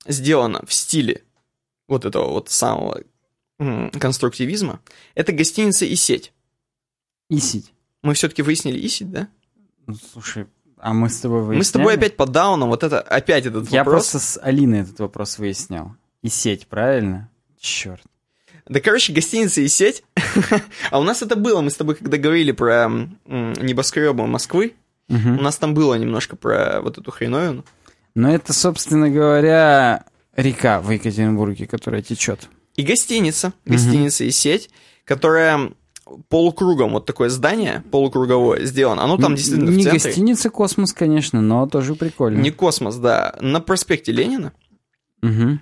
сделана в стиле вот этого вот самого м- конструктивизма, это гостиница и сеть. И сеть. Мы все-таки выяснили и сеть, да? Ну, слушай, а мы с тобой выясняли? Мы с тобой опять по даунам, вот это, опять этот Я вопрос. просто с Алиной этот вопрос выяснял. И сеть, правильно? Черт. Да, короче, гостиница и сеть. А у нас это было, мы с тобой когда говорили про м, небоскребы Москвы, Угу. у нас там было немножко про вот эту хреновину. Но это, собственно говоря, река в Екатеринбурге, которая течет. И гостиница, гостиница и сеть, которая полукругом, вот такое здание полукруговое сделано, оно там действительно Не в центре. гостиница «Космос», конечно, но тоже прикольно. Не космос, да, на проспекте Ленина. Угу.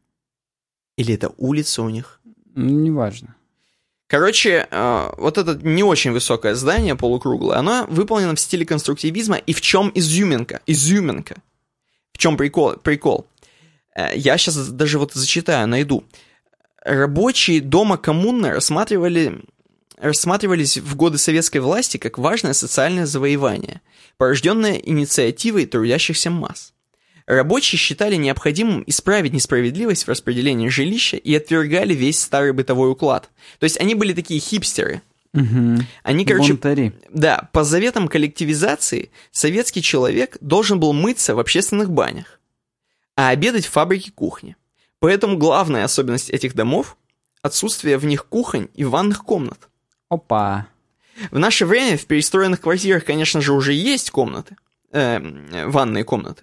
Или это улица у них? Ну, неважно. Короче, э, вот это не очень высокое здание, полукруглое, оно выполнено в стиле конструктивизма, и в чем изюминка? Изюминка. В чем прикол? Прикол. Э, я сейчас даже вот зачитаю, найду. Рабочие дома коммуны рассматривали, рассматривались в годы советской власти как важное социальное завоевание, порожденное инициативой трудящихся масс. Рабочие считали необходимым исправить несправедливость в распределении жилища и отвергали весь старый бытовой уклад. То есть они были такие хипстеры. Угу. Они, короче, Бунтари. да, по заветам коллективизации советский человек должен был мыться в общественных банях, а обедать в фабрике кухни. Поэтому главная особенность этих домов – отсутствие в них кухонь и ванных комнат. Опа. В наше время в перестроенных квартирах, конечно же, уже есть комнаты, э, ванные комнаты.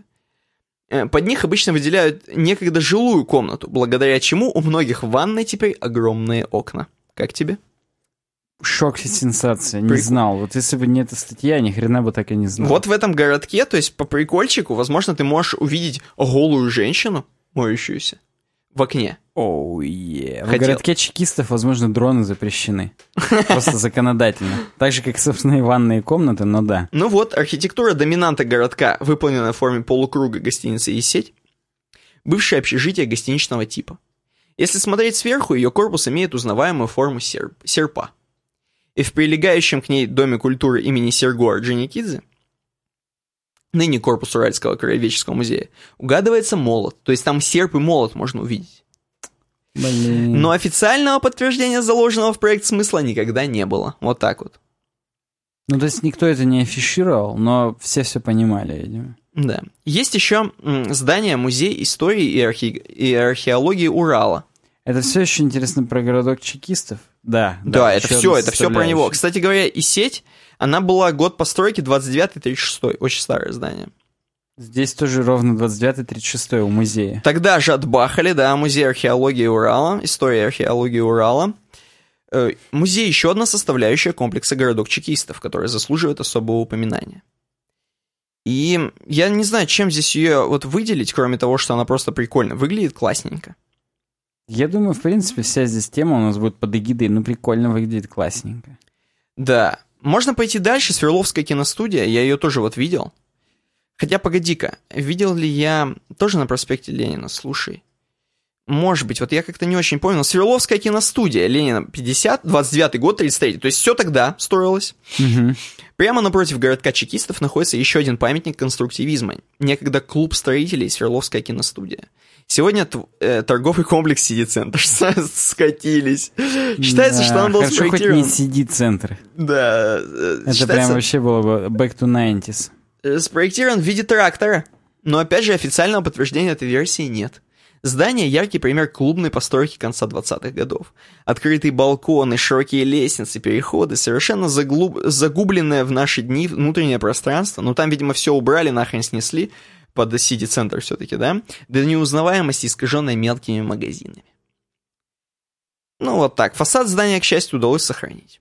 Под них обычно выделяют некогда жилую комнату, благодаря чему у многих в ванной теперь огромные окна. Как тебе? Шок и сенсация. Не Прикол. знал. Вот если бы не эта статья, ни хрена бы так и не знал. Вот в этом городке, то есть по прикольчику, возможно, ты можешь увидеть голую женщину, моющуюся, в окне. Оу, е. В Хотел. городке чекистов, возможно, дроны запрещены. Просто законодательно. Так же, как, собственно, и ванные комнаты, но да. Ну вот, архитектура доминанта городка, выполненная в форме полукруга гостиницы и сеть, бывшее общежитие гостиничного типа. Если смотреть сверху, ее корпус имеет узнаваемую форму серп, серпа. И в прилегающем к ней Доме культуры имени Серго Орджоникидзе, ныне корпус Уральского краеведческого музея, угадывается молот. То есть там серп и молот можно увидеть. Блин. Но официального подтверждения заложенного в проект смысла никогда не было. Вот так вот. Ну, то есть никто это не афишировал, но все все понимали, видимо. Да. Есть еще м, здание Музей истории и, архе... и археологии Урала. Это все еще интересно про городок чекистов? Да. Да, это еще все, одна это все про него. составляющая. Кстати говоря, и сеть, она была год постройки двадцать девятый тридцать шестой. Очень старое здание. Здесь тоже ровно двадцать девятый тридцать шестой у музея. Тогда же отбахали, да, Музей археологии Урала, история археологии Урала. Э, Музей еще одна составляющая комплекса городок чекистов, которая заслуживает особого упоминания. И я не знаю, чем здесь ее вот выделить, кроме того, что она просто прикольно выглядит, классненько. Я думаю, в принципе, вся здесь тема у нас будет под эгидой, ну, прикольно выглядит, классненько. Да, можно пойти дальше, Свердловская киностудия, я ее тоже вот видел. Хотя, погоди-ка, видел ли я тоже на проспекте Ленина, слушай. Может быть, вот я как-то не очень понял. Свердловская киностудия, Ленина пятьдесят, двадцать девятый год, тридцать третий. То есть все тогда строилось. Угу. Прямо напротив городка чекистов находится еще один памятник конструктивизма. Некогда клуб строителей Свердловская киностудия. Сегодня т- э, торговый комплекс Сити-центр. Скатились. Считается, Да, что он был хорошо, хоть спроектирован... не сидит-центр. Да. э, Это считается, прям вообще было бы back to nineties. э, спроектирован в виде трактора. Но опять же, официального подтверждения этой версии нет. Здание – яркий пример клубной постройки конца двадцатых годов. Открытые балконы, широкие лестницы, переходы, совершенно заглуб... загубленное в наши дни внутреннее пространство. Ну, там, видимо, все убрали, нахрен снесли под Сити-центр все-таки, да? До неузнаваемости, искаженное мелкими магазинами. Ну, вот так. Фасад здания, к счастью, удалось сохранить.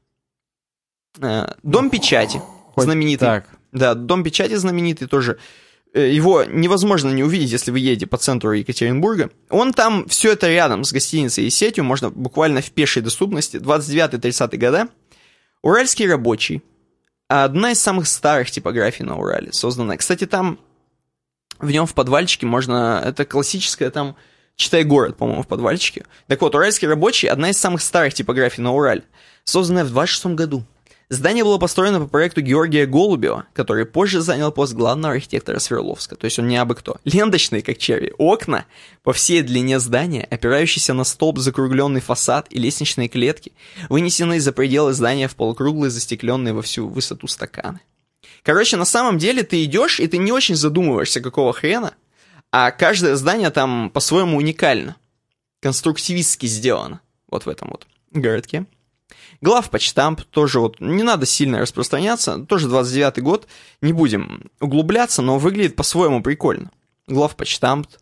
Э, Дом печати. Хоть Знаменитый. так. Да, Дом печати знаменитый тоже. Его невозможно не увидеть, если вы едете по центру Екатеринбурга. Он там, все это рядом с гостиницей и сетью, можно буквально в пешей доступности. двадцать девятый-тридцатый года. Уральский рабочий. Одна из самых старых типографий на Урале, созданная. Кстати, там в нем в подвальчике можно... Это классическая там... Читай город, по-моему, в подвальчике. Так вот, Уральский рабочий — одна из самых старых типографий на Урале, созданная в двадцать шестом году. Здание было построено по проекту Георгия Голубева, который позже занял пост главного архитектора Свердловска. То есть он не абы кто. Ленточные, как черви, окна по всей длине здания, опирающиеся на столб закругленный фасад и лестничные клетки, вынесенные за пределы здания в полукруглые, застекленные во всю высоту стаканы. Короче, на самом деле ты идешь, и ты не очень задумываешься, какого хрена, а каждое здание там по-своему уникально. Конструктивистски сделано. Вот в этом вот городке. Главпочтамт тоже вот, не надо сильно распространяться, тоже двадцать девятый год, не будем углубляться, но выглядит по-своему прикольно. Главпочтамт,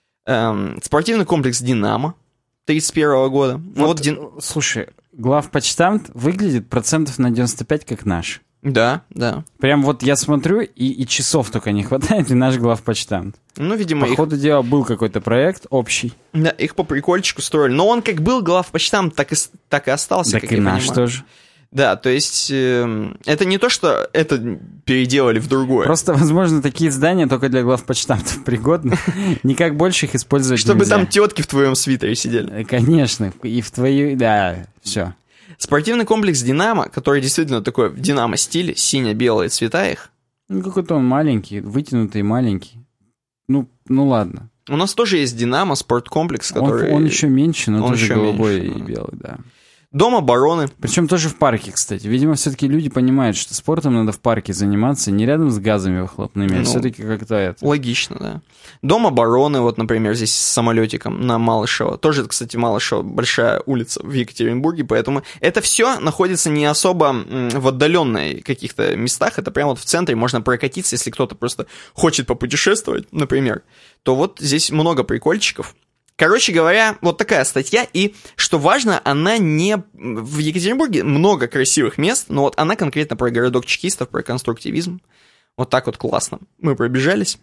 эм, спортивный комплекс «Динамо» тридцать первого года. Вот, вот Дин... Слушай, главпочтамт выглядит процентов на девяносто пять как наш. Да, да. Прям вот я смотрю, и, и часов только не хватает, и наш главпочтамт. Ну, видимо, по их... ходу дела был какой-то проект общий. Да, их по прикольчику строили. Но он как был главпочтамт, так и, так и остался, так как и я наш понимаю. тоже. Да, то есть э, это не то, что это переделали в другое. Просто, возможно, такие здания только для главпочтамтов пригодны. Никак больше их использовать нельзя. Чтобы там тетки в твоем свитере сидели. Конечно, и в твою... Да, все. Спортивный комплекс «Динамо», который действительно такой в «Динамо» стиле, сине-белые цвета их. Ну, какой-то он маленький, вытянутый, маленький. Ну, ну ладно. У нас тоже есть «Динамо», спорткомплекс, который... Он, он еще меньше, но он тоже еще голубой меньше, и да. белый, да. Дом обороны. Причем тоже в парке, кстати. Видимо, все-таки люди понимают, что спортом надо в парке заниматься, не рядом с газами выхлопными, а Ну, все-таки как-то это... Логично, да. Дом обороны, вот, например, здесь с самолетиком на Малышево. Тоже, кстати, Малышево большая улица в Екатеринбурге, поэтому это все находится не особо в отдаленных каких-то местах, это прямо вот в центре, можно прокатиться, если кто-то просто хочет попутешествовать, например, то вот здесь много прикольчиков. Короче говоря, вот такая статья, и, что важно, она не... В Екатеринбурге много красивых мест, но вот она конкретно про городок чекистов, про конструктивизм. Вот так вот классно. Мы пробежались.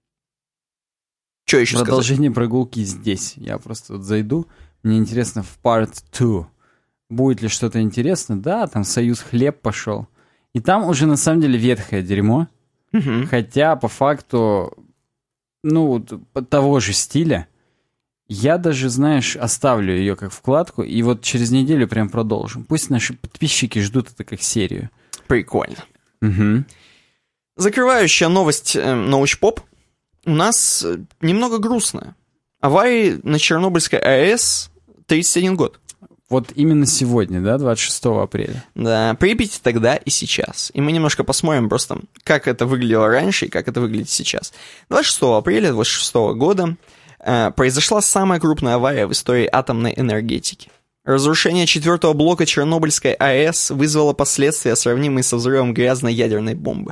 Что еще сказать? Продолжение прогулки здесь. Я просто вот зайду, мне интересно в part два. Будет ли что-то интересно? Да, там Союз Хлеб пошел. И там уже на самом деле ветхое дерьмо. Угу. Хотя по факту, ну, того же стиля. Я даже, знаешь, оставлю ее как вкладку, и вот через неделю прям продолжим. Пусть наши подписчики ждут это как серию. Прикольно. Угу. Закрывающая новость э, научпоп у нас э, немного грустная. Аварии на Чернобыльской АЭС тридцать один год. Вот именно сегодня, да, двадцать шестого апреля. Да, Припять тогда и сейчас. И мы немножко посмотрим просто, как это выглядело раньше и как это выглядит сейчас. двадцать шестого апреля двадцать шестого года э, произошла самая крупная авария в истории атомной энергетики. Разрушение четвертого блока Чернобыльской АЭС вызвало последствия, сравнимые со взрывом грязной ядерной бомбы.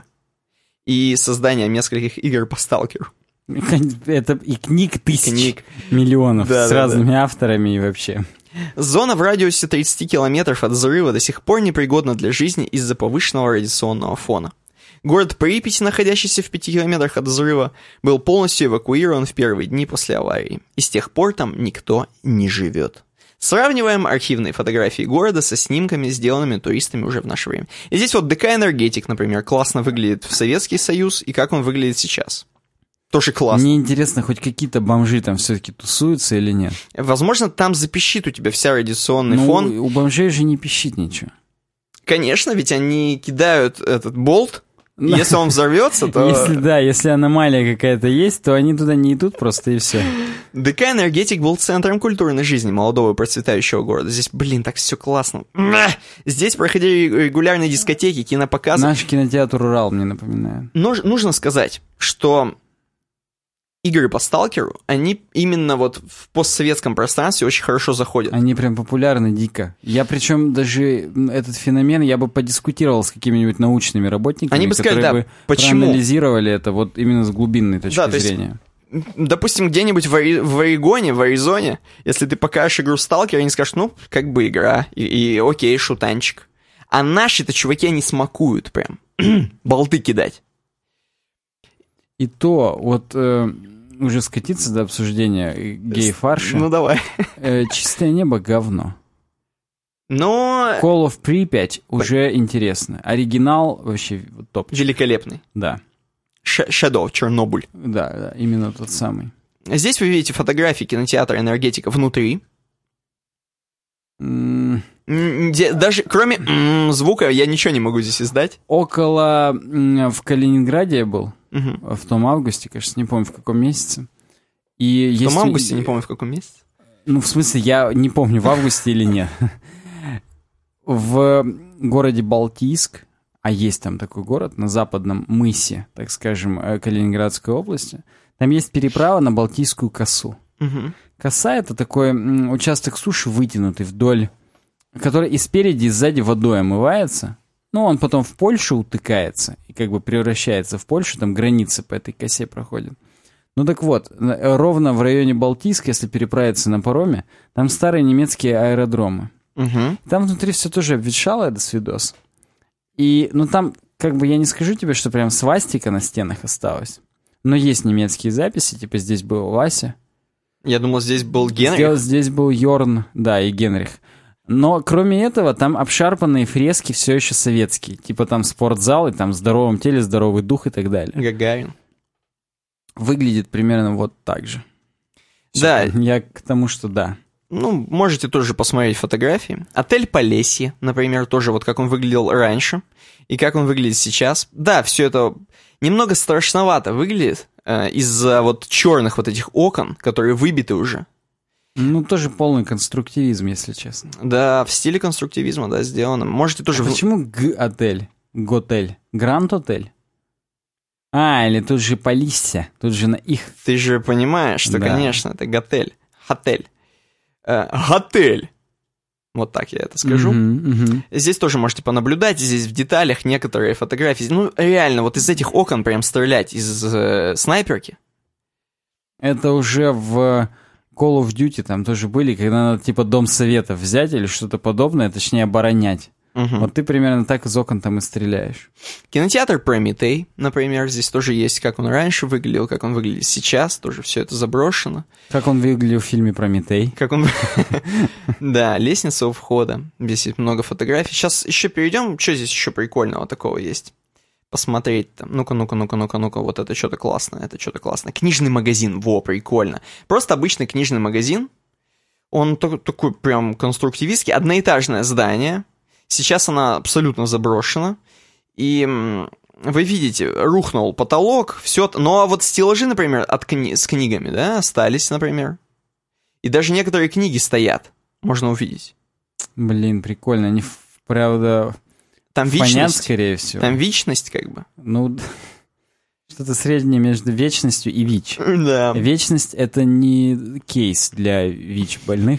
И создание нескольких игр по сталкеру. Это и книг тысяч, книг. миллионов, да, с да, разными да. авторами и вообще. Зона в радиусе тридцать километров от взрыва до сих пор непригодна для жизни из-за повышенного радиационного фона. Город Припять, находящийся в пяти километрах от взрыва, был полностью эвакуирован в первые дни после аварии. И с тех пор там никто не живет. Сравниваем архивные фотографии города со снимками, сделанными туристами уже в наше время. И здесь вот ДК «Энергетик», например, классно выглядит в Советский Союз, и как он выглядит сейчас. Тоже классно. Мне интересно, хоть какие-то бомжи там все-таки тусуются или нет? Возможно, там запищит у тебя вся радиационный ну, фон. У бомжей же не пищит ничего. Конечно, ведь они кидают этот болт, и если он взорвется, то... Если да, если аномалия какая-то есть, то они туда не идут просто и все. ДК «Энергетик» был центром культурной жизни молодого и процветающего города. Здесь, блин, так все классно. Здесь проходили регулярные дискотеки, кинопоказы. Наш кинотеатр «Урал» мне напоминает. Но нужно сказать, что игры по сталкеру, они именно вот в постсоветском пространстве очень хорошо заходят. Они прям популярны дико. Я причем даже этот феномен я бы подискутировал с какими-нибудь научными работниками, они бы сказали, которые да, бы почему? проанализировали это вот именно с глубинной точки да, зрения. Есть, допустим, где-нибудь в, Ори- в Орегоне, в Аризоне, если ты покажешь игру сталкер, они скажут, ну, как бы игра, и, и окей, шутанчик. А наши-то чуваки, они смакуют прям. Болты кидать. И то, вот э, уже скатиться до обсуждения гей-фарша. Ну, давай. Э, «Чистое небо» — говно. Но... Call of Pripyat уже интересно. Оригинал вообще топ. Великолепный. Да. Ш- Shadow, Чернобыль. Да, да, именно тот самый. Здесь вы видите фотографии кинотеатра «Энергетика» внутри. М- Даже кроме м, звука я ничего не могу здесь издать. Около... В Калининграде я был. Угу. В том августе, кажется, не помню, в каком месяце. И в есть... том августе, не помню, в каком месяце. Ну, в смысле, я не помню, в августе или нет. В городе Балтийск, а есть там такой город, на западном мысе, так скажем, Калининградской области, там есть переправа на Балтийскую косу. Угу. Коса — это такой м, участок суши, вытянутый вдоль, который и спереди, и сзади водой омывается. Ну, он потом в Польшу утыкается и как бы превращается в Польшу, там границы по этой косе проходят. Ну так вот, ровно в районе Балтийска, если переправиться на пароме, там старые немецкие аэродромы. Угу. Там внутри все тоже обветшало, до свидос. И, ну там, как бы я не скажу тебе, что прям свастика на стенах осталась. Но есть немецкие записи, типа здесь был Вася. Я думал, здесь был Генрих. Здесь, здесь был Йорн, да, и Генрих. Но кроме этого, там обшарпанные фрески все еще советские. Типа там спортзал, и там в здоровом теле здоровый дух и так далее. Гагарин. Выглядит примерно вот так же. Да. Я к тому, что да. Ну, можете тоже посмотреть фотографии. Отель Полесье, например, тоже вот как он выглядел раньше и как он выглядит сейчас. Да, все это немного страшновато выглядит э, из-за вот черных вот этих окон, которые выбиты уже. Ну, тоже полный конструктивизм, если честно. Да, в стиле конструктивизма, да, сделано. Можете тоже... А почему Г-отель? Готель? Гранд-отель? А, или тут же Полисся, тут же на их... Ты же понимаешь, что, да, конечно, это готель. Хотель. Э, готель. Вот так я это скажу. Uh-huh, uh-huh. Здесь тоже можете понаблюдать, здесь в деталях некоторые фотографии. Ну, реально, вот из этих окон прям стрелять, из э, снайперки. Это уже в Call of Duty там тоже были, когда надо типа Дом Советов взять или что-то подобное, точнее оборонять. Угу. Вот ты примерно так из окон там и стреляешь. Кинотеатр Прометей, например, здесь тоже есть, как он раньше выглядел, как он выглядит сейчас, тоже все это заброшено. Как он выглядел в фильме Прометей. Как он... Да, лестница у входа, здесь есть много фотографий. Сейчас еще перейдем, что здесь еще прикольного такого есть? Посмотреть там, ну-ка, ну-ка, ну-ка, ну-ка, ну-ка, вот это что-то классное, это что-то классное. Книжный магазин, во, прикольно. Просто обычный книжный магазин, он такой прям конструктивистский, одноэтажное здание. Сейчас она абсолютно заброшена, и вы видите, рухнул потолок, все. Ну а вот стеллажи, например, от кни- с книгами, да, остались, например. И даже некоторые книги стоят, можно увидеть. Блин, прикольно, они, правда, там фонят, вечность, скорее всего. Там вечность, как бы. Ну, что-то среднее между вечностью и ВИЧ. Да. Вечность — это не кейс для ВИЧ-больных.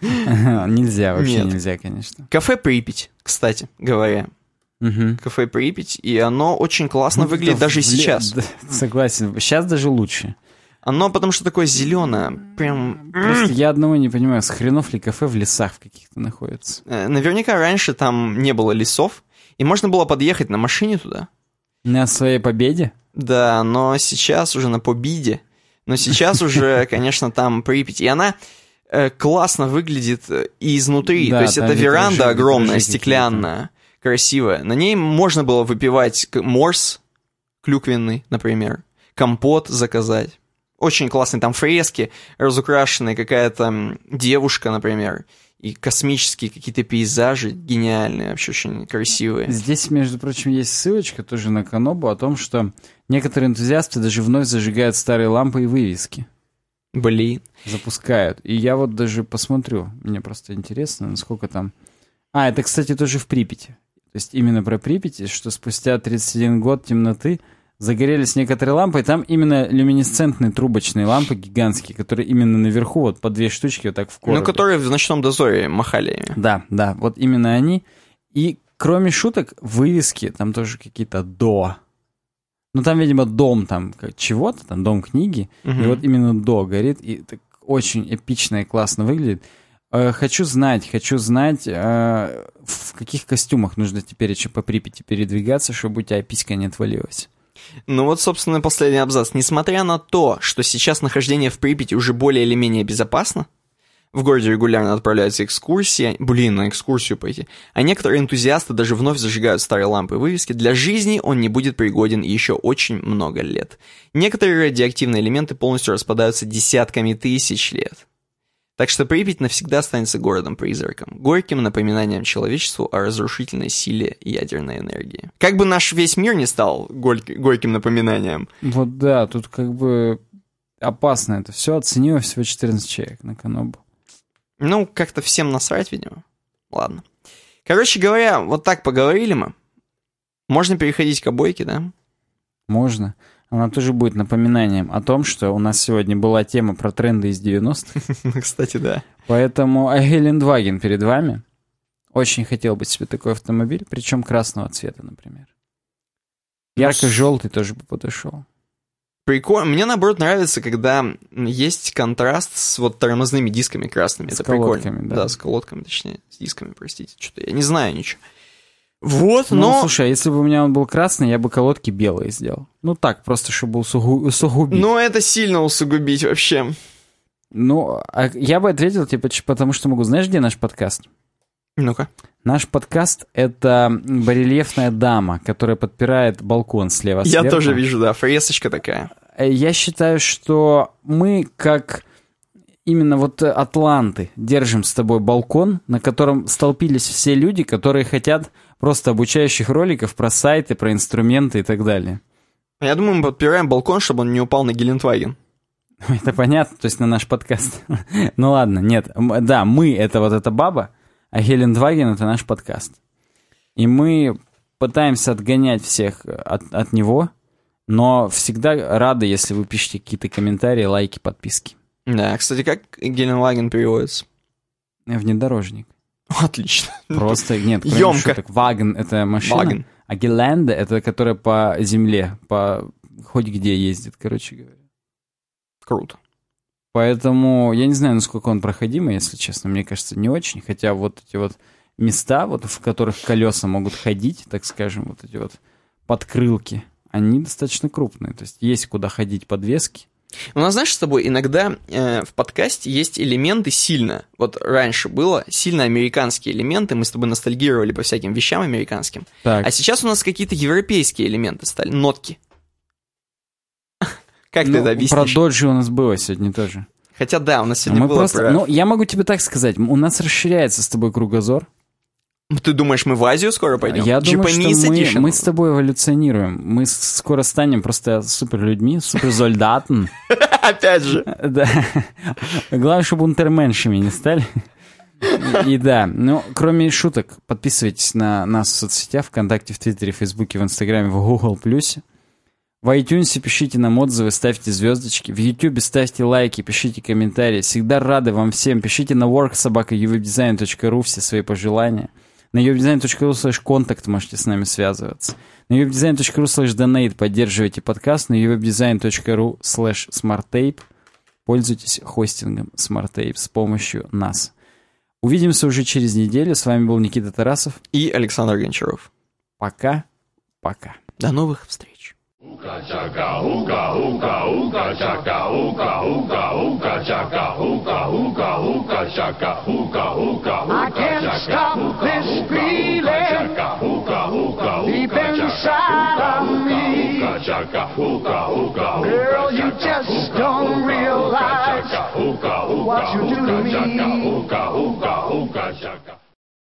Нельзя, вообще Нет. Нельзя, конечно. Кафе Припять, кстати говоря. Угу. Кафе Припять, и оно очень классно ну, выглядит даже в... сейчас. Да, согласен, сейчас даже лучше. Оно потому что такое зеленое, прям... Просто я одного не понимаю, с хренов ли кафе в лесах в каких-то находится? Наверняка раньше там не было лесов, и можно было подъехать на машине туда. На своей победе? Да, но сейчас уже на победе. Но сейчас уже, конечно, там Припять. И она классно выглядит и изнутри. Да, то есть это витражи, веранда огромная, витражи стеклянная, красивая. На ней можно было выпивать морс клюквенный, например, компот заказать. Очень классные там фрески, разукрашенные, какая-то девушка, например, и космические какие-то пейзажи гениальные, вообще очень красивые. Здесь, между прочим, есть ссылочка тоже на Канобу о том, что некоторые энтузиасты даже вновь зажигают старые лампы и вывески. Блин. Запускают. И я вот даже посмотрю. Мне просто интересно, насколько там... А, это, кстати, тоже в Припяти. То есть именно про Припять, что спустя тридцать один год темноты загорелись некоторые лампы, и там именно люминесцентные трубочные лампы гигантские, которые именно наверху, вот по две штучки вот так в коробе. Ну, которые в «Ночном дозоре» махали ими. Да, да, вот именно они. И кроме шуток, вывески там тоже какие-то «до». Ну, там, видимо, дом там чего-то, там дом книги, угу. И вот именно «до» горит, и так очень эпично и классно выглядит. Э, хочу знать, хочу знать, э, в каких костюмах нужно теперь еще по Припяти передвигаться, чтобы у тебя писька не отвалилась. Ну вот, собственно, последний абзац. Несмотря на то, что сейчас нахождение в Припяти уже более или менее безопасно, в городе регулярно отправляются экскурсии, блин, на экскурсию пойти, а некоторые энтузиасты даже вновь зажигают старые лампы и вывески, для жизни он не будет пригоден еще очень много лет. Некоторые радиоактивные элементы полностью распадаются десятками тысяч лет. Так что Припять навсегда останется городом-призраком, горьким напоминанием человечеству о разрушительной силе ядерной энергии. Как бы наш весь мир не стал горь- горьким напоминанием. Вот да, тут как бы опасно это все. Оценило всего четырнадцать человек на Канобу. Ну, как-то всем насрать, видимо. Ладно. Короче говоря, вот так поговорили мы. Можно переходить к обойке, да? Можно. Она тоже будет напоминанием о том, что у нас сегодня была тема про тренды из девяностых. Кстати, да. Поэтому Гелендваген перед вами. Очень хотел бы себе такой автомобиль, причем красного цвета, например. Ярко-желтый тоже бы подошел. Прикольно. Мне, наоборот, нравится, когда есть контраст с вот тормозными дисками красными. С Это колодками, прикольно. да. Да, с колодками, точнее. С дисками, простите. Что-то я не знаю ничего. Вот, Ну, но... слушай, а если бы у меня он был красный, я бы колодки белые сделал. Ну так, просто чтобы усугу- усугубить. Ну, это сильно усугубить вообще. Ну, а я бы ответил, типа, ч- потому что могу. Знаешь, где наш подкаст? Ну-ка. Наш подкаст — это барельефная дама, которая подпирает балкон слева Я сверху. тоже вижу, да, фресочка такая. Я считаю, что мы, как именно вот атланты, держим с тобой балкон, на котором столпились все люди, которые хотят просто обучающих роликов про сайты, про инструменты и так далее. Я думаю, мы подпираем балкон, чтобы он не упал на Гелендваген. Это понятно, то есть на наш подкаст. Ну ладно, нет. М- Да, мы — это вот эта баба, а Гелендваген — это наш подкаст. И мы пытаемся отгонять всех от, от него, но всегда рады, если вы пишете какие-то комментарии, лайки, подписки. Да, кстати, как Гелендваген переводится? Внедорожник. Отлично. Просто, нет, кроме Ёмко. шуток. Ваген — это машина, Ваген. а Гелände — это которая по земле, по хоть где ездит, короче говоря. Круто. Поэтому я не знаю, насколько он проходимый, если честно. Мне кажется, не очень. Хотя вот эти вот места, вот, в которых колеса могут ходить, так скажем, вот эти вот подкрылки, они достаточно крупные. То есть есть куда ходить подвески. У нас, знаешь, с тобой иногда э, в подкасте есть элементы сильно, вот раньше было, сильно американские элементы, мы с тобой ностальгировали по всяким вещам американским, Так. а сейчас у нас какие-то европейские элементы стали, нотки. Как ты Ну, это про объяснишь? доджи у нас было сегодня тоже. Хотя да, у нас сегодня Мы было просто, про... ну, я могу тебе так сказать, у нас расширяется с тобой кругозор. Ты думаешь, мы в Азию скоро пойдем? Я думаю, Japanese что мы, Edition. мы с тобой эволюционируем. Мы с- скоро станем просто суперлюдьми, суперзольдатен. Опять же. Да. Главное, чтобы унтерменшами не стали. И да, ну, кроме шуток, подписывайтесь на нас в соцсетях, ВКонтакте, в Твиттере, в Фейсбуке, в Инстаграме, в Google+. В iTunes пишите нам отзывы, ставьте звездочки. В YouTube ставьте лайки, пишите комментарии. Всегда рады вам всем. Пишите на work собака ю веб дизайн точка ру все свои пожелания. На ю веб дизайн точка ру слэш контакт можете с нами связываться. На ю веб дизайн точка ру слэш донейт поддерживайте подкаст. На ю веб дизайн точка ру слэш смарттейп пользуйтесь хостингом SmartTape с помощью нас. Увидимся уже через неделю. С вами был Никита Тарасов. И Александр Гончаров. Пока. Пока. До новых встреч. Ooka chaka, ooka, ooka, ooka chaka, ooka, ooka, ooka chaka, ooka, ooka, ooka chaka, ooka, ooka, I can't stop this feeling deep inside of me. Girl, you just don't realize what you do to me.